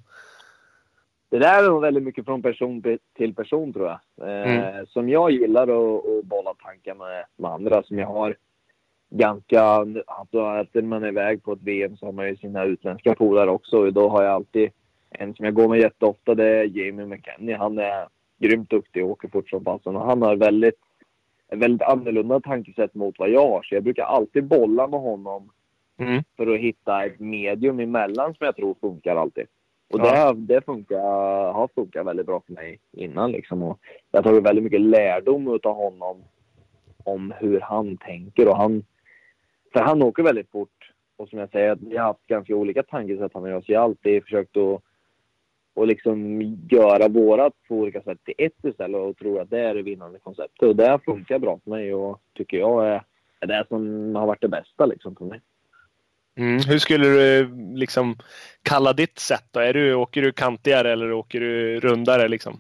Det där är nog väldigt mycket från person till person tror jag. Eh, mm. Som jag gillar att, att bolla tankar med, med andra som jag har ganska, alltså att när man är iväg på ett V M så har man ju sina utländska polare också och då har jag alltid en som jag går med jätteofta, det är Jamie McKennie. Han är grymt duktig och åker fort som passen. Och han har väldigt, väldigt annorlunda tankesätt mot vad jag har. Så jag brukar alltid bolla med honom mm. för att hitta ett medium emellan som jag tror funkar alltid. Och Ja. det, har, det funkar, har funkat väldigt bra för mig innan liksom. Och jag har tagit väldigt mycket lärdom av honom om hur han tänker. Och han, för han åker väldigt fort. Och som jag säger, att vi har haft ganska olika tankesätt med oss. Jag har alltid försökt att och liksom göra vårat på olika sätt till ett istället och tror att det är det vinnande konceptet. Och det funkar bra för mig och tycker jag är, är det som har varit det bästa liksom för mig. Mm. Hur skulle du liksom kalla ditt sätt då? Är du, åker du kantigare eller åker du rundare liksom?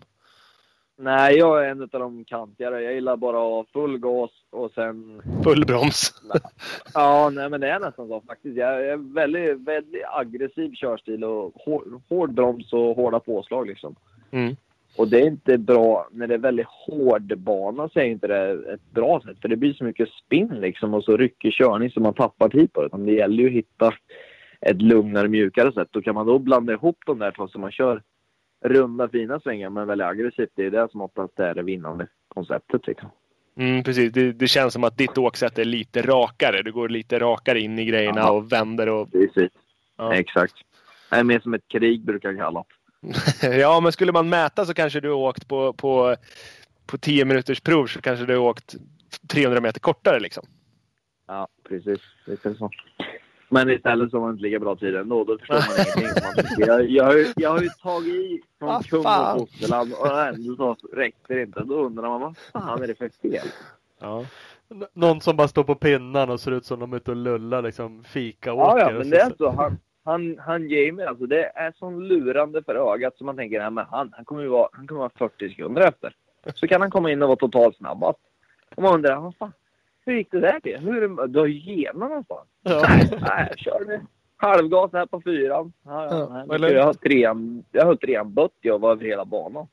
Nej, jag är en av de kantigare. Jag gillar bara att ha full gas och sen... Full broms. Ja, nej men det är nästan så faktiskt. Jag är väldigt, väldigt aggressiv körstil och hård, hård broms och hårda påslag liksom. Mm. Och det är inte bra, när det är väldigt hård bana så är inte det ett bra sätt. För det blir så mycket spinn liksom och så rycker körning så man tappar tid på det. Men det gäller ju att hitta ett lugnare, mjukare sätt. Då kan man då blanda ihop de där två så man kör runda fina svängar men väldigt aggressivt. Det är det som oftast är det vinnande konceptet liksom. Mm, precis. Det, det känns som att ditt åksätt är lite rakare. Du går lite rakare in i grejerna Ja. och vänder. Och... Precis, Ja. exakt. Det är mer som ett krig brukar jag kalla det. Ja, men skulle man mäta så kanske du har åkt på, på, på tio minuters prov så kanske du har åkt trehundra meter kortare liksom. Ja, precis. Det är så. Men istället så var det inte lika bra tid ändå. Då förstår man ingenting. Man, jag, jag, har ju, jag har ju tagit i från Ah, Kung fan. och Fosterland och ändå så räckte det inte. Då undrar man, vad fan är det för fel? Ja. N- Någon som bara står på pinnan och ser ut som de är ute och lullar liksom fika Ja, åker. ja, och men så- det är så. Han, han, han Jamie, alltså det är sån lurande för ögat så man tänker, nej men han, han kommer ju vara, han kommer vara fyrtio sekunder efter. Så kan han komma in och vara totalt snabbast. Och man undrar, vad fan, hur gick det där till? Hur är det, du har ju genom någonstans. Ja. Nej, nej, jag kör med halvgas här på fyran. Ja, ja, Ja, nej, vad men lugnt. jag har trean, jag har trean bött jag var över hela banan.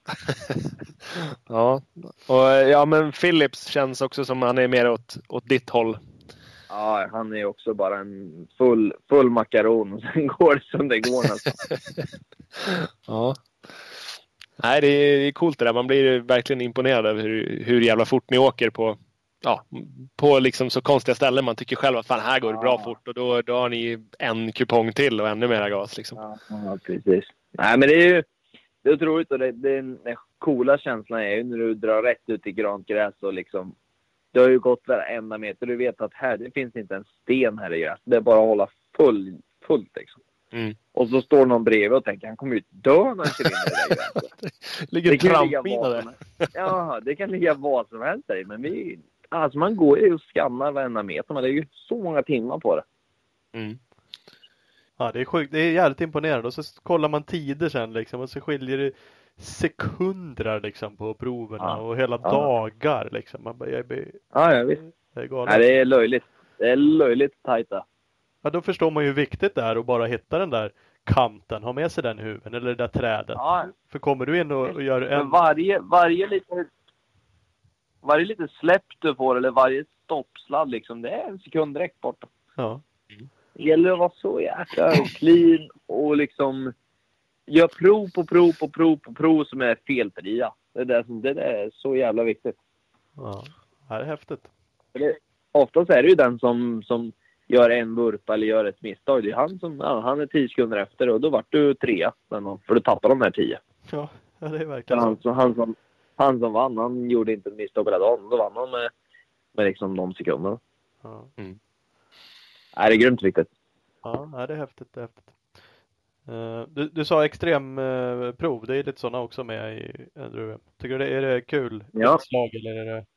Ja. Och, ja, men Philips känns också som han är mer åt, åt ditt håll. Ja, han är också bara en full, full makaron och sen går det som det går nästan. Ja. Nej, det är, det är coolt det där. Man blir verkligen imponerad över hur, hur jävla fort ni åker på, ja, på liksom så konstiga ställen. Man tycker själv att fan, här går det bra Ja. fort och då, då har ni en kupong till och ännu mera gas liksom. Ja, ja, precis. Nej, men det är ju det är otroligt och det, det är den coola känslan är ju när du drar rätt ut i grönt gräs och liksom du har ju gått varenda meter. Du vet att här, det finns inte en sten här i gräs. Det är bara att hålla full, fullt liksom. Mm. Och så står någon bredvid och tänker han kommer ju dö när han kör in i det där gräset. Ligger Det kan ligga trampmina vad där. som helst. Ja, det kan ligga vad som helst där. Men vi, alltså man går ju och skannar varenda meter. Man lägger ju så många timmar på det. Mm. Ja, det är sjukt. Det är jävligt imponerande. Och så kollar man tider sen liksom. Och så skiljer det sekunder liksom på proverna. Ja. Och hela Ja. dagar liksom. Man bara, jag blir, Ja, ja visst. jag är galen. Nej, det är löjligt. Det är löjligt tajta. Ja, då förstår man ju hur viktigt det är att bara hitta den där kanten. Ha med sig den huven eller det där trädet. Ja, För kommer du in och, och gör men en... varje, varje lite varje lite släpp du får eller varje stoppsladd liksom, det är en sekund direkt borta. Ja. Det gäller att vara så jäkla clean och liksom gör prov på prov på prov på prov som är felfria. Det är, det som, det är så jävla viktigt. Ja, det är häftigt. För det, oftast är det ju den som, som gör en vurpa eller gör ett misstag. Det är han som, ja, han är tio sekunder efter och då vart du trea. För du tappar de här tio. Ja, det är Så verkligen han, så. så han, som, han som vann, han gjorde inte ett misstag hela dagen. Då vann han med, med liksom de sekunderna. Ja. Nej, det är grymt viktigt. Ja, nej, det är häftigt. Det är häftigt. Uh, du, du sa extremprov. Uh, det är lite sådana också med i Enduro. Tycker du det är det kul? Ja. Slag, eller är det...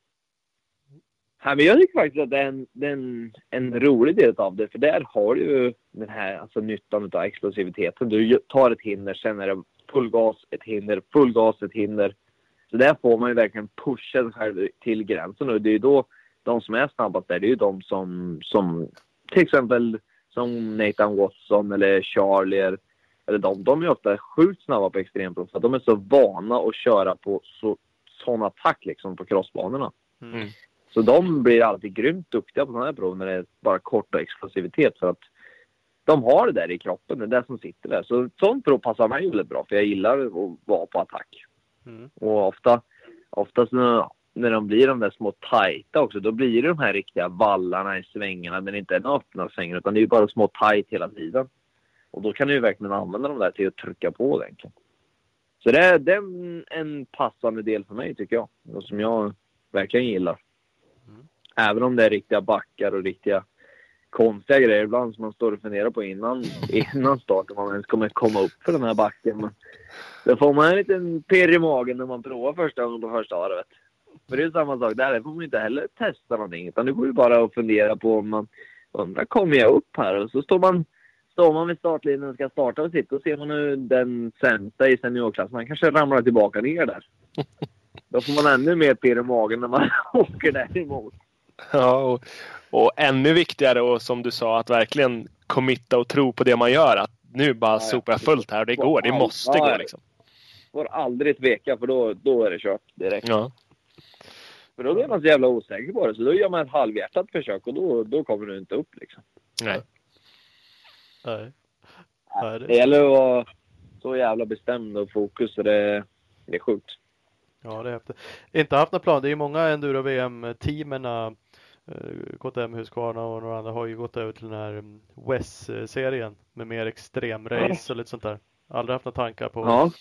Nej, men jag tycker faktiskt att det är en, det är en, en rolig del av det. För där har du ju den här alltså, nyttan av explosiviteten. Du tar ett hinder, sen är det full gas, ett hinder, full gas, ett hinder. Så där får man ju verkligen pusha sig själv till gränsen. Och det är ju då de som är snabbast där, det är ju de som, som till exempel som Nathan Watson eller Charlie eller de, de är ofta sjukt snabba på extremprov. För att de är så vana att köra på så, sån attack liksom på crossbanorna. Mm. Så de blir alltid grymt duktiga på sådana här prov när det är bara kort och explosivitet. För att de har det där i kroppen, det är det som sitter där. Så sånt prov passar mig väldigt bra, för jag gillar att vara på attack. Mm. Och ofta, oftast när, när de blir de där små tajta också, då blir det de här riktiga vallarna i svängarna. Men inte en öppna svängar, utan det är ju bara små tajt hela tiden. Och då kan du ju verkligen använda dem där till att trycka på egentligen. Så det är, det är en, en passande del för mig tycker jag. Och som jag verkligen gillar. Mm. Även om det är riktiga backar och riktiga konstiga grejer ibland som man står och funderar på innan, innan starten. Man ens kommer komma upp för den här backen. Men då får man en liten pirr i magen när man provar första gången på första varvet. För det är samma sak där. Det får man inte heller testa någonting. Utan det går ju bara att fundera på om man undrar, kommer jag upp här? Och så står man, står man vid startlinjen och ska starta och sitta och ser man nu den sämsta i seniorklassen. Man kanske ramlar tillbaka ner där. Då får man ännu mer pirr i magen när man åker däremot. Ja, och, och ännu viktigare och som du sa att verkligen committa och tro på det man gör. Att nu bara ja, sopar jag fullt här och det går. Det måste ja, gå liksom. Får aldrig tveka för då, då är det kört direkt. Ja. För då är man så jävla osäker på det. Så då gör man ett halvhjärtat försök och då, då kommer du inte upp liksom. Nej. Nej. Nej det... det gäller att vara så jävla bestämd och fokus så det, det är sjukt. Ja, det är häftigt. Inte haft någon plan. Det är ju många Enduro-V M-teamerna, K T M, Husqvarna och några andra har ju gått över till den här W E S-serien med mer extremrace och lite sånt där. Aldrig haft några tankar på, ja.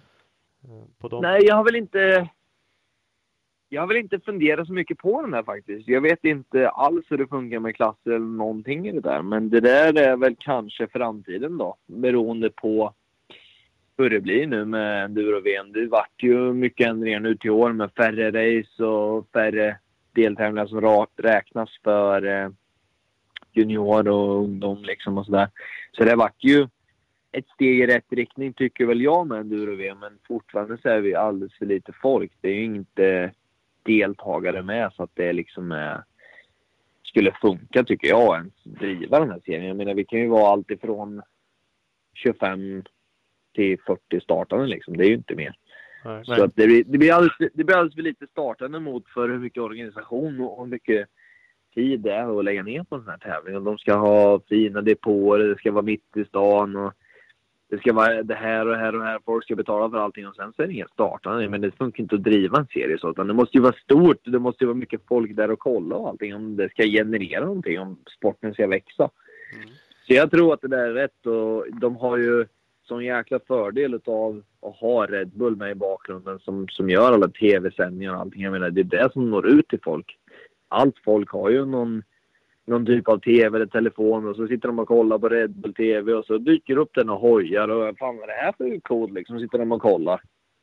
på dem? Nej, jag har väl inte jag har väl inte funderat så mycket på den här faktiskt. Jag vet inte alls hur det funkar med klasser eller någonting i det där. Men det där är väl kanske framtiden då. Beroende på hur det blir nu med Enduro-V M. Det vart ju mycket ändringar nu till år med färre race och färre deltävlingar som räknas för eh, junior och ungdom liksom och sådär. Så det vart ju ett steg i rätt riktning tycker väl jag med Enduro-V M. Men fortfarande så är vi alldeles för lite folk. Det är ju inte deltagare med så att det liksom eh, skulle funka tycker jag ens driva den här serien. Jag menar vi kan ju vara allt ifrån tjugofem till fyrtio startande liksom. Det är ju inte mer. Nej, så nej. Att det, blir, det, blir alldeles, det blir alldeles för lite startande mot för hur mycket organisation och hur mycket tid det är att lägga ner på den här tävlingen. De ska ha fina depåer, det ska vara mitt i stan och det ska vara det här och här och här. Folk ska betala för allting och sen så är det ingen startande. Men det funkar inte att driva en serie så. Utan det måste ju vara stort. Det måste ju vara mycket folk där och kolla och allting. Om det ska generera någonting. Om sporten ska växa. Mm. Så jag tror att det där är rätt. Och de har ju sån jäkla fördel av att ha Red Bull med i bakgrunden. Som, som gör alla tv-sändningar och allting. Jag menar det är det som når ut till folk. Allt folk har ju någon... någon typ av tv eller telefon och så sitter de och kollar på Red Bull T V och så dyker upp den och hojar och fan vad är det här för kod liksom, sitter de och kollar.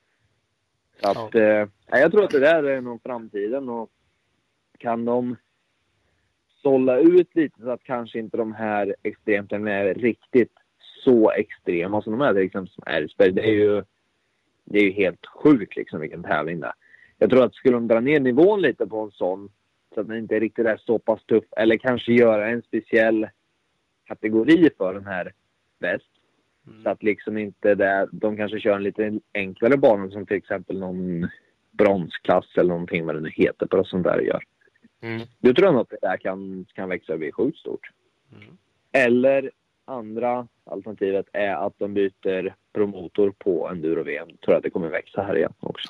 Så att, ja. eh, jag tror att det där är nog framtiden och kan de sålla ut lite så att kanske inte de här extremt är riktigt så extrema som de är, till exempel som Ersberg. Det är ju, det är ju helt sjukt liksom vilken tävling där. Jag tror att skulle de dra ner nivån lite på en sån så att den inte riktigt är så pass tuff. Eller kanske göra en speciell kategori för den här väst. Mm. Så att liksom inte där, de kanske kör en lite enklare bana som till exempel någon bronsklass eller någonting vad det nu heter på det sånt där gör. Mm. Du tror nog att det där kan, kan växa och bli sjukt stort. Mm. Eller andra alternativet är att de byter promotor på Enduro-V M. Tror att det kommer växa här igen också.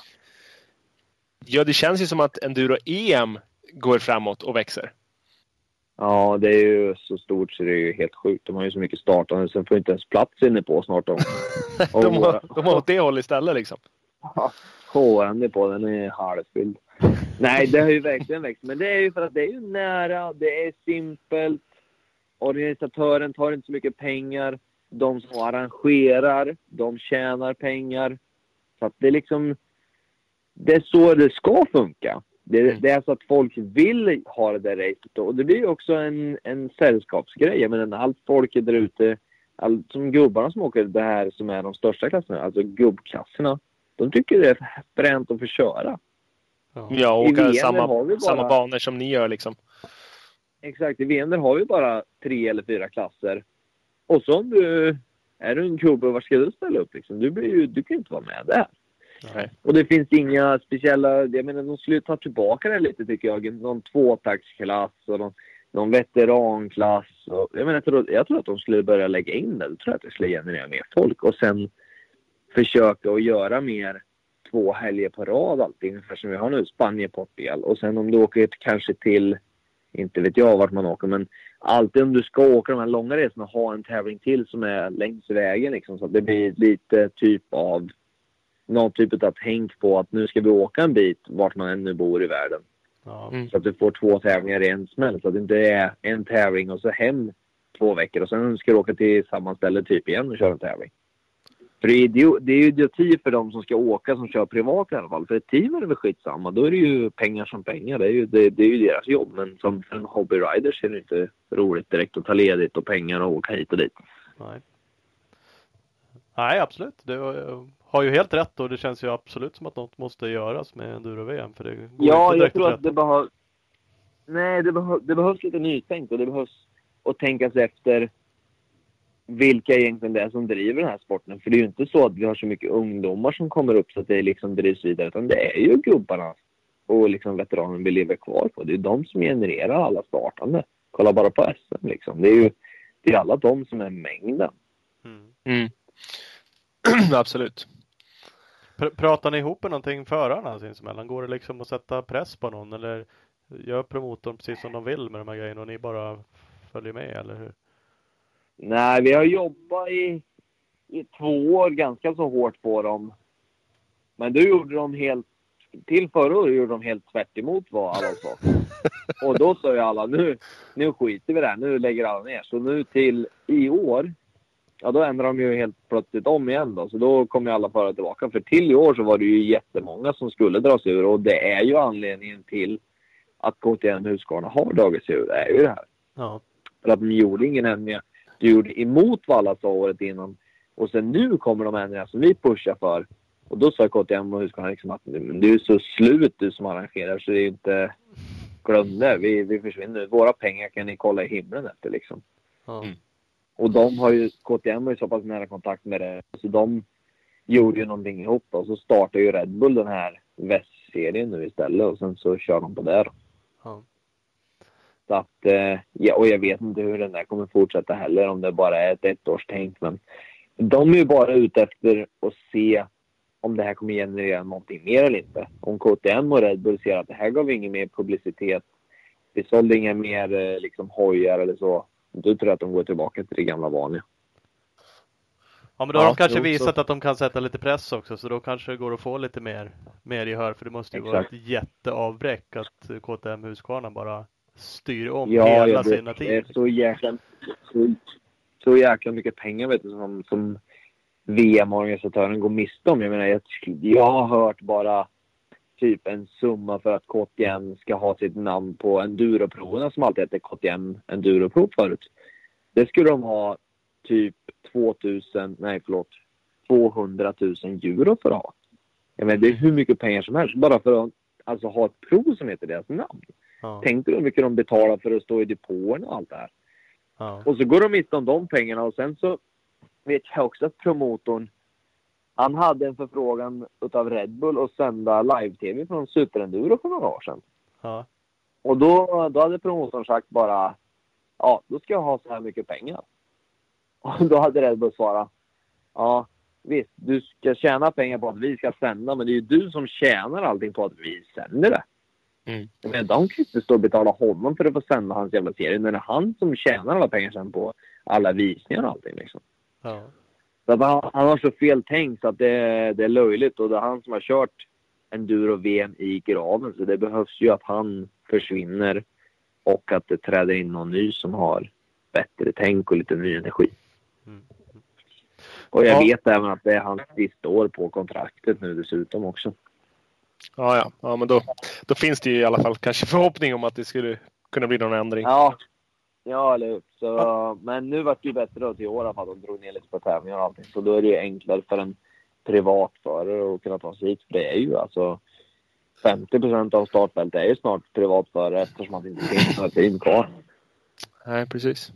Ja, det känns ju som att Enduro-E M går framåt och växer. Ja, det är ju så stort så det är ju helt sjukt. De har ju så mycket startande så de får inte ens plats inne på snart. Om. de, har, de har åt det håll istället liksom. Ja, H M på den är halvfylld. Nej, det har ju verkligen växt. Men det är ju för att det är ju nära, det är simpelt. Organisatören tar inte så mycket pengar. De som arrangerar, de tjänar pengar. Så att det är liksom, det är så det ska funka. Det, mm. det är så att folk vill ha det där racet. Och det blir ju också en, en sällskapsgrej. Men allt folk är där ute, all, som gubbarna som åker det här som är de största klasserna, alltså gubbklasserna, de tycker det är fränt att få köra. Ja, ja och åka samma, bara, samma banor som ni gör liksom. Exakt, i V M har vi bara tre eller fyra klasser. Och så om du är du en gubbe, var ska du ställa upp liksom? Du, blir ju, du kan ju inte vara med där. Nej. Och det finns inga speciella, jag menar de skulle ta tillbaka det lite tycker jag, någon tvåtaktsklass och någon, någon veteranklass och, jag menar jag tror, jag tror att de skulle börja lägga in det, jag tror att det skulle generera mer folk och sen försöka att göra mer två helger på rad allting, ungefär som vi har nu, Spanien, Portugal och sen om du åker kanske till, inte vet jag vart man åker, men alltid om du ska åka de här långa resorna ha en tävling till som är längs vägen liksom, så att det blir lite typ av någon typ av tänk på att nu ska vi åka en bit vart man ännu bor i världen. Ja. Mm. Så att du får två tävlingar i en smäll, så att det inte är en tävling och så hem två veckor och sen ska du åka till samma ställe typ igen och köra en tävling. För det är, idiot, det är ju idioti för de som ska åka som kör privat i alla fall. För ett team är det väl skitsamma. Då är det ju pengar som pengar. Det är ju, det, det är ju deras jobb. Men som för en hobbyrider så är det inte roligt direkt att ta ledigt och pengar och åka hit och dit. Nej. Nej, absolut. Du har ju helt rätt och det känns ju absolut som att något måste göras med Enduro-V M. För det går ja, inte jag tror att att det behövs... Nej, det, behö... det behövs lite nytänkt och det behövs att tänka sig efter vilka egentligen det är som driver den här sporten. För det är ju inte så att vi har så mycket ungdomar som kommer upp så att det liksom drivs vidare. Utan det är ju gubbarna och liksom veteranen vi lever kvar på. Det är de som genererar alla startande. Kolla bara på S M liksom. Det är ju det är alla de som är mängden. Mm. Mm. Absolut. Pr- pratar ni ihop med någonting förarna sinsemellan? Går det liksom att sätta press på någon? Eller gör promotorn precis som de vill med de här grejerna och ni bara följer med, eller hur? Nej, vi har jobbat i, i två år ganska så hårt på dem. Men då gjorde de helt, till förra året gjorde de helt tvärt emot vad alla sa. Och då sa ju alla, nu, nu skiter vi där, nu lägger alla ner. Så nu till i år, ja då ändrar de ju helt plötsligt om igen då. Så då kommer alla förare tillbaka. För till i år så var det ju jättemånga som skulle dras ur. Och det är ju anledningen till att K T M Husqvarna har dragits ur, det är ju det här. Ja. För att de gjorde ingen ändring. Du gjorde emot vad alla sa året innan. Och sen nu kommer de ändringar som vi pushar för. Och då sa K T M och Husqvarna liksom att det är så slut du som arrangerar så det är inte glöm det. Vi, vi försvinner. Våra pengar kan ni kolla i himlen efter liksom. Ja. Mm. Och de har ju, K T M har ju så pass nära kontakt med det. Så de gjorde ju någonting ihop då. Och så startar ju Red Bull den här västserien nu istället. Och sen så kör de på det då. Ja. Så att, eh, ja, och jag vet inte hur den där kommer fortsätta heller. Om det bara är ett ettårstänk. Men de är ju bara ute efter att se om det här kommer generera någonting mer eller inte. Om K T M och Red Bull ser att det här gav ingen mer publicitet. Vi sålde inga mer eh, liksom hojar eller så. Då tror jag att de går tillbaka till det gamla vanliga. Ja, men då har Ja, de kanske jo, visat så. att de kan sätta lite press också. Så då kanske det går att få lite mer, mer gehör. För det måste ju vara Exakt. ett jätteavbräck att K T M Husqvarna bara styr om Ja, hela ja, det, sina det är tid. så jäkla, så, så jäkla mycket pengar vet du, som, som V M-organisatören går miste om. Jag menar, jag, jag har hört bara typ en summa för att K T M ska ha sitt namn på enduroproverna som alltid heter K T M enduroprov förut. Det skulle de ha typ tvåtusen, nej förlåt, tvåhundratusen euro för att ha. Jag menar, det är hur mycket pengar som helst bara för att alltså, ha ett prov som heter deras namn. Ja. Tänk dig hur mycket de betalar för att stå i depåerna och allt det här. Ja. Och så går de miste om de pengarna och sen så vet jag också att promotorn han hade en förfrågan utav Red Bull att sända live-tv från Superenduro för några år sedan. Ja. Och då, då hade promotorn sagt bara ja, då ska jag ha så här mycket pengar. Och då hade Red Bull svarat ja, visst, du ska tjäna pengar på att vi ska sända men det är ju du som tjänar allting på att vi sänder det. Mm. Men de kan inte stå och betala honom för att få sända hans jävla serie. Men det är han som tjänar alla pengar sen på alla visningar och allting liksom. Ja. Så att han, han har så fel tänkt så att det, det är löjligt. Och det är han som har kört Enduro-V M i graven. Så det behövs ju att han försvinner. Och att det träder in någon ny som har bättre tänk och lite ny energi. Mm. Och jag Ja. vet även att det är hans sista år på kontraktet nu dessutom också. Ja, ja. ja men då, då finns det ju i alla fall kanske förhoppning om att det skulle kunna bli någon ändring. Ja, ja eller hur. Så, ja. Men nu var det ju bättre då till år för att de drog ner lite på tävlingar och allting. Så då är det ju enklare för en privatförare att kunna ta sig hit. För det är ju alltså femtio procent av startfältet är ju snart privatförare eftersom att det inte finns några team kvar. Nej, precis.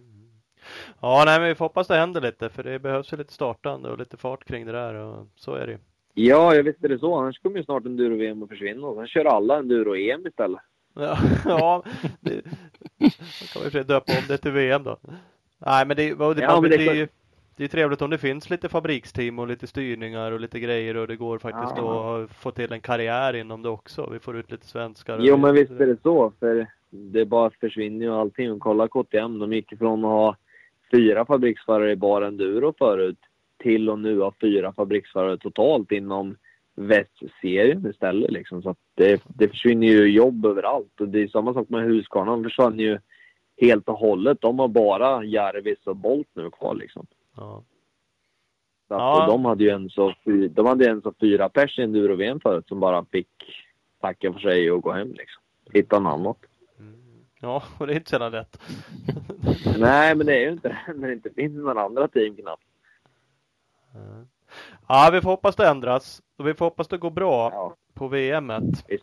Ja, nej, men vi får hoppas det händer lite. För det behövs ju lite startande och lite fart kring det där. Och så är det ju. Ja, jag visste det så. Annars kommer ju snart Enduro-V M att försvinna. Och sen kör alla Enduro-E M istället. Ja, ja det, då kan vi försöka döpa om det till V M då. Nej, men det, det, Ja, man, men det, det- är ju, det är trevligt om det finns lite fabriksteam och lite styrningar och lite grejer och det går faktiskt Ja. att få till en karriär inom det också. Vi får ut lite svenskar. Jo, men visst är det så. För det bara försvinner ju allting. Och kolla K T M, de gick ifrån att ha fyra fabriksförare i bara enduro förut till och nu ha fyra fabriksförare totalt inom västserien istället. Liksom. Så att det, det försvinner ju jobb överallt. Och det är samma sak med Husqvarna. De försvann ju helt och hållet. De har bara Jarvis och Bolt nu kvar liksom. Ja. Så att, Ja. och de hade ju en så, de hade en så fyra pers i enduro-V M förut som bara fick tacka för sig och gå hem liksom. Hitta något annat. Ja, och det är inte så jävla lätt. Nej, men det är ju inte det. När det inte finns några andra team knappt. Ja, vi får hoppas det ändras. Och vi får hoppas det går bra Ja. på V M-et.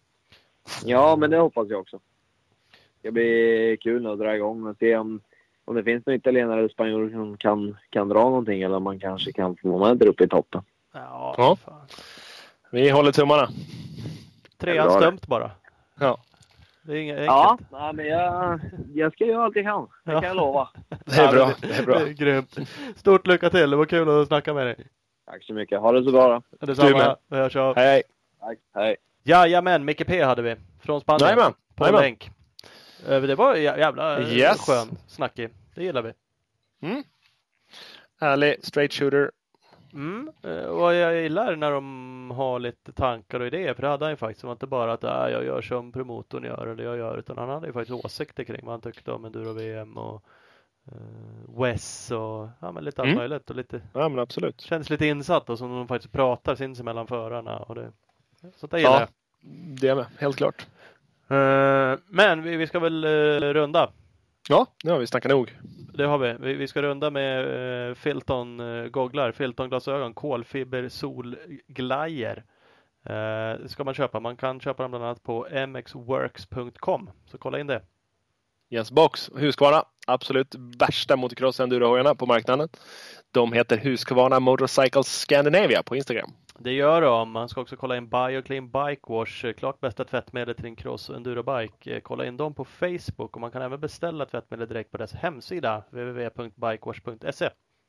Ja, men det hoppas jag också. Det blir kul att dra igång och se om, om det finns några italienare eller spanjorer som kan, kan dra någonting. Eller om man kanske kan få vara med där uppe i toppen. Ja, Ja. fan. Vi håller tummarna. Trean Det är bra stömt bara. Ja, Det är inget Ja, enkelt. nej, men jag, jag ska göra allt jag kan. Det Ja. kan jag lova. det är bra. Det är bra. Det är grymt. Stort lycka till. Det var kul att snacka med dig. Tack så mycket. Ha det så bra då. Det är samma. Du med. Vi hörs av. Hej, hej. Tack. Hej. Jajamän, Micke P hade vi. Från Spanien. Jajamän. På en Jajamän. länk. Eh, Det var jä- jävla eh, Yes. skön snackig. Det gillar vi. Mm. Härlig straight shooter. Mm. eh, Och jag gillar när de har lite tankar och idéer. För det hade han ju faktiskt. Det var inte bara att äh, jag gör som promotorn gör eller jag gör. Utan han hade ju faktiskt åsikter kring vad han tyckte om enduro-V M och uh, Wes och ja, men lite allt Mm. möjligt. Och lite, Ja, men absolut. känns lite insatt och som de faktiskt pratar sinsemellan förarna. Och det, så det gillar Ja, jag. det är med. Helt klart. Eh, men vi, vi ska väl eh, runda. Ja, nu har vi snackat nog. Det har vi. Vi, vi ska runda med uh, Filton uh, gogglar, Filton glasögon, kolfiber solglajer. Uh, ska man köpa. Man kan köpa dem bland annat på m x works punkt com. Så kolla in det. Jens Box, Husqvarna. Absolut värsta motocross endurohojarna på marknaden. De heter Husqvarna Motorcycles Scandinavia på Instagram. Det gör de. Man ska också kolla in BioClean Bike Wash. Klart bästa tvättmedel till en cross och endurobike. Kolla in dem på Facebook och man kan även beställa tvättmedel direkt på dess hemsida w w w punkt bikewash punkt se.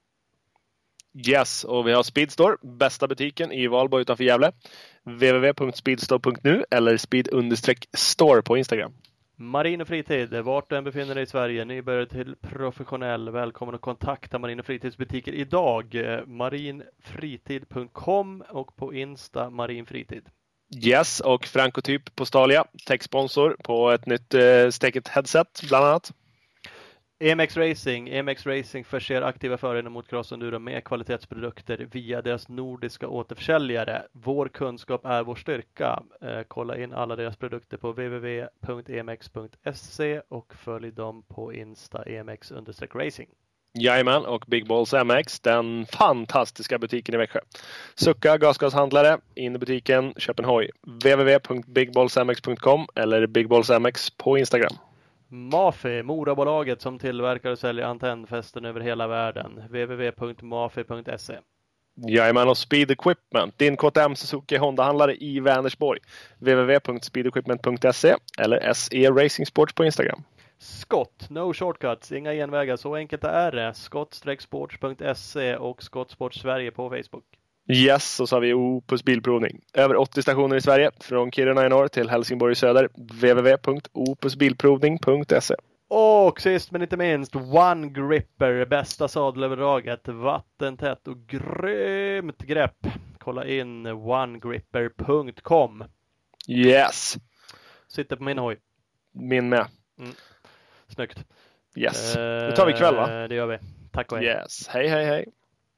Yes, och vi har Speedstore, bästa butiken i Valbo utanför Gävle. w w w punkt speedstore punkt nu eller speed-store på Instagram. Marin och fritid, vart du än befinner dig i Sverige, nybörjare till professionell, välkommen att kontakta Marin och fritidsbutiker idag. marinfritid punkt com och på Insta marinfritid. Yes, och Francotyp på Stalia, techsponsor på ett nytt eh, Stekit headset bland annat. E M X Racing, E M X Racing förser aktiva förare inom motocross och enduro med kvalitetsprodukter via deras nordiska återförsäljare. Vår kunskap är vår styrka. Eh, kolla in alla deras produkter på w w w punkt e m x punkt se och följ dem på Insta e m x racing. Jajamän, och Big Balls M X, den fantastiska butiken i Växjö. Sucka gasgashandlare, in i butiken, köp en hoj. w w w punkt big balls m x punkt com eller Big Balls M X på Instagram. Mafi, Morabolaget som tillverkar och säljer antennfästen över hela världen. w w w punkt mafi punkt se. Jajamän, och Speed Equipment, din K T M Suzuki Honda-handlare i Vänersborg. w w w punkt speed equipment punkt se eller S E Racing Sports på Instagram. Skott, no shortcuts, inga genvägar, så enkelt är det. skott sports punkt se och Skottsport Sverige på Facebook. Yes, och så har vi Opus Bilprovning. Över åttio stationer i Sverige, från Kiruna i norr till Helsingborg i söder. w w w punkt opus bilprovning punkt se. Och sist men inte minst, One Gripper, bästa sadelöverdraget, vattentätt och grymt grepp. Kolla in one gripper punkt com. Yes, Sitter på min hoj. min med. Mm. Snyggt. Yes, Eh, det tar vi ikväll va? Det gör vi. Tack och hej. Yes, hej hej hej.